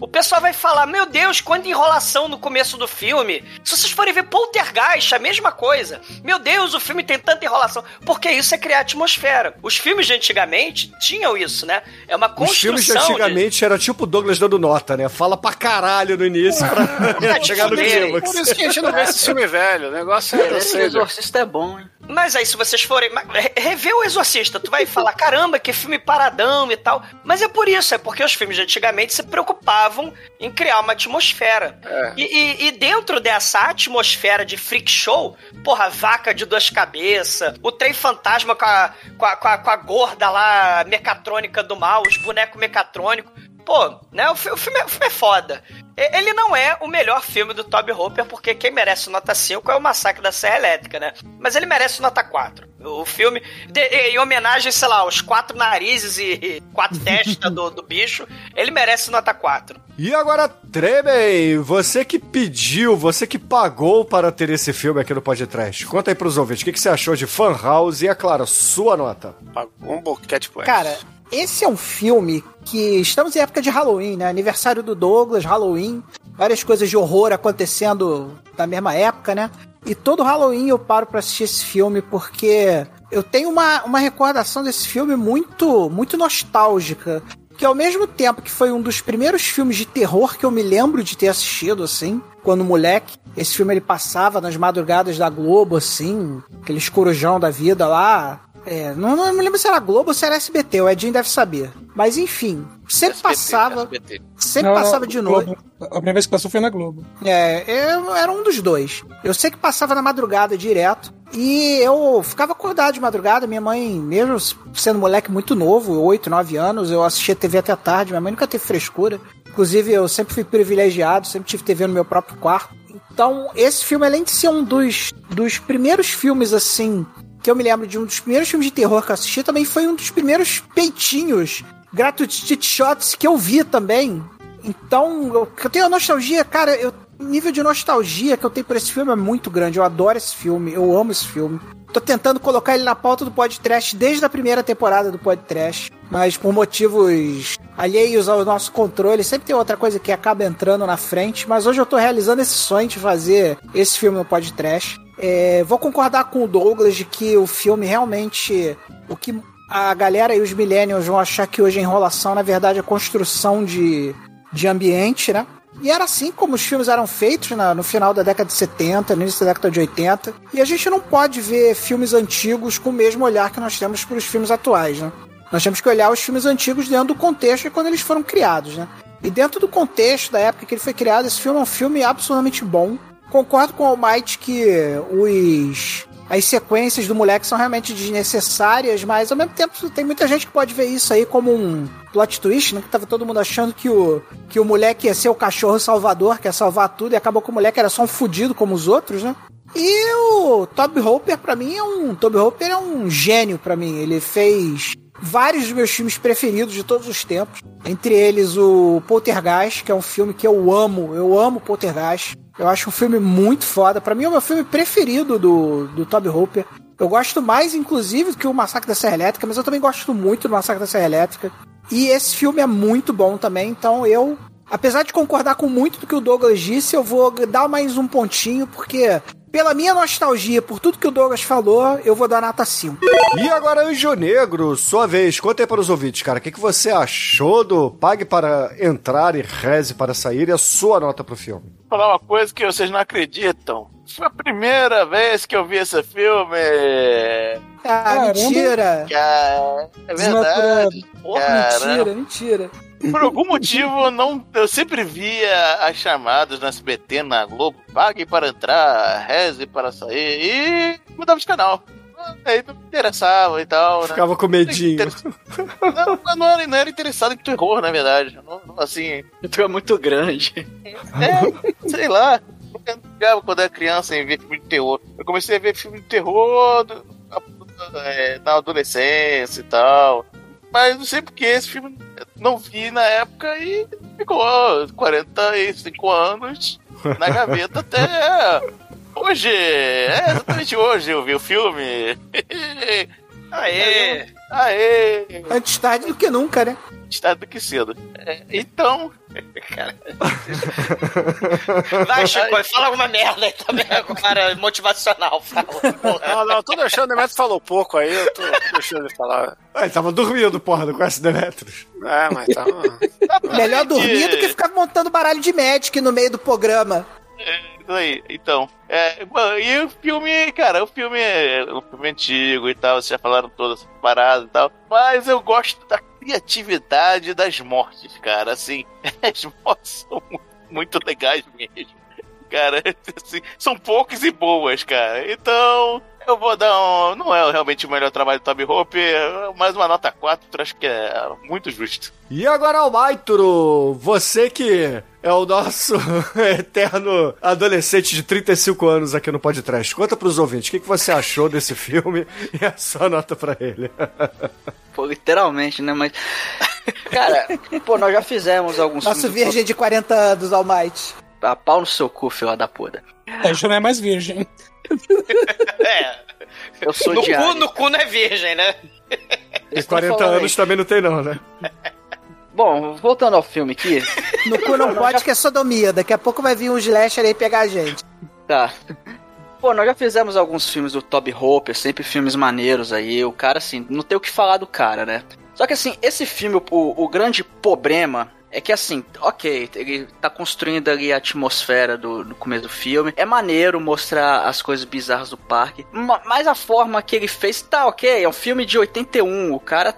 O pessoal vai falar, meu Deus, quanta enrolação no começo do filme. Se vocês forem ver Poltergeist, a mesma coisa. Meu Deus, o filme tem tanta enrolação. Porque isso é criar atmosfera. Os filmes de antigamente tinham isso, né? É uma construção. Os filmes de antigamente era tipo o Douglas dando nota, né? Fala pra caralho no início pra chegar no clímax. Por isso que a gente não vê esse filme velho. O negócio é... Esse Exorcista é bom, hein? Mas aí, se vocês forem... Rever o Exorcista, tu vai falar, caramba, que filme paradão e tal. Mas é por isso, é porque os filmes de antigamente se preocupavam em criar uma atmosfera. E dentro dessa atmosfera de freak show, porra, vaca de duas cabeças, o trem fantasma com a gorda lá, mecatrônica do mal, os bonecos mecatrônicos. Pô, né, o filme é foda. Ele não é o melhor filme do Tobe Hooper, porque quem merece nota 5 é o Massacre da Serra Elétrica, né? Mas ele merece nota 4. O filme, em homenagem, sei lá, aos 4 narizes e 4 testas do bicho, ele merece nota 4. E agora, Tremem, você que pediu, você que pagou para ter esse filme aqui no Podcast. Conta aí pros ouvintes, o que você achou de Fun House e, é claro, sua nota. Pagou um boquete por Cara, esse é um filme que estamos em época de Halloween, né? Aniversário do Douglas, Halloween, várias coisas de horror acontecendo na mesma época, né? E todo Halloween eu paro pra assistir esse filme porque eu tenho uma recordação desse filme muito, muito nostálgica. Que ao mesmo tempo que foi um dos primeiros filmes de terror que eu me lembro de ter assistido, assim, quando moleque. Esse filme ele passava nas madrugadas da Globo, assim, aquele escorujão da vida lá. Não me lembro se era Globo ou se era SBT, o Edinho deve saber. Mas enfim, sempre SBT, passava. SBT. Sempre passava de noite. Globo. A primeira vez que passou foi na Globo. Era um dos dois. Eu sei que passava na madrugada direto. E eu ficava acordado de madrugada. Minha mãe, mesmo sendo moleque muito novo, 8, 9 anos, eu assistia TV até tarde. Minha mãe nunca teve frescura. Inclusive, eu sempre fui privilegiado, sempre tive TV no meu próprio quarto. Então, esse filme, além de ser um dos primeiros filmes, assim, que eu me lembro de um dos primeiros filmes de terror que eu assisti, também foi um dos primeiros peitinhos, gratuity shots que eu vi também. Então, eu tenho a nostalgia, cara, o nível de nostalgia que eu tenho por esse filme é muito grande. Eu adoro esse filme, eu amo esse filme. Tô tentando colocar ele na pauta do podcast desde a primeira temporada do podcast, mas por motivos alheios ao nosso controle, sempre tem outra coisa que acaba entrando na frente, mas hoje eu tô realizando esse sonho de fazer esse filme no podcast. Vou concordar com o Douglas de que o filme realmente, o que a galera e os millennials vão achar que hoje é enrolação, na verdade é construção de ambiente, né? E era assim como os filmes eram feitos no final da década de 70, no início da década de 80. E a gente não pode ver filmes antigos com o mesmo olhar que nós temos para os filmes atuais, né? Nós temos que olhar os filmes antigos dentro do contexto de quando eles foram criados, né? E dentro do contexto da época que ele foi criado, esse filme é um filme absolutamente bom. Concordo com o Almighty que as sequências do moleque são realmente desnecessárias, mas ao mesmo tempo tem muita gente que pode ver isso aí como um plot twist, né? Que tava todo mundo achando que o moleque ia ser o cachorro salvador, que ia salvar tudo, e acabou que o moleque era só um fudido como os outros, né? E o Tobe Hooper, pra mim, Tobe Hooper é um gênio pra mim. Ele fez vários dos meus filmes preferidos de todos os tempos. Entre eles o Poltergeist, que é um filme que eu amo Poltergeist. Eu acho um filme muito foda. Pra mim é o meu filme preferido do Tobe Hooper. Eu gosto mais, inclusive, do que o Massacre da Serra Elétrica, mas eu também gosto muito do Massacre da Serra Elétrica. E esse filme é muito bom também, então eu, apesar de concordar com muito do que o Douglas disse, eu vou dar mais um pontinho, porque pela minha nostalgia, por tudo que o Douglas falou, eu vou dar nota 5. E agora, Anjo Negro, sua vez. Conta aí para os ouvintes, cara. O que você achou do Pague para Entrar e Reze para Sair e a sua nota pro filme? Vou falar uma coisa que vocês não acreditam. Foi a primeira vez que eu vi esse filme. Mentira! É verdade. Mentira. Por algum motivo, eu sempre via as chamadas no SBT, na Globo, pague para entrar, reze para sair, e mudava de canal. Aí não me interessava e tal. Ficava com medinho. Não era interessado em terror, na verdade. Assim. Tu é muito grande. Sei lá. Eu não ligava quando era criança em ver filme de terror. Eu comecei a ver filme de terror na adolescência e tal. Mas não sei porque esse filme não vi na época e ficou 45 anos na gaveta até hoje. Exatamente hoje eu vi o filme. Aê! Antes tarde do que nunca, né? Antes tarde do que cedo. Então, cara. Vai, Chico, fala alguma merda aí também agora, motivacional. Fala. Não, tô deixando, o Demetrius falou pouco aí, eu tô deixando ele falar. Ele tava dormindo, porra, não conhece Demetrius. Mas tava... Melhor dormir do que ficar montando baralho de Magic no meio do programa. Isso aí, então. E o filme, cara, o filme é antigo e tal, vocês já falaram todas as paradas e tal, mas eu gosto da criatividade das mortes, cara, assim, as mortes são muito legais mesmo, cara, assim, são poucas e boas, cara, então eu vou dar não é realmente o melhor trabalho do Toby Hooper, mas uma nota 4, acho que é muito justo. E agora, Almaitro, você que é o nosso eterno adolescente de 35 anos aqui no podcast. Conta pros ouvintes, o que você achou desse filme e a sua nota pra ele? Pô, literalmente, né? Mas, cara, nós já fizemos alguns Nosso filmes... virgem de 40 anos, Almighty. A pau no seu cu, filho da puta. Já não é mais virgem. Eu sou no cu não é virgem, né? E 40 anos também não tem não, né? Bom, voltando ao filme aqui... No cu não pode, que é sodomia. Daqui a pouco vai vir um slasher aí pegar a gente. Tá. Nós já fizemos alguns filmes do Toby Hooper, sempre filmes maneiros aí. O cara, assim, não tem o que falar do cara, né? Só que, assim, esse filme, o grande problema... É que assim, ok, ele tá construindo ali a atmosfera do começo do filme. É maneiro mostrar as coisas bizarras do parque. Mas a forma que ele fez, tá ok, é um filme de 81. O cara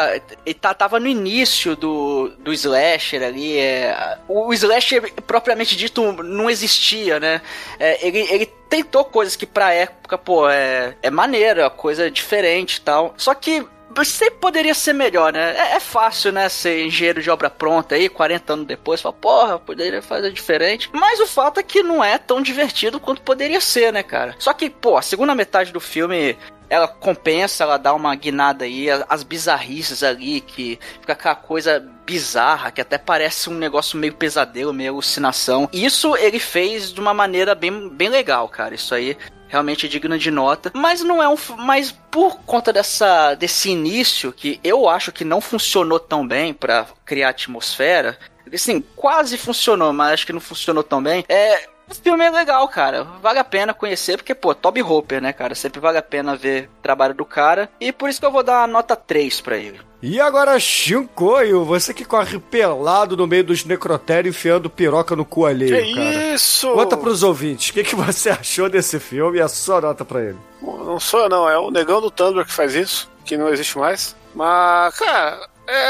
tava no início do slasher ali. O slasher, propriamente dito, não existia, né? Ele tentou coisas que pra época, é maneiro, coisa diferente e tal. Só que sempre poderia ser melhor, né? É fácil, né? Ser engenheiro de obra pronta aí, 40 anos depois, fala, poderia fazer diferente. Mas o fato é que não é tão divertido quanto poderia ser, né, cara? Só que, a segunda metade do filme, ela compensa, ela dá uma guinada aí, as bizarrices ali, que fica aquela coisa bizarra, que até parece um negócio meio pesadelo, meio alucinação. Isso ele fez de uma maneira bem legal, cara. Isso aí realmente é digno de nota, mas não é mas por conta desse início, que eu acho que não funcionou tão bem pra criar atmosfera, assim, quase funcionou, mas acho que não funcionou tão bem, o filme é legal, cara, vale a pena conhecer, porque, Toby Hooper, né, cara, sempre vale a pena ver o trabalho do cara, e por isso que eu vou dar a nota 3 pra ele. E agora, Shinkoio, você que corre pelado no meio dos necrotérios enfiando piroca no cu alheio, cara. Isso! Conta pros ouvintes, o que você achou desse filme e a sua nota pra ele? Não sou eu, não. É o negão do Tumblr que faz isso, que não existe mais. Mas, cara,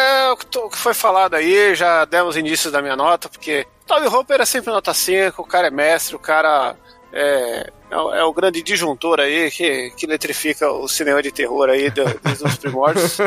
o que foi falado aí, já demos indícios da minha nota, porque Toby Hooper é sempre nota 5, o cara é mestre, o cara é o grande disjuntor aí que eletrifica o cinema de terror aí desde os primórdios.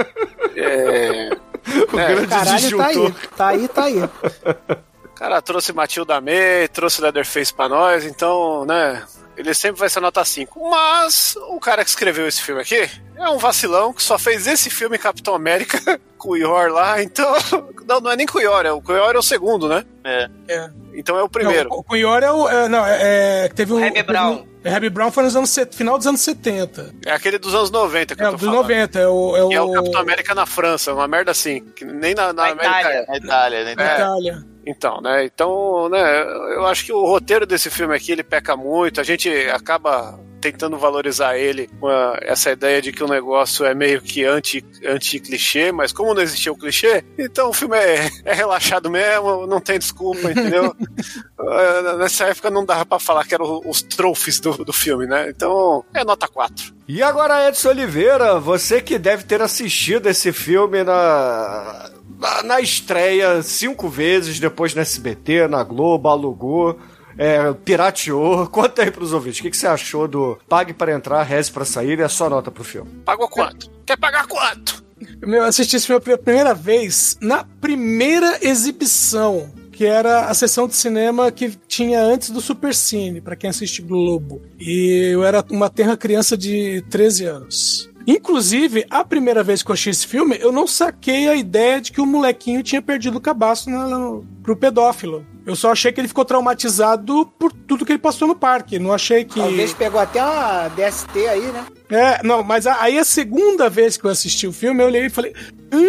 O grande disjuntor. Tá aí. O cara trouxe Matilda May, trouxe Leatherface pra nós, então, né, ele sempre vai ser nota 5. Mas o cara que escreveu esse filme aqui é um vacilão que só fez esse filme Capitão América com o Yor lá, então... Não é nem com o Yor, o Yor é o segundo, né? Então é o primeiro. Não, o Yor teve um... Hebe Brown. Hebe Brown foi no final dos anos 70. É aquele dos anos 90 que eu tô dos falando. 90, é o Capitão América na França, uma merda assim, que nem na América. Na Itália. Então, né, eu acho que o roteiro desse filme aqui, ele peca muito, a gente acaba tentando valorizar ele com essa ideia de que o negócio é meio que anti-clichê, mas como não existia o clichê, então o filme é relaxado mesmo, não tem desculpa, entendeu? Nessa época não dava pra falar que eram os trophies do filme, né? Então é nota 4. E agora, Edson Oliveira, você que deve ter assistido esse filme na estreia 5 vezes, depois no SBT, na Globo, alugou, pirateou. Conta aí pros ouvintes, o que você achou do Pague para Entrar, Reze para Sair e a sua nota pro filme? Pagou quanto? Quer pagar quanto? Eu assisti esse filme pela primeira vez na primeira exibição, que era a sessão de cinema que tinha antes do Supercine, pra quem assiste Globo. E eu era uma tenra criança de 13 anos. Inclusive, a primeira vez que eu assisti esse filme, eu não saquei a ideia de que o molequinho tinha perdido o cabaço pro pedófilo. Eu só achei que ele ficou traumatizado por tudo que ele passou no parque. Não achei que... Talvez pegou até uma DST aí, né? Não, mas aí a segunda vez que eu assisti o filme, eu olhei e falei,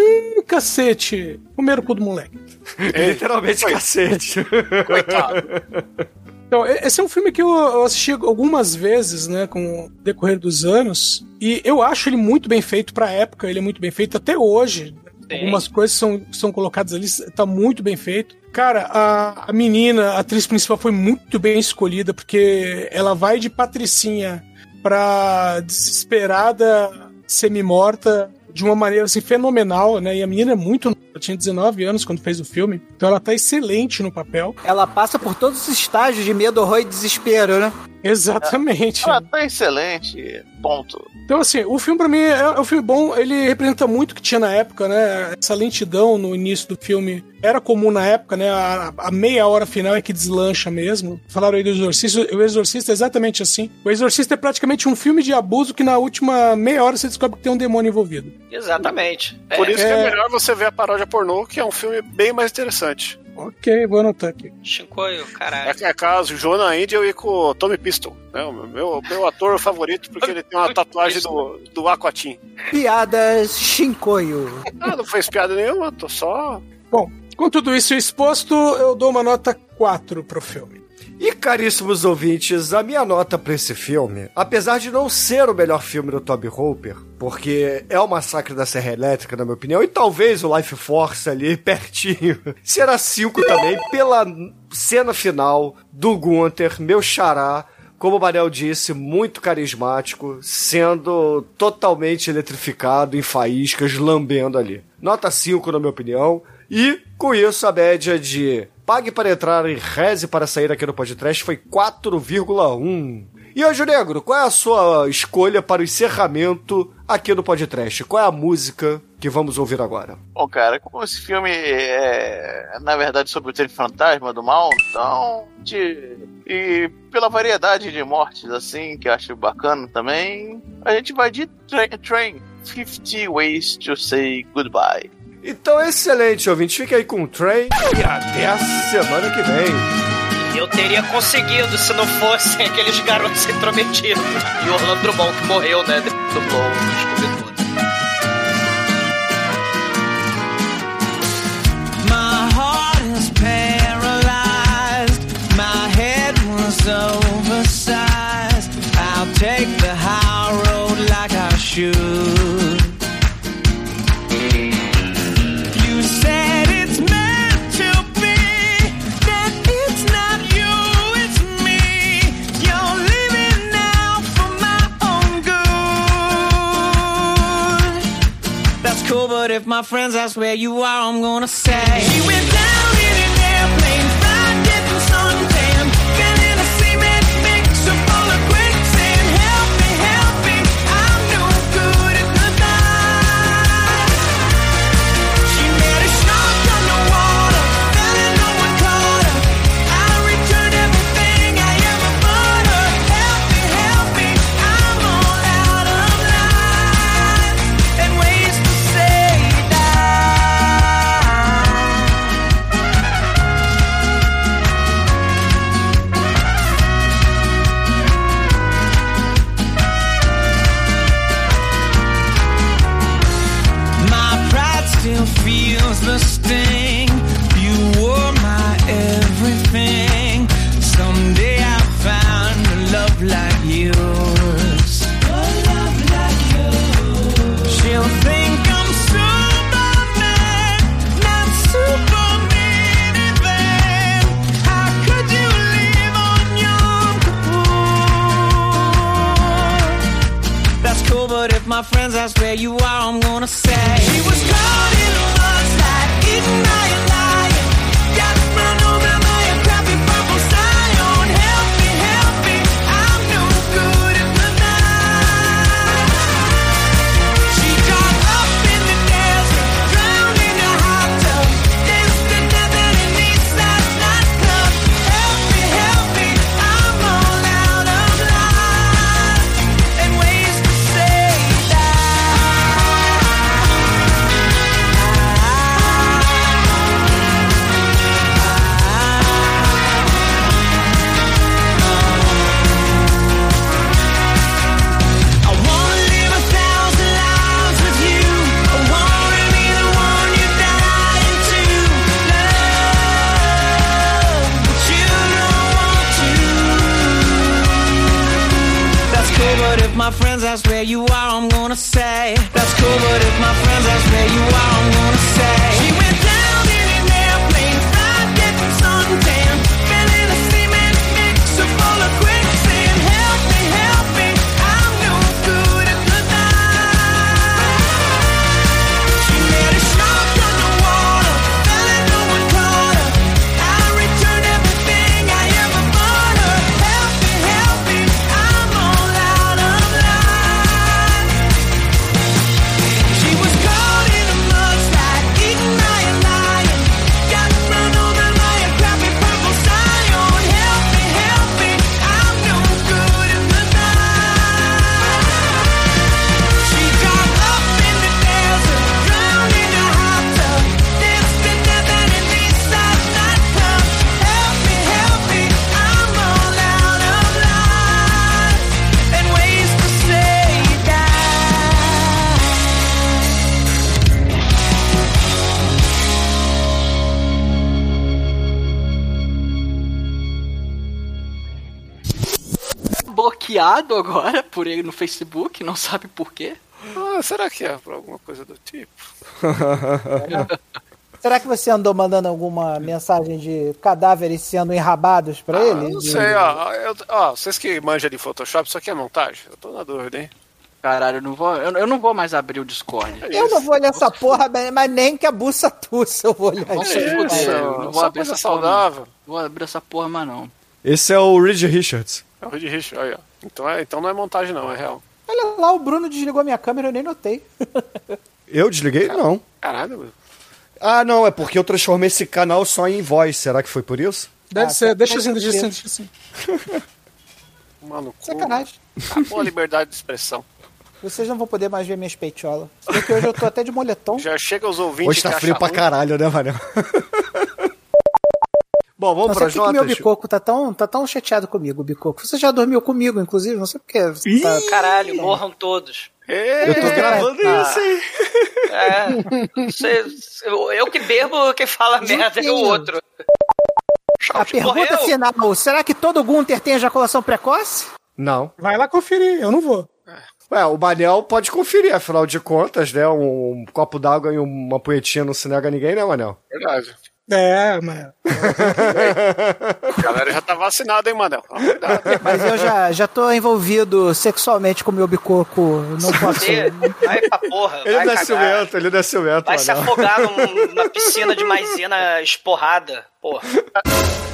cacete, comeram o cu do moleque. Literalmente cacete. Coitado. Então, esse é um filme que eu assisti algumas vezes, né, com o decorrer dos anos, e eu acho ele muito bem feito pra época, ele é muito bem feito até hoje. Sim. Algumas coisas são colocadas ali, tá muito bem feito. Cara, a menina, a atriz principal foi muito bem escolhida, porque ela vai de patricinha pra desesperada, semi-morta, de uma maneira assim fenomenal, né? E a menina é muito nova, ela tinha 19 anos quando fez o filme, então ela tá excelente no papel. Ela passa por todos os estágios de medo, horror e desespero, né? Exatamente. Ela tá excelente, ponto. Então, assim, o filme pra mim é um filme bom, ele representa muito o que tinha na época, né? Essa lentidão no início do filme era comum na época, né? A meia hora final é que deslancha mesmo. Falaram aí do Exorcista, o Exorcista é exatamente assim. O Exorcista é praticamente um filme de abuso que na última meia hora você descobre que tem um demônio envolvido. Exatamente. Por isso que é melhor você ver a paródia pornô, que é um filme bem mais interessante. Ok, vou anotar aqui. Shinkoio, caralho. É caso, Jonah Angel e com o Tommy Pistol, né? O meu ator favorito, porque ele tem uma tatuagem do Aquatim. Piadas Shinkoio. Não fez piada nenhuma, tô só... Bom, com tudo isso exposto, eu dou uma nota 4 pro filme. E, caríssimos ouvintes, a minha nota pra esse filme, apesar de não ser o melhor filme do Tobe Hooper, porque é o Massacre da Serra Elétrica, na minha opinião, e talvez o Life Force ali, pertinho, será 5 também, pela cena final do Gunther, meu xará, como o Manel disse, muito carismático, sendo totalmente eletrificado em faíscas, lambendo ali. Nota 5, na minha opinião. E, com isso, a média de pague para entrar e reze para sair aqui no podcast foi 4,1. E, Anjo Negro, qual é a sua escolha para o encerramento aqui no podcast? Qual é a música que vamos ouvir agora? Bom, cara, como esse filme é, na verdade, sobre o trem fantasma do mal, então... E pela variedade de mortes, assim, que eu acho bacana também, a gente vai de Train 50 Ways to Say Goodbye. Então, excelente, ouvinte. Fique aí com o Train e até a semana que vem. Eu teria conseguido se não fossem aqueles garotos intrometidos. E o Orlando Drummond que morreu, né? Dublou o Scooby-Doo. My heart is paralyzed. My head was oversized. I'll take the high road like I should. But if my friends ask where you are, I'm gonna say she went down in an airplane, fried, getting suntan, been in a cement mixer full of quicksand. Help me, I'm no good at the night. She met a shark underwater, fell in no one caught her. I returned everything I ever bought her. Help me, I'm all out of lines and ways to say. Still feels the sting. You were my everything. Someday I'll find a love like yours. A love like yours. She'll think I'm Superman, not Superman even. How could you live on Yom Kippur? That's cool, but if my friends ask where you are, I'm gonna say she was caught in a mudslide, eaten by a lion. Got run over by a crappy purple scion. Help me, I'm no good at the night. She got up in the desert, drowned in a hot tub, danced to death in an Eastside nightclub. Help me, I'm all out of lines and ways to say that. ask where you are, I'm gonna say that's cool, but if my friends ask where you are, I'm gonna say she went down in an airplane, fried, getting suntan, fell in a cement mixer full of quicksand. Help me, I'm no good at the night. She made a shark underwater, fell and no one caught her. I returned everything I ever bought her. Help me, I'm all out of line. She was caught in a mudslide, eaten by a lion, got run over by a crappy purple scion. Help me, I'm no good in the night. She dropped up in the desert, drowned in a hot tub, danced to death at an Eastside nightclub. Help me, I'm all out of line and ways to say that. Bloqueado agora por ele no Facebook, não sabe por quê. Ah, será que é por alguma coisa do tipo? Será que você andou mandando alguma mensagem de cadáveres sendo enrabados pra ele? Não sei, vocês que manjam de Photoshop, isso aqui é montagem? Eu tô na dúvida, hein? Caralho, eu não vou mais abrir o Discord. Eu não vou olhar essa porra, mas nem que a buça tussa eu vou olhar Vamos isso. se fuder, eu não vou abrir coisa essa porra. saudável. Não vou abrir essa porra mais não. Esse é o Reed Richards. É o Reed Richards, aí, ó. Então não é montagem não, é real. Olha lá, o Bruno desligou minha câmera, eu nem notei. Eu desliguei? Não. Caralho, meu. Ah, não, é porque eu transformei esse canal só em voz. Será que foi por isso? Deve ser, deixa assim. Mano, Sacanagem. Acabou a liberdade de expressão. Vocês não vão poder mais ver minhas peitiolas. Porque hoje eu tô até de moletom. Já chega os ouvintes. Hoje tá frio pra caralho, né, Manel? Bom, vamos para as notas. Meu Bicoco tá tão chateado comigo, Bicoco. Você já dormiu comigo, inclusive, não sei porquê. Caralho, morram todos. Eu tô gravando isso, hein? Eu que bebo, quem fala merda é o outro. A pergunta final, será que todo Gunter tem ejaculação precoce? Não. Vai lá conferir, eu não vou. Ué, o Manel pode conferir, afinal de contas, né? Um copo d'água e uma punhetinha não se nega a ninguém, né, Manel? Verdade. Mas... A galera já tá vacinada, hein, Manel? Mas eu já tô envolvido sexualmente com o meu Bicoco. Não posso. Vai pra porra. Ele não é ciumento, ele não é ciumento. Vai se afogar numa piscina de maisena esporrada, porra.